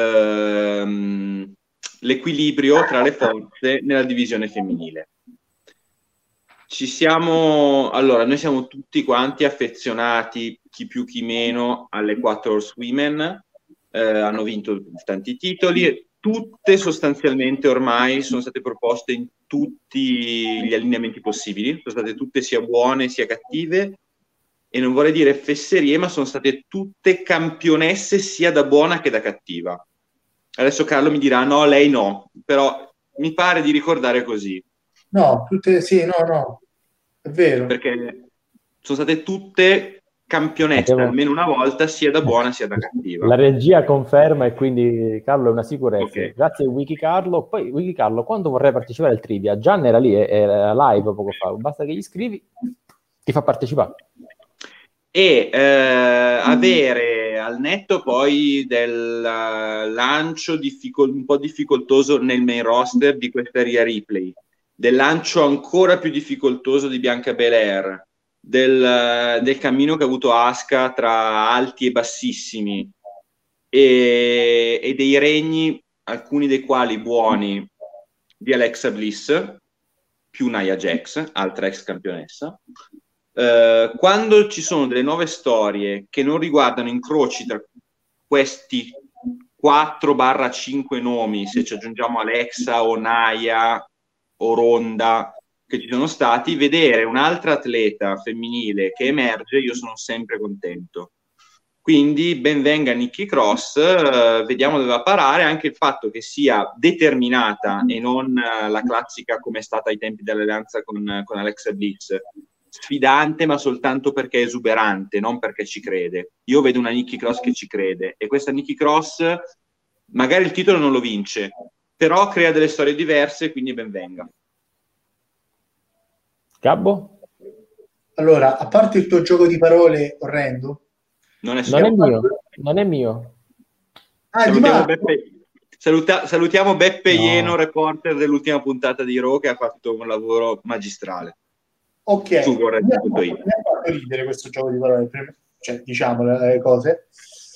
l'equilibrio tra le forze nella divisione femminile. Allora, noi siamo tutti quanti affezionati, chi più chi meno, alle 4 Horsewomen, hanno vinto tanti titoli e tutte sostanzialmente ormai sono state proposte in tutti gli allineamenti possibili, sono state tutte sia buone sia cattive, e non vorrei dire fesserie, ma sono state tutte campionesse sia da buona che da cattiva. Adesso Carlo mi dirà no, lei no, però mi pare di ricordare così. No, tutte sì, no, è vero. Perché sono state tutte campionesse almeno una volta, sia da buona sia da cattiva. La regia conferma e quindi Carlo è una sicurezza. Okay. Grazie Wiki Carlo. Poi Wiki Carlo, quando vorrei partecipare al trivia, Gian era lì, era live poco fa, basta che gli scrivi, ti fa partecipare. E avere al netto poi del lancio un po' difficoltoso nel main roster di questa Rhea Ripley, del lancio ancora più difficoltoso di Bianca Belair, del cammino che ha avuto Asuka tra alti e bassissimi, e dei regni, alcuni dei quali buoni, di Alexa Bliss, più Nia Jax, altra ex campionessa. Quando ci sono delle nuove storie che non riguardano incroci tra questi 4-5 nomi, se ci aggiungiamo Alexa o Nia o Ronda che ci sono stati, vedere un'altra atleta femminile che emerge, io sono sempre contento. Quindi ben venga Nikki Cross, vediamo dove va a parare, anche il fatto che sia determinata e non la classica come è stata ai tempi dell'alleanza con Alexa Bliss, sfidante ma soltanto perché è esuberante, non perché ci crede. Io vedo una Nikki Cross che ci crede, e questa Nikki Cross magari il titolo non lo vince, però crea delle storie diverse, quindi ben venga. Gabbo? Allora, a parte il tuo gioco di parole orrendo, non è mio. Salutiamo Beppe Ieno, reporter dell'ultima puntata di Raw, che ha fatto un lavoro magistrale. Ok, mi ha fatto ridere questo gioco di parole, cioè, diciamo le cose.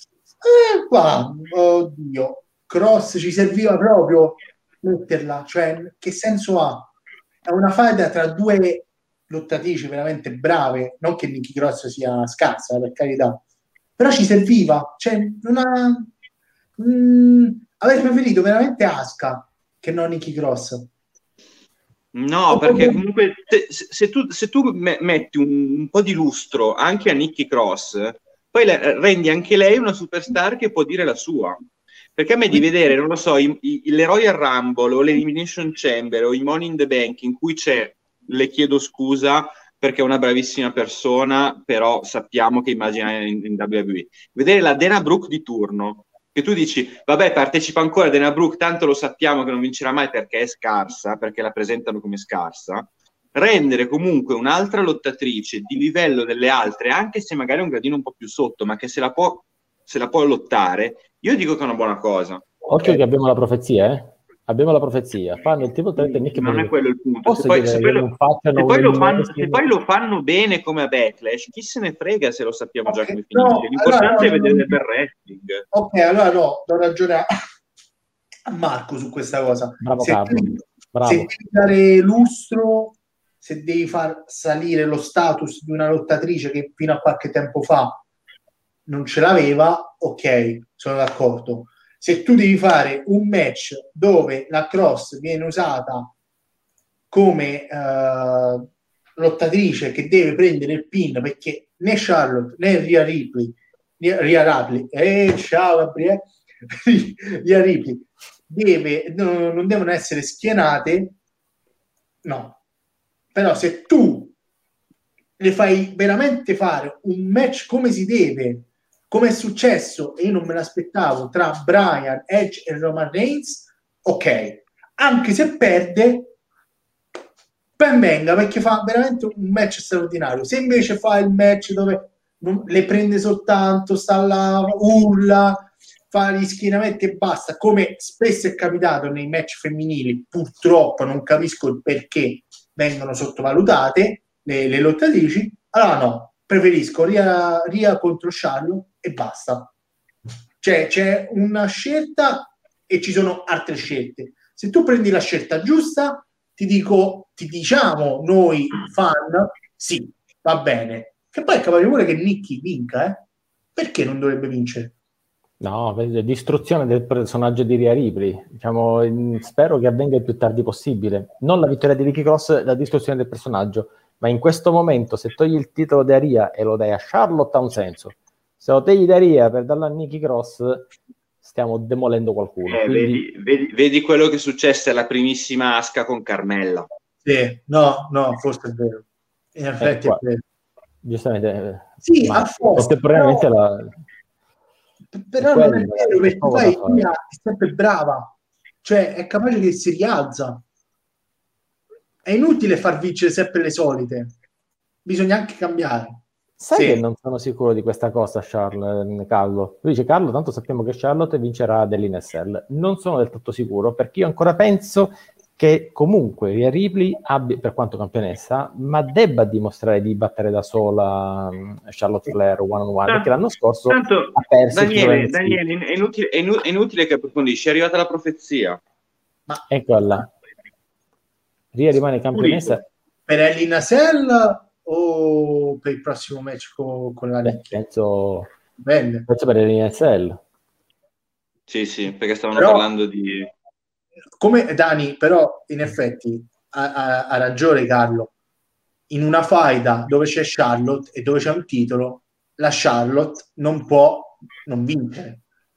Oddio, Cross ci serviva proprio metterla, cioè che senso ha? È una faida tra due lottatrici veramente brave, non che Nikki Cross sia scarsa, per carità, però ci serviva, cioè non ha... avrei preferito veramente Asuka che non Nikki Cross. No, perché comunque se tu metti un po' di lustro anche a Nikki Cross, poi rendi anche lei una superstar che può dire la sua. Perché a me di vedere, non lo so, le Royal Rumble o l'Elimination Chamber o i Money in the Bank in cui c'è, le chiedo scusa perché è una bravissima persona, però sappiamo che immagina in WWE. Vedere la Dana Brooke di turno, che tu dici, vabbè, partecipa ancora Dana Brooke, tanto lo sappiamo che non vincerà mai perché è scarsa, perché la presentano come scarsa, rendere comunque un'altra lottatrice di livello delle altre, anche se magari è un gradino un po' più sotto, ma che se la può lottare, io dico che è una buona cosa. Occhio che abbiamo la profezia, Abbiamo la profezia. Fanno il tipo 3 tecniche. Non è quello il punto. Se poi lo fanno bene come a Backlash, chi se ne frega se lo sappiamo già come finisce. L'importante è vedere per wrestling. Ok, allora no, do ragione a Marco su questa cosa. Bravo, Carlo. Se devi dare lustro, se devi far salire lo status di una lottatrice che fino a qualche tempo fa non ce l'aveva, ok, sono d'accordo. Se tu devi fare un match dove la Cross viene usata come lottatrice che deve prendere il pin, perché né Charlotte né Rhea Ripley ciao Gabriele Rhea Ripley non devono essere schienate, no. Però se tu le fai veramente fare un match come si deve, come è successo, e io non me l'aspettavo, tra Bryan, Edge e Roman Reigns, ok, anche se perde, ben venga, perché fa veramente un match straordinario. Se invece fa il match dove le prende soltanto, sta là, urla, fa gli schienamenti e basta, come spesso è capitato nei match femminili, purtroppo non capisco il perché vengono sottovalutate le lottatrici, allora no, preferisco Rhea contro Charlotte e basta. Cioè c'è una scelta e ci sono altre scelte. Se tu prendi la scelta giusta, ti diciamo noi fan, sì, va bene. Che poi è capace pure che Nikki vinca, perché non dovrebbe vincere? No, distruzione del personaggio di Rhea Ripley. Diciamo, spero che avvenga il più tardi possibile. Non la vittoria di Nikki Cross, la distruzione del personaggio. Ma in questo momento, se togli il titolo da Rhea e lo dai a Charlotte, ha un senso. Se lo togli da Rhea per darlo a Nikki Cross, stiamo demolendo qualcuno. Quindi... vedi quello che successe alla primissima Asuka con Carmella. Sì, no, forse è vero. In effetti è vero. Giustamente. Sì, a forza. Però non è vero, perché poi Rhea è sempre brava. Cioè, è capace che si rialza. È inutile far vincere sempre le solite, bisogna anche cambiare. Sai che non sono sicuro di questa cosa, Carlo? Lui dice, Carlo, tanto sappiamo che Charlotte vincerà dell'INSL. Non sono del tutto sicuro, perché io ancora penso che comunque Rhea Ripley abbia, per quanto campionessa, ma debba dimostrare di battere da sola Charlotte Flair one-on-one, perché l'anno scorso ha perso. Daniele, è inutile che approfondisci, è arrivata la profezia. Eccola. Rhea rimane campionessa. Per Hell in a Cell o per il prossimo match con la Nikki? Penso per Hell in a Cell. Sì, perché stavano parlando di... Come Dani, però in effetti ha ragione Carlo. In una faida dove c'è Charlotte e dove c'è un titolo, la Charlotte non può non vincere.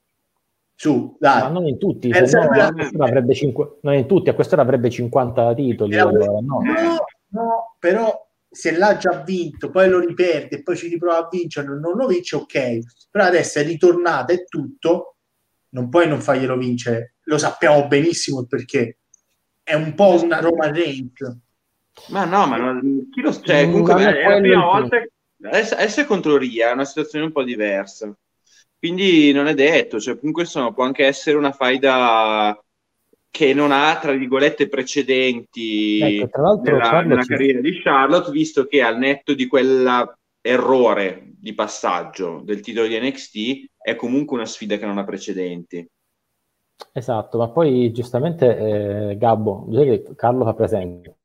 Su, dai. Ma non in tutti, non in tutti, a quest'ora avrebbe 50 titoli. No, però se l'ha già vinto, poi lo riperde e poi ci riprova a vincere, non lo vince, ok. Però adesso è ritornata e tutto, non puoi non farglielo vincere. Lo sappiamo benissimo il perché. È un po' una Roman Reigns. Ma chi lo sa? Comunque è la prima volta. Adesso è contro Rhea, è una situazione un po' diversa. Quindi non è detto, cioè comunque può anche essere una faida che non ha, tra virgolette, precedenti tra l'altro, nella carriera di Charlotte, visto che al netto di quell'errore di passaggio del titolo di NXT è comunque una sfida che non ha precedenti. Esatto, ma poi giustamente Gabbo, Carlo fa presente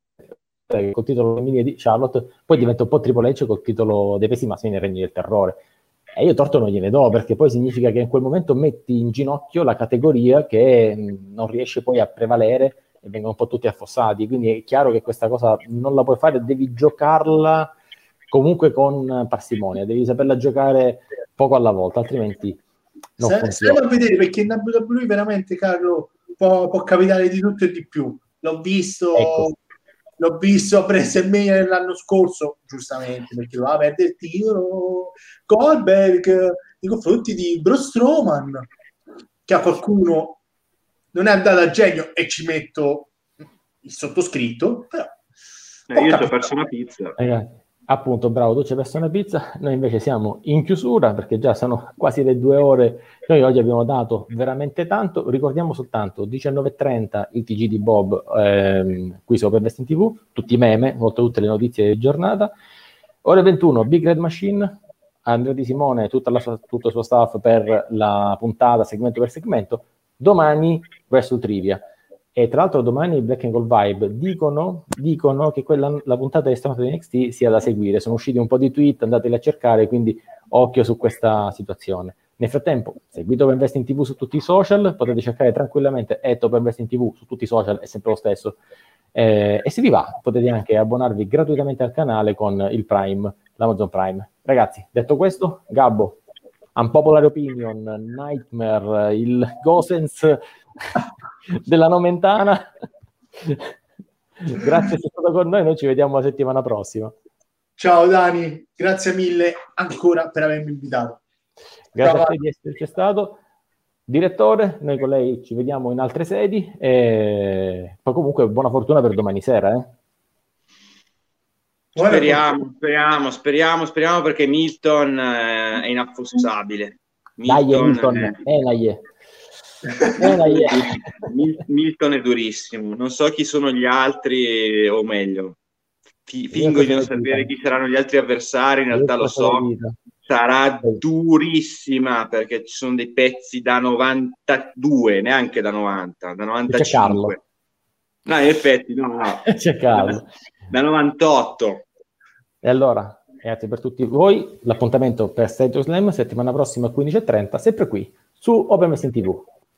col titolo femminile di Charlotte, poi diventa un po' Triple H col titolo dei pesi maschili nei Regni del Terrore. E io torto non gliene do, perché poi significa che in quel momento metti in ginocchio la categoria che non riesce poi a prevalere e vengono un po' tutti affossati. Quindi è chiaro che questa cosa non la puoi fare, devi giocarla comunque con parsimonia, devi saperla giocare poco alla volta, altrimenti non funziona. Stiamo a vedere, perché in WWE veramente, Carlo, può capitare di tutto e di più. L'ho visto a WrestleMania l'anno scorso, giustamente, perché doveva perdere il titolo Goldberg nei confronti di Braun Strowman, che a qualcuno non è andato a genio, e ci metto il sottoscritto, però io ci ho perso una pizza. Appunto, bravo, tu ci hai perso una pizza, noi invece siamo in chiusura perché già sono quasi le 2 ore. Noi oggi abbiamo dato veramente tanto. Ricordiamo soltanto 19:30 il TG di Bob qui su Open Wrestling TV, tutti i meme, oltre a tutte le notizie di giornata. Ore 21 Big Red Machine, Andrea Di Simone, tutto il suo staff per la puntata segmento per segmento. Domani Wrestle Trivia. E tra l'altro domani Black and Gold Vibe dicono che la puntata di stamattina di NXT sia da seguire. Sono usciti un po' di tweet, andateli a cercare, quindi occhio su questa situazione. Nel frattempo, seguite Open Wrestling TV su tutti i social, potete cercare tranquillamente Open Wrestling TV su tutti i social, è sempre lo stesso. E se vi va, potete anche abbonarvi gratuitamente al canale con il Prime, l'Amazon Prime. Ragazzi, detto questo, Gabbo, Unpopular Opinion, Nightmare, il Gosens della Nomentana. Grazie, sei stato con noi ci vediamo la settimana prossima. Ciao Dani, grazie mille ancora per avermi invitato. Grazie a te di esserci stato. Direttore, noi con lei ci vediamo in altre sedi e poi comunque buona fortuna per domani sera. Speriamo perché Milton è inaffossabile. Milton è durissimo, non so chi sono gli altri, o meglio fingo di non sapere chi saranno gli altri avversari, in realtà lo so, sarà durissima perché ci sono dei pezzi da 92, neanche da 90, da 95. No, in effetti no. C'è Carlo. Da 98. E allora, grazie per tutti voi, l'appuntamento per State of Slam settimana prossima a 15:30, sempre qui su Open Wrestling TV.